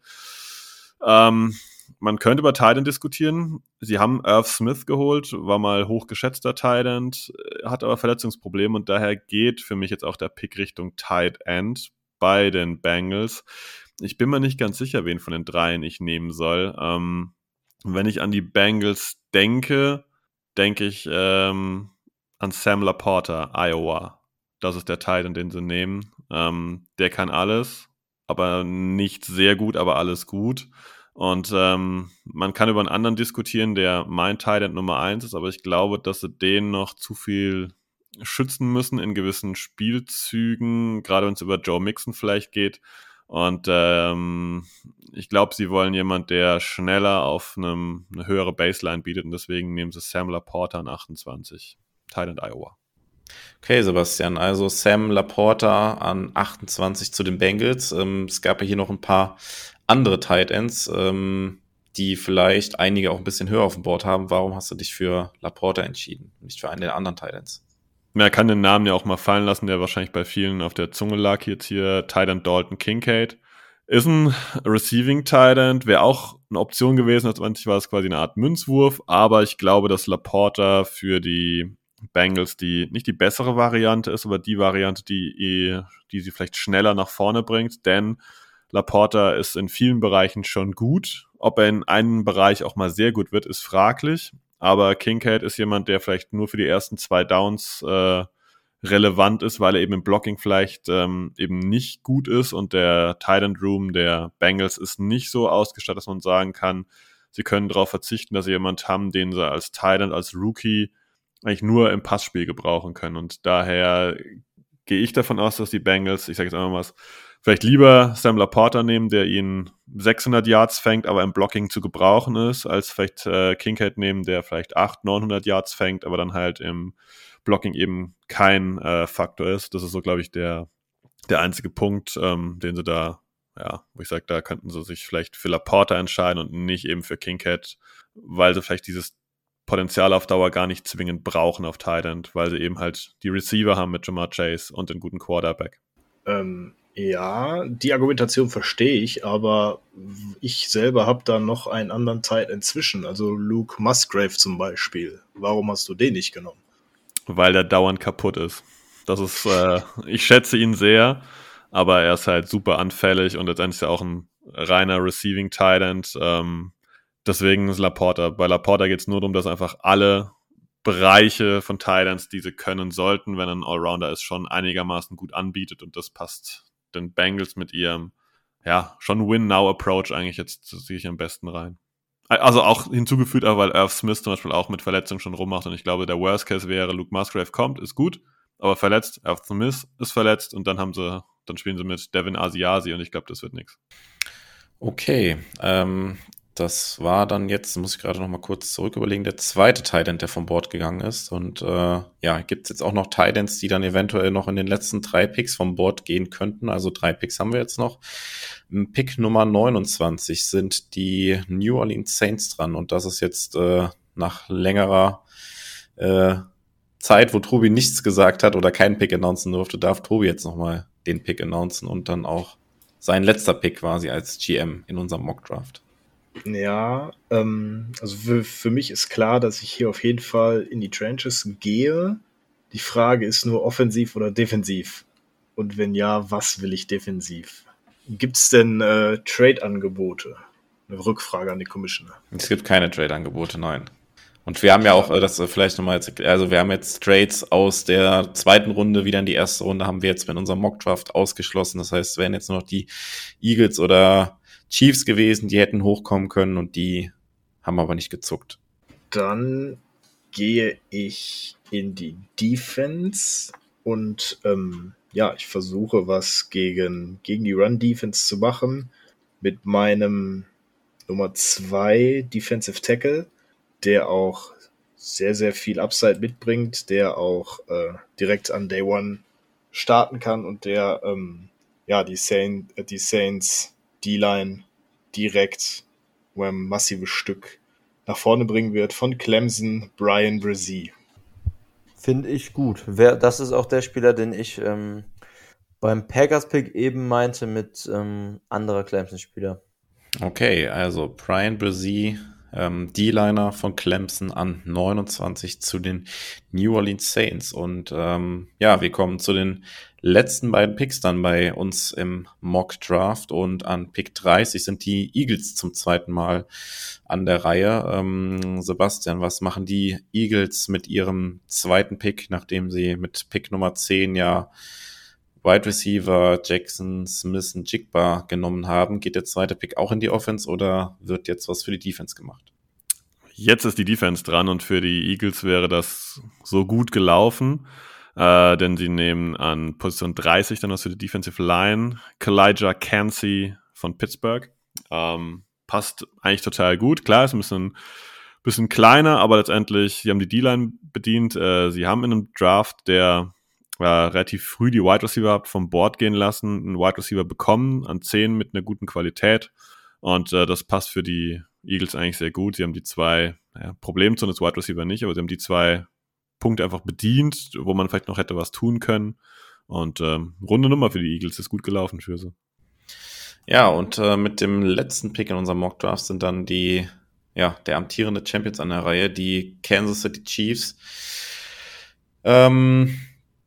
Ähm, man könnte über Tight End diskutieren. Sie haben Irv Smith geholt, war mal hochgeschätzter Tight End, hat aber Verletzungsprobleme, und daher geht für mich jetzt auch der Pick Richtung Tight End bei den Bengals. Ich bin mir nicht ganz sicher, wen von den dreien ich nehmen soll. Ähm, wenn ich an die Bengals denke, denke ich ähm, an Sam Laporta, Iowa. Das ist der Tight End, den sie nehmen. Ähm, der kann alles, aber nicht sehr gut, aber alles gut. Und ähm, man kann über einen anderen diskutieren, der mein Tight End Nummer eins ist, aber ich glaube, dass sie den noch zu viel schützen müssen in gewissen Spielzügen, gerade wenn es über Joe Mixon vielleicht geht. Und ähm, ich glaube, sie wollen jemand, der schneller auf einem, eine höhere Baseline bietet, und deswegen nehmen sie Sam Laporta an achtundzwanzig. Tight End Iowa. Okay, Sebastian, also Sam Laporta an achtundzwanzig zu den Bengals. Ähm, es gab ja hier noch ein paar andere Tight Ends, ähm, die vielleicht einige auch ein bisschen höher auf dem Board haben. Warum hast du dich für Laporta entschieden, nicht für einen der anderen Tight Ends? Man kann den Namen ja auch mal fallen lassen, der wahrscheinlich bei vielen auf der Zunge lag jetzt hier. Tight End Dalton Kincaid. Ist ein Receiving Tight End, wäre auch eine Option gewesen, letztendlich war es quasi eine Art Münzwurf, aber ich glaube, dass Laporta für die Bengals die nicht die bessere Variante ist, aber die Variante, die, die sie vielleicht schneller nach vorne bringt, denn Laporta ist in vielen Bereichen schon gut. Ob er in einem Bereich auch mal sehr gut wird, ist fraglich. Aber Kincaid ist jemand, der vielleicht nur für die ersten zwei Downs äh, relevant ist, weil er eben im Blocking vielleicht ähm, eben nicht gut ist, und der Tight End Room der Bengals ist nicht so ausgestattet, dass man sagen kann, sie können darauf verzichten, dass sie jemanden haben, den sie als Tight End, als Rookie eigentlich nur im Passspiel gebrauchen können. Und daher gehe ich davon aus, dass die Bengals, ich sage jetzt einmal was, vielleicht lieber Sam Laporta nehmen, der ihn sechshundert Yards fängt, aber im Blocking zu gebrauchen ist, als vielleicht äh, Kincaid nehmen, der vielleicht achthundert, neunhundert Yards fängt, aber dann halt im Blocking eben kein äh, Faktor ist. Das ist so, glaube ich, der, der einzige Punkt, ähm, den sie da, ja, wo ich sage, da könnten sie sich vielleicht für Laporta entscheiden und nicht eben für Kincaid, weil sie vielleicht dieses Potenzial auf Dauer gar nicht zwingend brauchen auf Tight End, weil sie eben halt die Receiver haben mit Ja'Marr Chase und den guten Quarterback. Ähm, ja, die Argumentation verstehe ich, aber ich selber habe da noch einen anderen Tight End zwischen, also Luke Musgrave zum Beispiel. Warum hast du den nicht genommen? Weil der dauernd kaputt ist. Das ist, äh, ich schätze ihn sehr, aber er ist halt super anfällig und letztendlich ist er auch ein reiner Receiving Tight End. Ähm, deswegen ist Laporta. Bei Laporta geht es nur darum, dass einfach alle Bereiche von Tight Ends, die sie können sollten, wenn ein Allrounder ist, schon einigermaßen gut anbietet, und das passt den Bengals mit ihrem, ja, schon Win-Now-Approach eigentlich jetzt sich am besten rein. Also auch hinzugefügt, auch weil Irv Smith zum Beispiel auch mit Verletzungen schon rummacht, und ich glaube, der Worst Case wäre, Luke Musgrave kommt, ist gut, aber verletzt, Irv Smith ist verletzt, und dann haben sie, dann spielen sie mit Devin Asiasi, und ich glaube, das wird nichts. Okay, ähm, das war dann jetzt, muss ich gerade noch mal kurz zurück überlegen, der zweite Tight End, der vom Board gegangen ist. Und äh, ja, gibt es jetzt auch noch Tight Ends, die dann eventuell noch in den letzten drei Picks vom Board gehen könnten. Also drei Picks haben wir jetzt noch. Pick Nummer neunundzwanzig sind die New Orleans Saints dran. Und das ist jetzt äh, nach längerer äh, Zeit, wo Tobi nichts gesagt hat oder keinen Pick announcen durfte, darf Tobi jetzt nochmal den Pick announcen und dann auch sein letzter Pick quasi als G M in unserem Mock-Draft. Ja, ähm, also für, für mich ist klar, dass ich hier auf jeden Fall in die Trenches gehe. Die Frage ist nur offensiv oder defensiv. Und wenn ja, was will ich defensiv? Gibt es denn äh, Trade-Angebote? Eine Rückfrage an die Commissioner. Es gibt keine Trade-Angebote, nein. Und wir haben ja auch, äh, das äh, vielleicht nochmal jetzt, also wir haben jetzt Trades aus der zweiten Runde wieder in die erste Runde, haben wir jetzt mit unserem Mockdraft ausgeschlossen. Das heißt, es wären jetzt nur noch die Eagles oder Chiefs gewesen, die hätten hochkommen können und die haben aber nicht gezuckt. Dann gehe ich in die Defense und ähm, ja, ich versuche was gegen, gegen die Run-Defense zu machen mit meinem Nummer zwei Defensive Tackle, der auch sehr, sehr viel Upside mitbringt, der auch äh, direkt an Day One starten kann und der ähm, ja die, Saint, äh, die Saints D-Line direkt um ein massives Stück nach vorne bringen wird, von Clemson, Brian Brzee. Finde ich gut. Wer, das ist auch der Spieler, den ich ähm, beim Packers-Pick eben meinte mit ähm, anderer Clemson-Spieler. Okay, also Brian Brzee, ähm, D-Liner von Clemson an neunundzwanzig zu den New Orleans Saints. Und ähm, ja, wir kommen zu den letzten beiden Picks dann bei uns im Mock Draft. Und an Pick dreißig sind die Eagles zum zweiten Mal an der Reihe. Ähm, Sebastian, was machen die Eagles mit ihrem zweiten Pick, nachdem sie mit Pick Nummer zehn ja Wide Receiver Jackson Smith und Jigba genommen haben? Geht der zweite Pick auch in die Offense oder wird jetzt was für die Defense gemacht? Jetzt ist die Defense dran und für die Eagles wäre das so gut gelaufen, äh, denn sie nehmen an Position dreißig dann was für die Defensive Line Kalijah Kancey von Pittsburgh. Ähm, passt eigentlich total gut. Klar, ist ein bisschen, bisschen kleiner, aber letztendlich, sie haben die D-Line bedient. Äh, sie haben in einem Draft, der äh, relativ früh die Wide Receiver habt vom Board gehen lassen, einen Wide Receiver bekommen an zehn mit einer guten Qualität. Und äh, das passt für die Eagles eigentlich sehr gut. Sie haben die zwei, ja, Problemzonen des Wide Receiver nicht, aber sie haben die zwei Punkte einfach bedient, wo man vielleicht noch hätte was tun können. Und ähm, runde Nummer für die Eagles, ist gut gelaufen für sie. Ja, und äh, mit dem letzten Pick in unserem Mock Draft sind dann die, ja, der amtierende Champions an der Reihe, die Kansas City Chiefs. Ähm,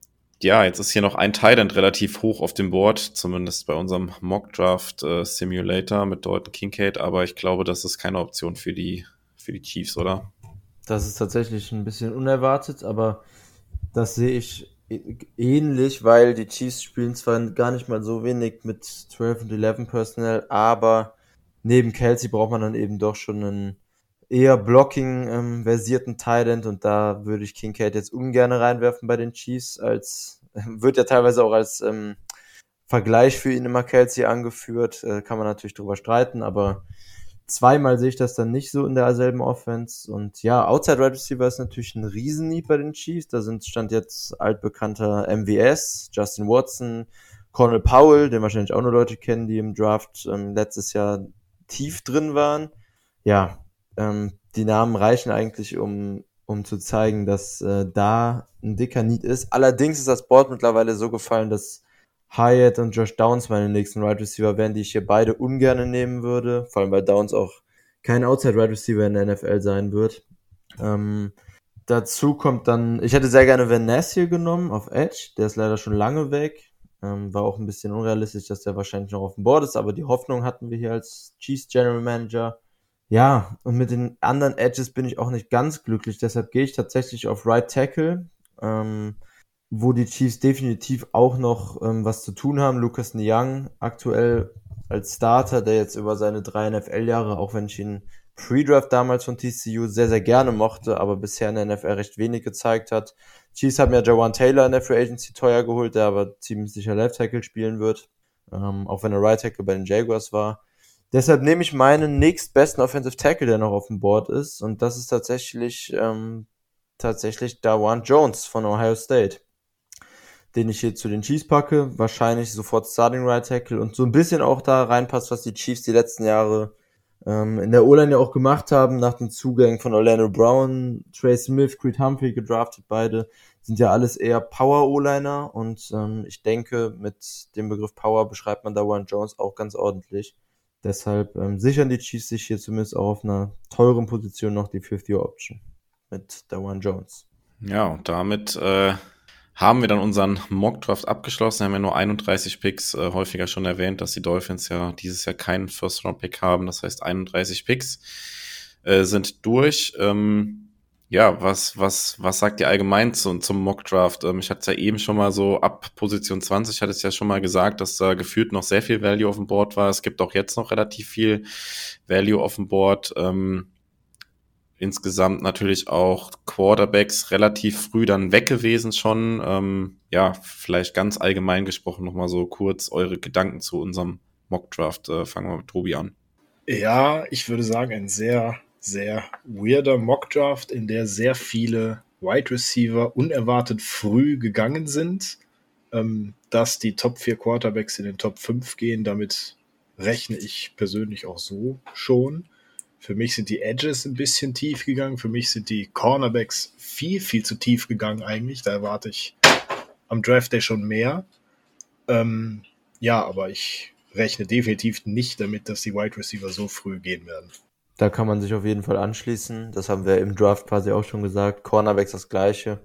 ja, jetzt ist hier noch ein Tight End relativ hoch auf dem Board, zumindest bei unserem Mock Draft äh, Simulator mit Dalton Kincaid, aber ich glaube, das ist keine Option für die, für die Chiefs, oder? Das ist tatsächlich ein bisschen unerwartet, aber das sehe ich ähnlich, weil die Chiefs spielen zwar gar nicht mal so wenig mit zwölf und elf Personnel, aber neben Kelsey braucht man dann eben doch schon einen eher Blocking-versierten ähm, Tight End und da würde ich Kincaid jetzt ungern reinwerfen bei den Chiefs, als wird ja teilweise auch als ähm, Vergleich für ihn immer Kelsey angeführt, äh, kann man natürlich drüber streiten, aber zweimal sehe ich das dann nicht so in derselben Offense. Und ja, Outside Wide Receiver ist natürlich ein Riesennied bei den Chiefs. Da sind stand jetzt altbekannter M V S, Justin Watson, Cornell Powell, den wahrscheinlich auch nur Leute kennen, die im Draft ähm, letztes Jahr tief drin waren. Ja, ähm, die Namen reichen eigentlich, um um zu zeigen, dass äh, da ein dicker Need ist. Allerdings ist das Board mittlerweile so gefallen, dass Hyatt und Josh Downs meine nächsten Wide Receiver wären, die ich hier beide ungern nehmen würde, vor allem weil Downs auch kein Outside Wide Receiver in der N F L sein wird. Ähm, dazu kommt dann, ich hätte sehr gerne Van Ness hier genommen auf Edge, der ist leider schon lange weg, ähm, war auch ein bisschen unrealistisch, dass der wahrscheinlich noch auf dem Board ist, aber die Hoffnung hatten wir hier als Chiefs General Manager. Ja, und mit den anderen Edges bin ich auch nicht ganz glücklich, deshalb gehe ich tatsächlich auf Right Tackle, ähm, wo die Chiefs definitiv auch noch ähm, was zu tun haben. Lucas Niang aktuell als Starter, der jetzt über seine drei N F L-Jahre, auch wenn ich ihn Pre-Draft damals von T C U sehr, sehr gerne mochte, aber bisher in der N F L recht wenig gezeigt hat. Chiefs haben ja Jawan Taylor in der Free Agency teuer geholt, der aber ziemlich sicher Left Tackle spielen wird, ähm, auch wenn er Right Tackle bei den Jaguars war. Deshalb nehme ich meinen nächstbesten Offensive Tackle, der noch auf dem Board ist, und das ist tatsächlich ähm, tatsächlich Dawan Jones von Ohio State, den ich hier zu den Chiefs packe, wahrscheinlich sofort Starting Right Tackle und so ein bisschen auch da reinpasst, was die Chiefs die letzten Jahre ähm, in der O-Line ja auch gemacht haben, nach den Zugängen von Orlando Brown, Trey Smith, Creed Humphrey gedraftet, beide sind ja alles eher Power-O-Liner und ähm, ich denke, mit dem Begriff Power beschreibt man Dawan Jones auch ganz ordentlich. Deshalb ähm, sichern die Chiefs sich hier zumindest auch auf einer teuren Position noch die Fifth-Year-Option mit Dawan Jones. Ja, und damit äh, haben wir dann unseren Mock-Draft abgeschlossen. Wir haben ja nur einunddreißig Picks, äh, häufiger schon erwähnt, dass die Dolphins ja dieses Jahr keinen First-Round-Pick haben. Das heißt, einunddreißig Picks äh, sind durch. Ähm, Ja, was, was, was sagt ihr allgemein zu, zum Mock-Draft? Ähm, ich hatte es ja eben schon mal so ab Position zwanzig, hatte es ja schon mal gesagt, dass da gefühlt noch sehr viel Value auf dem Board war. Es gibt auch jetzt noch relativ viel Value auf dem Board. Ähm, insgesamt natürlich auch Quarterbacks relativ früh dann weg gewesen schon. Ähm, ja, vielleicht ganz allgemein gesprochen nochmal so kurz eure Gedanken zu unserem Mock-Draft. Äh, fangen wir mit Tobi an. Ja, ich würde sagen, ein sehr, sehr weirder Mock-Draft, in der sehr viele Wide Receiver unerwartet früh gegangen sind. Ähm, dass die Top vier Quarterbacks in den Top fünf gehen, damit rechne ich persönlich auch so schon. Für mich sind die Edges ein bisschen tief gegangen. Für mich sind die Cornerbacks viel, viel zu tief gegangen eigentlich. Da erwarte ich am Draft Day schon mehr. Ähm, ja, aber ich rechne definitiv nicht damit, dass die Wide Receiver so früh gehen werden. Da kann man sich auf jeden Fall anschließen. Das haben wir im Draft quasi auch schon gesagt. Cornerbacks das Gleiche.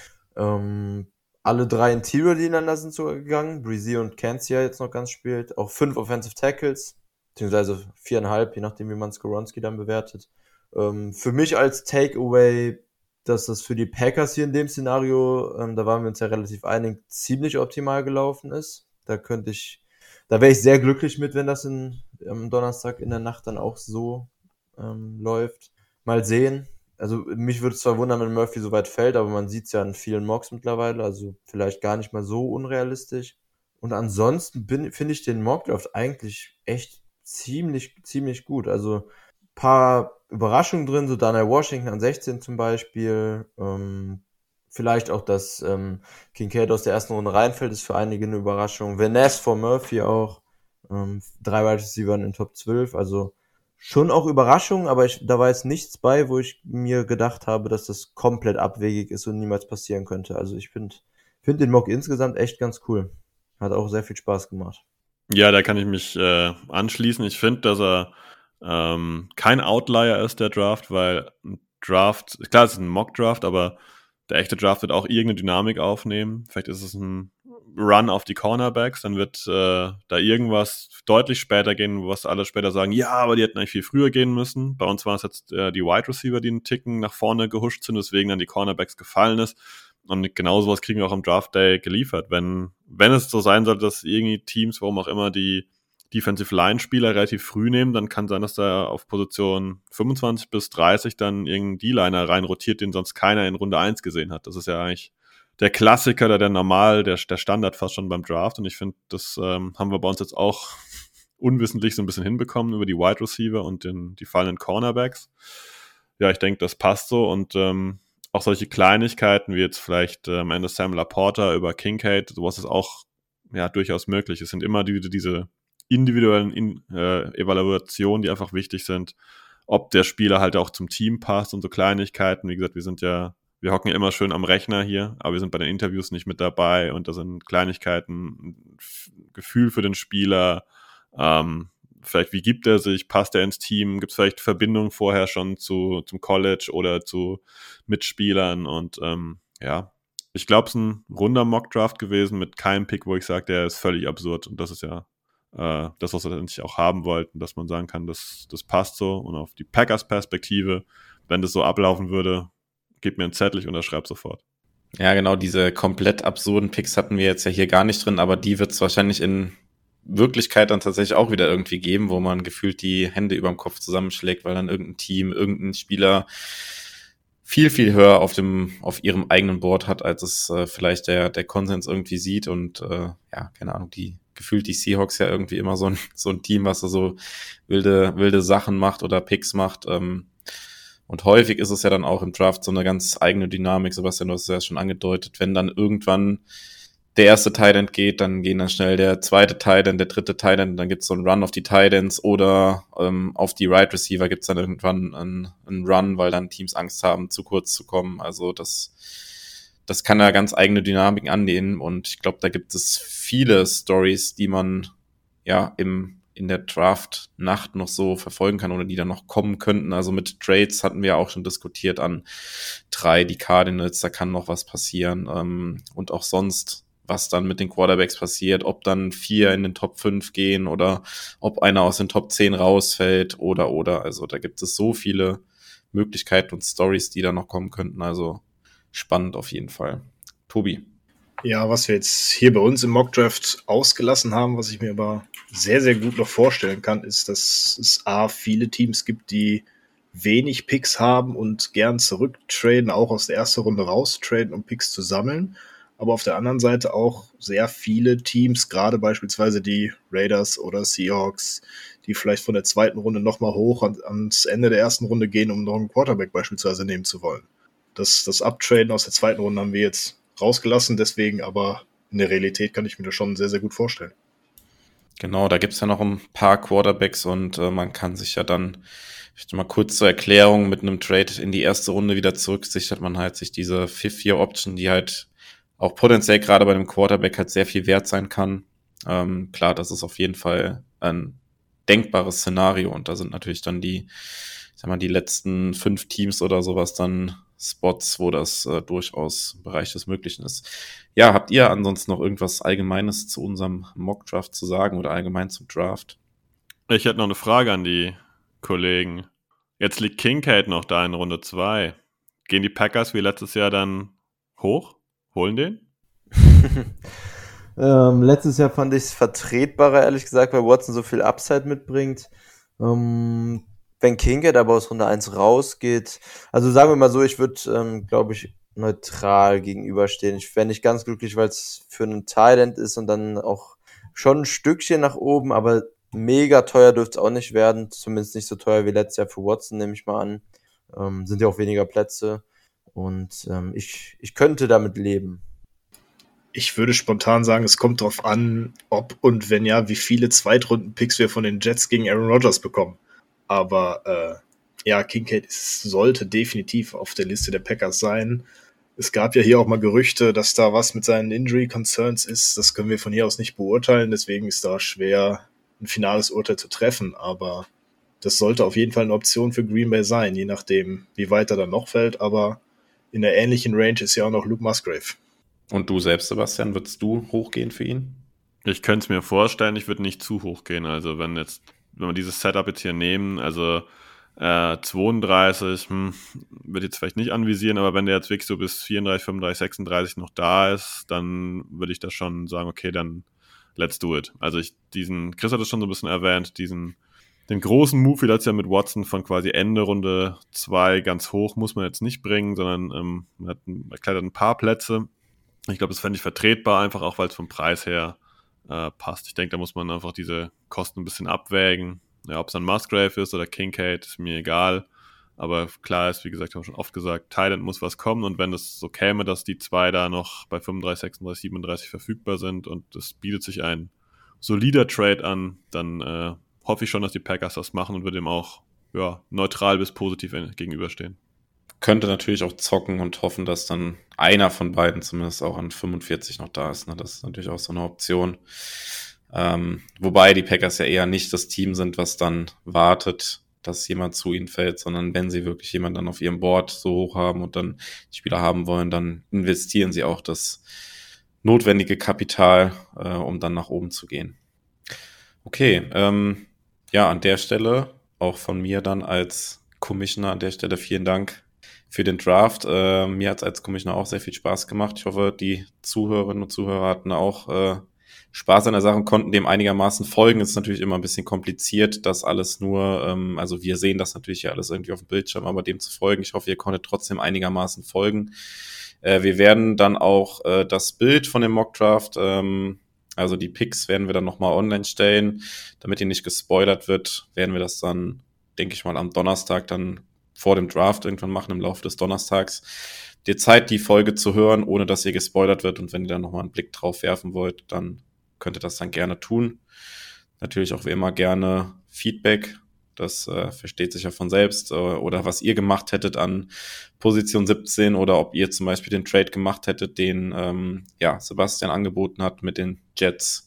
Ähm, alle drei Interior ineinander sind sogar gegangen. Bresee und Kancey jetzt noch ganz spielt. Auch fünf Offensive Tackles, beziehungsweise viereinhalb, je nachdem, wie man Skoronski dann bewertet. Ähm, für mich als Takeaway, dass das für die Packers hier in dem Szenario, ähm, da waren wir uns ja relativ einig, ziemlich optimal gelaufen ist. Da könnte ich, da wäre ich sehr glücklich mit, wenn das in, am Donnerstag in der Nacht dann auch so ähm, läuft. Mal sehen. Also mich würde es zwar wundern, wenn Murphy so weit fällt, aber man sieht es ja in vielen Mocks mittlerweile, also vielleicht gar nicht mal so unrealistisch. Und ansonsten finde ich den Mockdraft eigentlich echt ziemlich, ziemlich gut. Also paar Überraschungen drin, so Daniel Washington an sechzehn zum Beispiel. Ähm, vielleicht auch, dass ähm, Kincaid aus der ersten Runde reinfällt, ist für einige eine Überraschung. Vanessa vor Murphy auch. Ähm, drei Wide Receiver in Top zwölf, also schon auch Überraschungen, aber ich, da war jetzt nichts bei, wo ich mir gedacht habe, dass das komplett abwegig ist und niemals passieren könnte. Also ich finde find den Mock insgesamt echt ganz cool. Hat auch sehr viel Spaß gemacht. Ja, da kann ich mich äh, anschließen. Ich finde, dass er ähm, kein Outlier ist, der Draft, weil ein Draft, klar, es ist ein Mock-Draft, aber der echte Draft wird auch irgendeine Dynamik aufnehmen. Vielleicht ist es ein Run auf die Cornerbacks, dann wird äh, da irgendwas deutlich später gehen, was alle später sagen, ja, aber die hätten eigentlich viel früher gehen müssen. Bei uns waren es jetzt äh, die Wide Receiver, die einen Ticken nach vorne gehuscht sind, deswegen dann die Cornerbacks gefallen ist. Und genau sowas kriegen wir auch am Draft Day geliefert. Wenn, wenn es so sein sollte, dass irgendwie Teams, warum auch immer, die Defensive Line Spieler relativ früh nehmen, dann kann sein, dass da auf Position fünfundzwanzig bis dreißig dann irgendein D-Liner reinrotiert, den sonst keiner in Runde eins gesehen hat. Das ist ja eigentlich der Klassiker, der, der Normal, der, der Standard fast schon beim Draft. Und ich finde, das ähm, haben wir bei uns jetzt auch unwissentlich so ein bisschen hinbekommen über die Wide Receiver und den, die fallenden Cornerbacks. Ja, ich denke, das passt so. Und ähm, auch solche Kleinigkeiten wie jetzt vielleicht äh, am Ende Sam Laporta über Kincaid, sowas ist auch ja durchaus möglich. Es sind immer die, diese individuellen in, äh, Evaluationen, die einfach wichtig sind, ob der Spieler halt auch zum Team passt und so Kleinigkeiten. Wie gesagt, wir sind ja, wir hocken ja immer schön am Rechner hier, aber wir sind bei den Interviews nicht mit dabei und da sind Kleinigkeiten, Gefühl für den Spieler, ähm, vielleicht wie gibt er sich, passt er ins Team, gibt es vielleicht Verbindungen vorher schon zu zum College oder zu Mitspielern und ähm, ja, ich glaube, es ist ein runder Mock-Draft gewesen mit keinem Pick, wo ich sage, der ist völlig absurd und das ist ja äh, das, was wir letztendlich auch haben wollten, dass man sagen kann, das, das passt so und auf die Packers-Perspektive, wenn das so ablaufen würde, gib mir einen Zettel, ich unterschreibe sofort. Ja, genau, diese komplett absurden Picks hatten wir jetzt ja hier gar nicht drin, aber die wird es wahrscheinlich in Wirklichkeit dann tatsächlich auch wieder irgendwie geben, wo man gefühlt die Hände überm Kopf zusammenschlägt, weil dann irgendein Team, irgendein Spieler viel, viel höher auf dem, auf ihrem eigenen Board hat, als es äh, vielleicht der, der Konsens irgendwie sieht und äh, ja, keine Ahnung, die gefühlt die Seahawks ja irgendwie immer so ein, so ein Team, was so wilde, wilde Sachen macht oder Picks macht, ähm, und häufig ist es ja dann auch im Draft so eine ganz eigene Dynamik, Sebastian, du hast es ja schon angedeutet, wenn dann irgendwann der erste Tight End geht, dann gehen dann schnell der zweite Tight End, der dritte Tight End, dann gibt's so einen Run auf die Tight Ends oder ähm, auf die Right Receiver gibt's dann irgendwann einen, einen Run, weil dann Teams Angst haben, zu kurz zu kommen. Also das, das kann ja ganz eigene Dynamiken annehmen und ich glaube, da gibt es viele Stories, die man ja im in der Draft-Nacht noch so verfolgen kann oder die dann noch kommen könnten. Also mit Trades hatten wir auch schon diskutiert an drei, die Cardinals, da kann noch was passieren. Ähm, und auch sonst, was dann mit den Quarterbacks passiert, ob dann vier in den Top fünf gehen oder ob einer aus den Top zehn rausfällt oder, oder. Also da gibt es so viele Möglichkeiten und Stories, die da noch kommen könnten. Also spannend auf jeden Fall. Tobi. Ja, was wir jetzt hier bei uns im Mockdraft ausgelassen haben, was ich mir aber sehr, sehr gut noch vorstellen kann, ist, dass es A, viele Teams gibt, die wenig Picks haben und gern zurücktraden, auch aus der ersten Runde raustraden, um Picks zu sammeln. Aber auf der anderen Seite auch sehr viele Teams, gerade beispielsweise die Raiders oder Seahawks, die vielleicht von der zweiten Runde nochmal hoch an, ans Ende der ersten Runde gehen, um noch einen Quarterback beispielsweise nehmen zu wollen. Das, das Uptraden aus der zweiten Runde haben wir jetzt rausgelassen, deswegen aber in der Realität kann ich mir das schon sehr, sehr gut vorstellen. Genau, da gibt es ja noch ein paar Quarterbacks und äh, man kann sich ja dann, vielleicht mal kurz zur Erklärung, mit einem Trade in die erste Runde wieder zurück, sichert man halt sich diese Fifth-Year-Option, die halt auch potenziell gerade bei einem Quarterback halt sehr viel wert sein kann. Ähm, klar, das ist auf jeden Fall ein denkbares Szenario und da sind natürlich dann die, ich sag mal, die letzten fünf Teams oder sowas dann Spots, wo das äh, durchaus im Bereich des Möglichen ist. Ja, habt ihr ansonsten noch irgendwas Allgemeines zu unserem Mock-Draft zu sagen oder allgemein zum Draft? Ich hätte noch eine Frage an die Kollegen. Jetzt liegt Kincaid noch da in Runde zwei. Gehen die Packers wie letztes Jahr dann hoch? Holen den? ähm, letztes Jahr fand ich es vertretbarer, ehrlich gesagt, weil Watson so viel Upside mitbringt. Ähm, wenn Kincaid aber aus Runde eins rausgeht, also sagen wir mal so, ich würde, ähm, glaube ich, neutral gegenüberstehen. Ich wäre nicht ganz glücklich, weil es für einen Tight-End ist und dann auch schon ein Stückchen nach oben, aber mega teuer dürfte es auch nicht werden, zumindest nicht so teuer wie letztes Jahr für Watson, nehme ich mal an. Ähm, sind ja auch weniger Plätze und ähm, ich, ich könnte damit leben. Ich würde spontan sagen, es kommt darauf an, ob und wenn ja, wie viele Zweitrunden-Picks wir von den Jets gegen Aaron Rodgers bekommen. Aber äh, ja, Kincaid ist, sollte definitiv auf der Liste der Packers sein. Es gab ja hier auch mal Gerüchte, dass da was mit seinen Injury-Concerns ist. Das können wir von hier aus nicht beurteilen, deswegen ist da schwer, ein finales Urteil zu treffen. Aber das sollte auf jeden Fall eine Option für Green Bay sein, je nachdem, wie weit er dann noch fällt. Aber in der ähnlichen Range ist ja auch noch Luke Musgrave. Und du selbst, Sebastian, würdest du hochgehen für ihn? Ich könnte es mir vorstellen, ich würde nicht zu hoch gehen. Also wenn jetzt, wenn wir dieses Setup jetzt hier nehmen, also äh, zweiunddreißig, hm, würde jetzt vielleicht nicht anvisieren, aber wenn der jetzt wirklich so bis vierunddreißig, fünfunddreißig, sechsunddreißig noch da ist, dann würde ich da schon sagen, okay, dann let's do it. Also ich, diesen, Chris hat es schon so ein bisschen erwähnt, diesen, den großen Move wie letztes Jahr mit Watson von quasi Ende Runde zwei ganz hoch muss man jetzt nicht bringen, sondern ähm, man hat ein, man klettert ein paar Plätze. Ich glaube, das fände ich vertretbar, einfach auch, weil es vom Preis her äh, passt. Ich denke, da muss man einfach diese Kosten ein bisschen abwägen. Ja, ob es dann Musgrave ist oder Kincaid, ist mir egal. Aber klar ist, wie gesagt, haben wir schon oft gesagt, Thailand muss was kommen. Und wenn es so käme, dass die zwei da noch bei fünfunddreißig, sechsunddreißig, siebenunddreißig verfügbar sind und es bietet sich ein solider Trade an, dann äh, hoffe ich schon, dass die Packers das machen und würde dem auch ja, neutral bis positiv gegenüberstehen. Könnte natürlich auch zocken und hoffen, dass dann einer von beiden zumindest auch an fünfundvierzig noch da ist. Ne? Das ist natürlich auch so eine Option. Ähm, wobei die Packers ja eher nicht das Team sind, was dann wartet, dass jemand zu ihnen fällt, sondern wenn sie wirklich jemanden dann auf ihrem Board so hoch haben und dann die Spieler haben wollen, dann investieren sie auch das notwendige Kapital, äh, um dann nach oben zu gehen. Okay, ähm, ja, an der Stelle auch von mir dann als Commissioner an der Stelle vielen Dank für den Draft. Äh, mir hat es als Commissioner auch sehr viel Spaß gemacht. Ich hoffe, die Zuhörerinnen und Zuhörer hatten auch äh, Spaß an der Sache und konnten dem einigermaßen folgen. Es ist natürlich immer ein bisschen kompliziert, das alles nur, ähm, also wir sehen das natürlich ja alles irgendwie auf dem Bildschirm, aber dem zu folgen. Ich hoffe, ihr konntet trotzdem einigermaßen folgen. Äh, wir werden dann auch äh, das Bild von dem Mockdraft, ähm, also die Picks werden wir dann nochmal online stellen. Damit ihr nicht gespoilert wird, werden wir das dann, denke ich mal, am Donnerstag dann vor dem Draft irgendwann machen, im Laufe des Donnerstags. Dir Zeit, die Folge zu hören, ohne dass ihr gespoilert wird. Und wenn ihr dann nochmal einen Blick drauf werfen wollt, dann könnt ihr das dann gerne tun. Natürlich auch wie immer gerne Feedback. Das äh, versteht sich ja von selbst. Äh, oder was ihr gemacht hättet an Position siebzehn oder ob ihr zum Beispiel den Trade gemacht hättet, den ähm, ja, Sebastian angeboten hat mit den Jets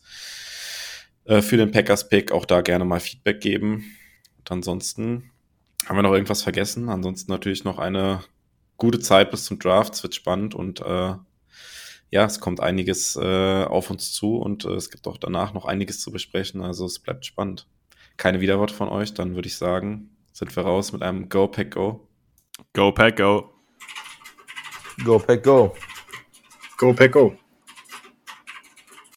äh, für den Packers-Pick. Auch da gerne mal Feedback geben. Und ansonsten haben wir noch irgendwas vergessen? Ansonsten natürlich noch eine gute Zeit bis zum Draft. Es wird spannend und äh, ja, es kommt einiges äh, auf uns zu und äh, es gibt auch danach noch einiges zu besprechen. Also es bleibt spannend. Keine Widerworte von euch, dann würde ich sagen, sind wir raus mit einem Go Pack Go. Go Pack, go. Go Pack, go. Go Pack, go.